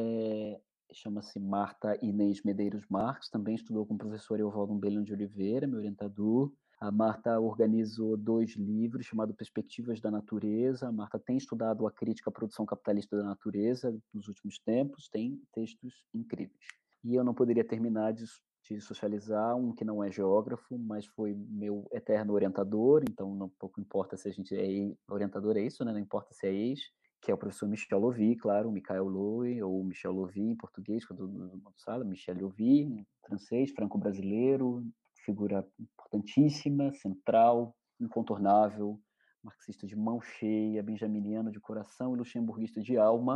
S4: chama-se Marta Inês Medeiros Marques, também estudou com o professor Evaldo Umbelino de Oliveira, meu orientador. A Marta organizou 2 livros chamados Perspectivas da Natureza. A Marta tem estudado a crítica à produção capitalista da natureza nos últimos tempos, tem textos incríveis. E eu não poderia terminar de socializar um que não é geógrafo, mas foi meu eterno orientador, então não pouco importa se a gente é orientador, é isso, né? Não importa se é ex, que é o professor Michel Lovy, claro, Michael Lowy, ou Michel Lovy em português, quando todo mundo sabe, Michel Lovy, em francês, franco-brasileiro, figura importantíssima, central, incontornável, marxista de mão cheia, benjaminiano de coração e luxemburguista de alma.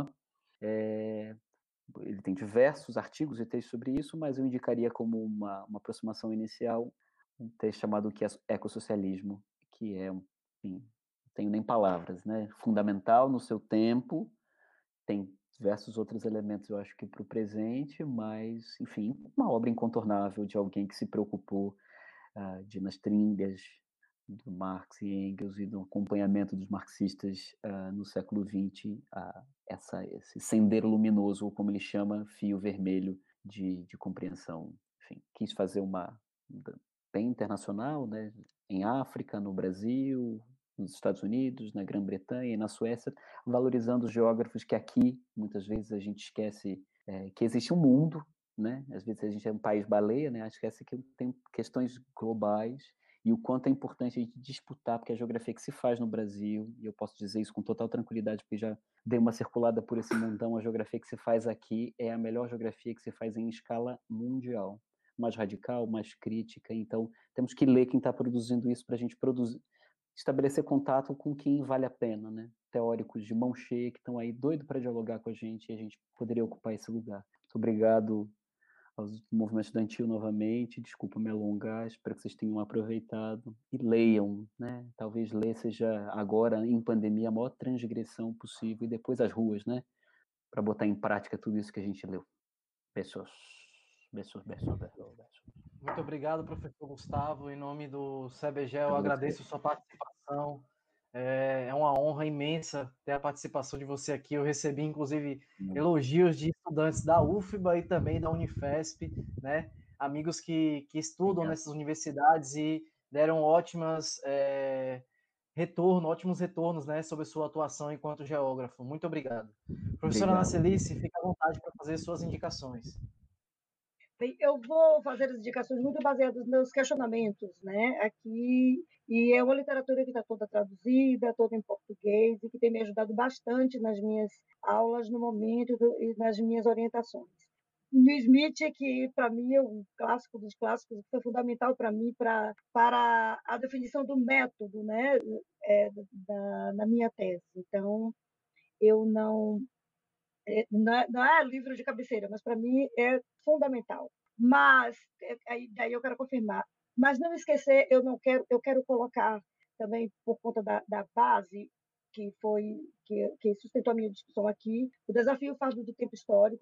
S4: Ele tem diversos artigos e textos sobre isso, mas eu indicaria como uma aproximação inicial um texto chamado Que é Ecossocialismo, que é, enfim, não tenho nem palavras, né? Fundamental no seu tempo, tem diversos outros elementos, eu acho que para o presente, mas, enfim, uma obra incontornável de alguém que se preocupou de nas trilhas do Marx e Engels e do acompanhamento dos marxistas no século XX, esse sendero luminoso, ou como ele chama, fio vermelho de compreensão. Enfim, quis fazer uma bem internacional, né? Em África, no Brasil, nos Estados Unidos, na Grã-Bretanha e na Suécia, valorizando os geógrafos que aqui, muitas vezes, a gente esquece que existe um mundo, né? Às vezes a gente é um país baleia, né? Esquece que tem questões globais e o quanto é importante a gente disputar, porque a geografia que se faz no Brasil, e eu posso dizer isso com total tranquilidade, porque já dei uma circulada por esse mundão, a geografia que se faz aqui é a melhor geografia que se faz em escala mundial, mais radical, mais crítica, então temos que ler quem está produzindo isso para a gente estabelecer contato com quem vale a pena, né? Teóricos de mão cheia que estão aí doido para dialogar com a gente e a gente poderia ocupar esse lugar. Muito obrigado aos movimentos estudantil novamente, desculpa me alongar, espero que vocês tenham aproveitado e leiam, né? Talvez ler seja agora, em pandemia, a maior transgressão possível e depois as ruas, né? Para botar em prática tudo isso que a gente leu. Beijos. Beijos.
S3: Muito obrigado, professor Gustavo. Em nome do CBGE, eu agradeço a sua participação. É uma honra imensa ter a participação de você aqui. Eu recebi, inclusive, elogios de estudantes da UFBA e também da Unifesp, né? Amigos que estudam nessas universidades e deram ótimos retornos, né, sobre a sua atuação enquanto geógrafo. Muito obrigado. Professora Ana Celice, fique à vontade para fazer suas indicações.
S2: Bem, eu vou fazer as indicações muito baseadas nos meus questionamentos, né, aqui, e é uma literatura que está toda traduzida, toda em português, e que tem me ajudado bastante nas minhas aulas no momento e nas minhas orientações. O Smith, que para mim é um clássico dos clássicos, foi fundamental para mim para a definição do método, né, na minha tese. Então, eu não é livro de cabeceira, mas para mim é fundamental. Mas, daí eu quero confirmar, mas não esquecer, eu quero colocar também, por conta da base, que sustentou a minha discussão aqui, o desafio fado do tempo histórico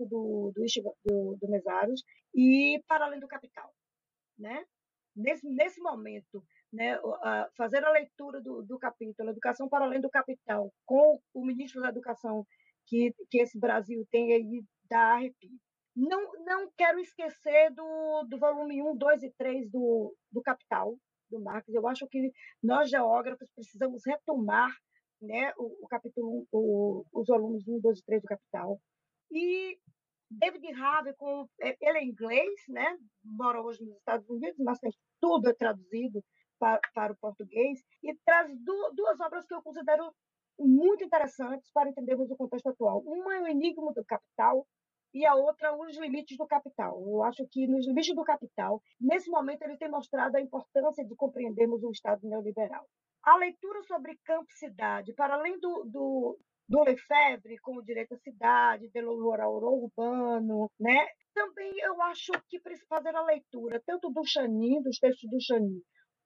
S2: do Mesaros e Para Além do Capital, né? Nesse momento, né, fazer a leitura do capítulo Educação para Além do Capital com o ministro da Educação que esse Brasil tem aí dá arrepio. Não quero esquecer do volume 1, 2 e 3 do Capital, do Marx. Eu acho que nós, geógrafos, precisamos retomar, né, o capítulo, os volumes 1, 2 e 3 do Capital. E David Harvey, ele é inglês, né? Mora hoje nos Estados Unidos, mas tem tudo traduzido para o português, e traz duas obras que eu considero muito interessantes para entendermos o contexto atual. Uma é o Enigma do Capital, e a outra, Os Limites do Capital. Eu acho que nos Limites do Capital, nesse momento, ele tem mostrado a importância de compreendermos o Estado neoliberal. A leitura sobre campo-cidade, para além do Lefebvre, com o direito à cidade, do rural urbano, né? Também eu acho que precisa fazer a leitura tanto do Chanin, dos textos do Chanin,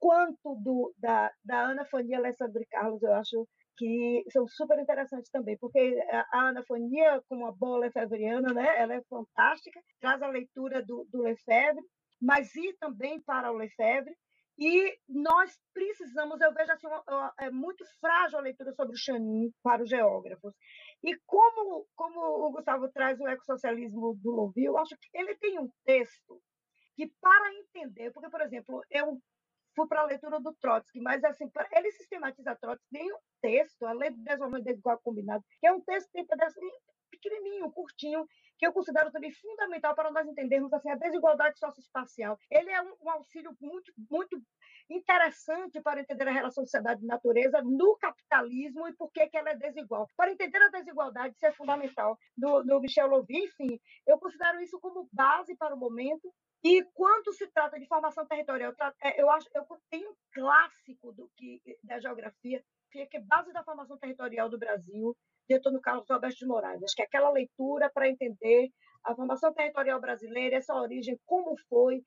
S2: quanto da Ana Fania Alessandri Carlos, eu acho que são super interessantes também, porque a Ana Fania, como a boa lefebvriana, né, ela é fantástica, traz a leitura do Lefebvre, mas ir também para o Lefebvre, e nós precisamos, eu vejo assim, é muito frágil a leitura sobre o Chanin para os geógrafos. E como o Gustavo traz o ecossocialismo do Louville, eu acho que ele tem um texto que, para entender, porque, por exemplo, eu fui para a leitura do Trotsky, mas assim, ele sistematiza Trotsky em um texto, a Lei do Desenvolvimento Desigual Combinado, que é um texto que tem pedaço pequenininho, curtinho, que eu considero também fundamental para nós entendermos assim, a desigualdade socioespacial. Ele é um auxílio muito, muito interessante para entender a relação sociedade e natureza no capitalismo e por que ela é desigual. Para entender a desigualdade, isso é fundamental. Do Michel Louville, enfim, eu considero isso como base para o momento. E quando se trata de formação territorial, eu tenho um clássico da geografia, que é base da formação territorial do Brasil, de Antônio Carlos Alberto de Moraes. Acho que é aquela leitura para entender a formação territorial brasileira, essa origem, como foi,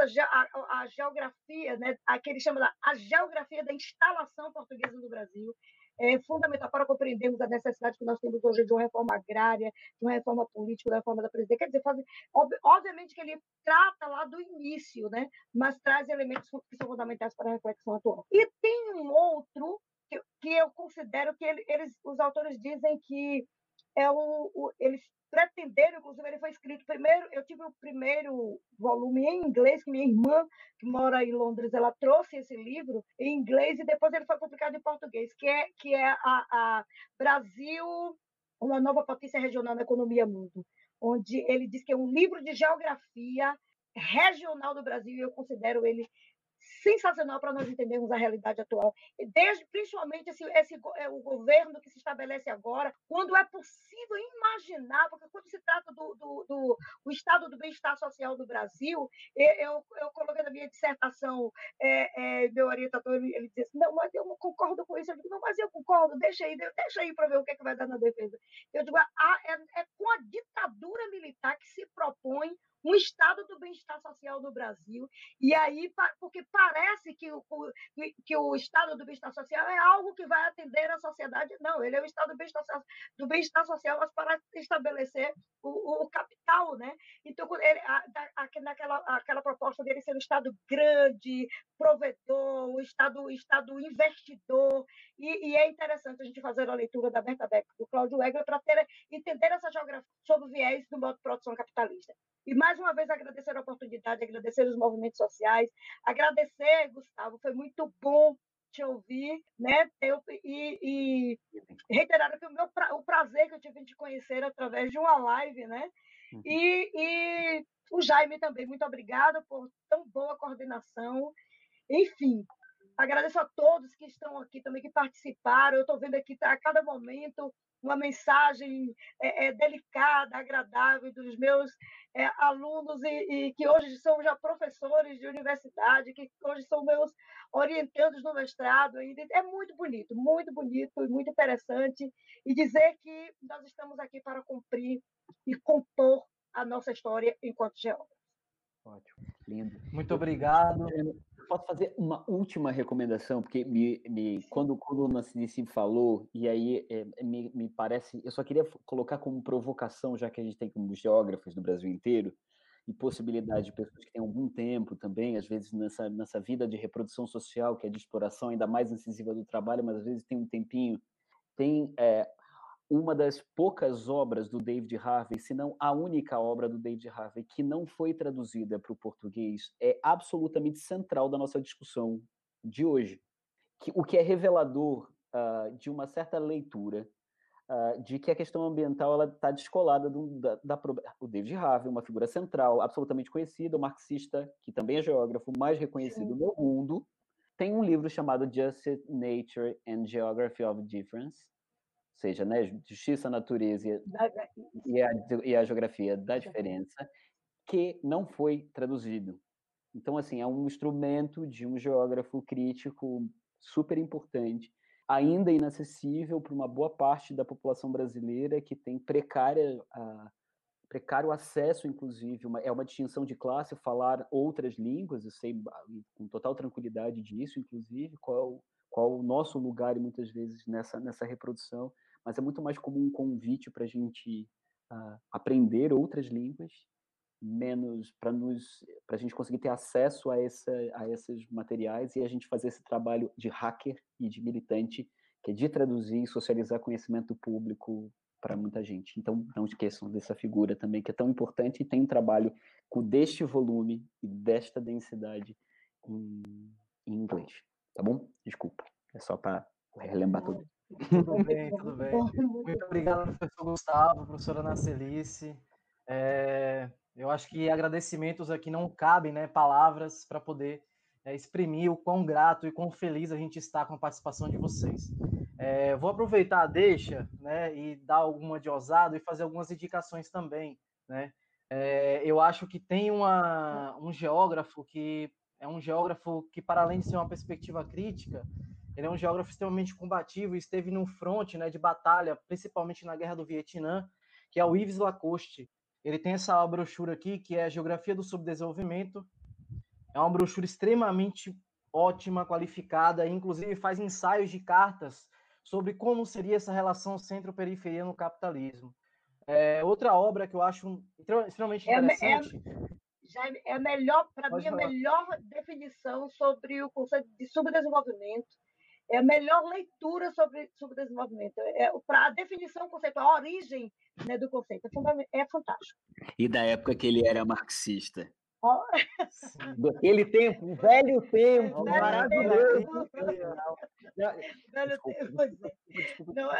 S2: a geografia, né, a que ele chama a geografia da instalação portuguesa no Brasil, é fundamental para compreendermos a necessidade que nós temos hoje de uma reforma agrária, de uma reforma política, de uma reforma da presidência. Quer dizer, obviamente que ele trata lá do início, né, mas traz elementos que são fundamentais para a reflexão atual. E tem um outro que eu considero que os autores dizem que eles pretenderam, inclusive ele foi escrito primeiro, eu tive o primeiro volume em inglês, que minha irmã, que mora em Londres, ela trouxe esse livro em inglês e depois ele foi publicado em português, que é a Brasil, uma nova potência regional na economia mundo, onde ele diz que é um livro de geografia regional do Brasil e eu considero ele sensacional para nós entendermos a realidade atual. Principalmente o governo que se estabelece agora, quando é possível imaginar, porque quando se trata do estado do bem-estar social do Brasil, eu coloquei na minha dissertação, meu orientador, ele disse, não, mas eu não concordo com isso. Eu digo, não, mas eu concordo, deixa aí para ver o que, vai dar na defesa. Eu digo, é com a ditadura militar que se propõe um estado do bem-estar social no Brasil, e aí, porque parece que o estado do bem-estar social é algo que vai atender a sociedade, não, ele é o estado do bem-estar social, mas para estabelecer o capital, né? Então, aquela proposta dele ser um estado grande, provedor, um estado investidor, e é interessante a gente fazer a leitura da Berta Beck, do Cláudio Egger, para entender essa geografia sob o viés do modo de produção capitalista. E, mais uma vez, agradecer a oportunidade, agradecer os movimentos sociais, agradecer, Gustavo, foi muito bom te ouvir, né? E reiterar aqui o prazer que eu tive de te conhecer através de uma live, né? E o Jaime também, muito obrigada por tão boa coordenação. Enfim, agradeço a todos que estão aqui também, que participaram. Eu estou vendo aqui a cada momento uma mensagem delicada, agradável dos meus alunos e que hoje são já professores de universidade, que hoje são meus orientandos no mestrado. É muito bonito e muito interessante. E dizer que nós estamos aqui para cumprir e compor a nossa história enquanto geógrafos.
S3: Ótimo. Lindo. Muito obrigado.
S4: posso fazer uma última recomendação, porque quando o Nassif falou, e aí me parece, eu só queria colocar como provocação, já que a gente tem como geógrafos do Brasil inteiro, e possibilidade de pessoas que têm algum tempo também, às vezes nessa vida de reprodução social, que é de exploração ainda mais incisiva do trabalho, mas às vezes tem um tempinho, tem uma das poucas obras do David Harvey, se não a única obra do David Harvey que não foi traduzida para o português, é absolutamente central da nossa discussão de hoje. O que é revelador de uma certa leitura de que a questão ambiental está descolada o David Harvey, uma figura central, absolutamente conhecida, um marxista, que também é geógrafo, mais reconhecido no mundo, tem um livro chamado Justice, Nature and Geography of Difference, ou seja, né, Justiça, Natureza e a Geografia da Diferença, que não foi traduzido. Então, assim, é um instrumento de um geógrafo crítico super importante, ainda inacessível para uma boa parte da população brasileira que tem precário acesso, inclusive, é uma distinção de classe falar outras línguas, eu sei com total tranquilidade disso, inclusive, qual o nosso lugar, e muitas vezes, nessa reprodução, mas é muito mais como um convite para a gente aprender outras línguas, menos para a gente conseguir ter acesso a esses materiais e a gente fazer esse trabalho de hacker e de militante, que é de traduzir e socializar conhecimento público para muita gente. Então, não esqueçam dessa figura também, que é tão importante e tem um trabalho deste volume e desta densidade em inglês. Tá bom? Desculpa. É só para relembrar tudo.
S3: Tudo bem, tudo bem. Muito obrigado, professor Gustavo, professora Nacelice. Eu acho que agradecimentos aqui não cabem, né, palavras para poder exprimir o quão grato e quão feliz a gente está com a participação de vocês. Vou aproveitar a deixa, né, e dar alguma de ousado e fazer algumas indicações também, né. Eu acho que tem um geógrafo que para além de ser uma perspectiva crítica, ele é um geógrafo extremamente combativo e esteve no front, né, de batalha, principalmente na Guerra do Vietnã, que é o Yves Lacoste. Ele tem essa brochura aqui, que é a Geografia do Subdesenvolvimento. É uma brochura extremamente ótima, qualificada, e inclusive faz ensaios de cartas sobre como seria essa relação centro-periferia no capitalismo. Outra obra que eu acho extremamente interessante...
S2: Jaime, para mim, a melhor definição sobre o conceito de subdesenvolvimento, é a melhor leitura sobre subdesenvolvimento. Para a definição conceitual, a origem, né, do conceito, é fantástico.
S4: E da época que ele era marxista.
S2: Oh.
S4: Daquele tempo, um velho tempo, maravilhoso.
S2: Velho tempo, pois é. Não,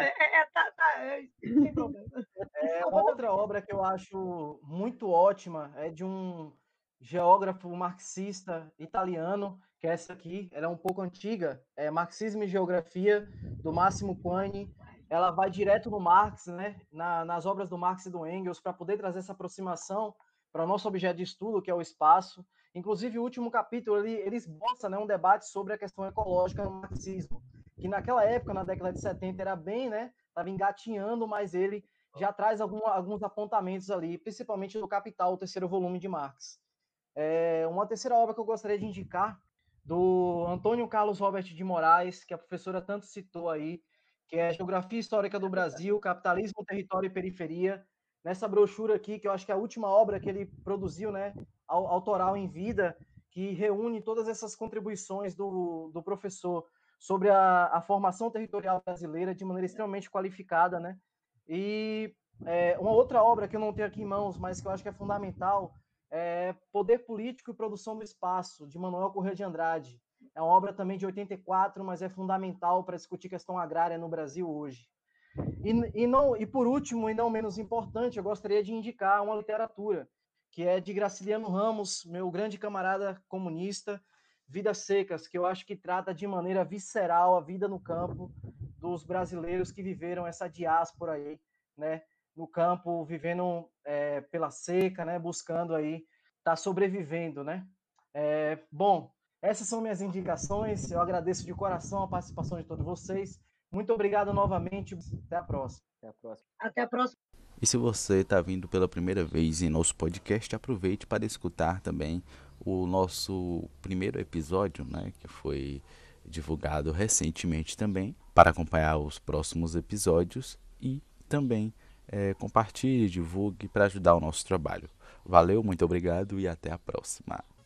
S2: sem problema.
S3: Uma outra obra que eu acho muito ótima é de um geógrafo marxista italiano, que é essa aqui, ela é um pouco antiga, é Marxismo e Geografia, do Massimo Quani. Ela vai direto no Marx, né, nas obras do Marx e do Engels, para poder trazer essa aproximação para o nosso objeto de estudo, que é o espaço. Inclusive, o último capítulo, ele esboça, né, um debate sobre a questão ecológica no marxismo, que naquela época, na década de 70, era bem, né, estava engatinhando, mas ele já traz alguns apontamentos ali, principalmente no Capital, o terceiro volume de Marx. Uma terceira obra que eu gostaria de indicar, do Antônio Carlos Robert de Moraes, que a professora tanto citou aí, que é Geografia Histórica do Brasil, Capitalismo, Território e Periferia. Nessa brochura aqui, que eu acho que é a última obra que ele produziu, né, autoral em vida, que reúne todas essas contribuições do professor sobre a formação territorial brasileira de maneira extremamente qualificada, né? E uma outra obra que eu não tenho aqui em mãos, mas que eu acho que é fundamental, é Poder Político e Produção do Espaço, de Manuel Corrêa de Andrade. É uma obra também de 84, mas é fundamental para discutir questão agrária no Brasil hoje. E por último, e não menos importante, eu gostaria de indicar uma literatura, que é de Graciliano Ramos, meu grande camarada comunista, Vidas Secas, que eu acho que trata de maneira visceral a vida no campo dos brasileiros que viveram essa diáspora aí, né, no campo, vivendo pela seca, né, buscando aí, tá sobrevivendo, né. Bom, essas são minhas indicações, eu agradeço de coração a participação de todos vocês, muito obrigado novamente, até a próxima.
S2: Até a próxima.
S1: E se você está vindo pela primeira vez em nosso podcast, aproveite para escutar também o nosso primeiro episódio, né, que foi divulgado recentemente também, para acompanhar os próximos episódios e também compartilhe, divulgue para ajudar o nosso trabalho. Valeu, muito obrigado e até a próxima.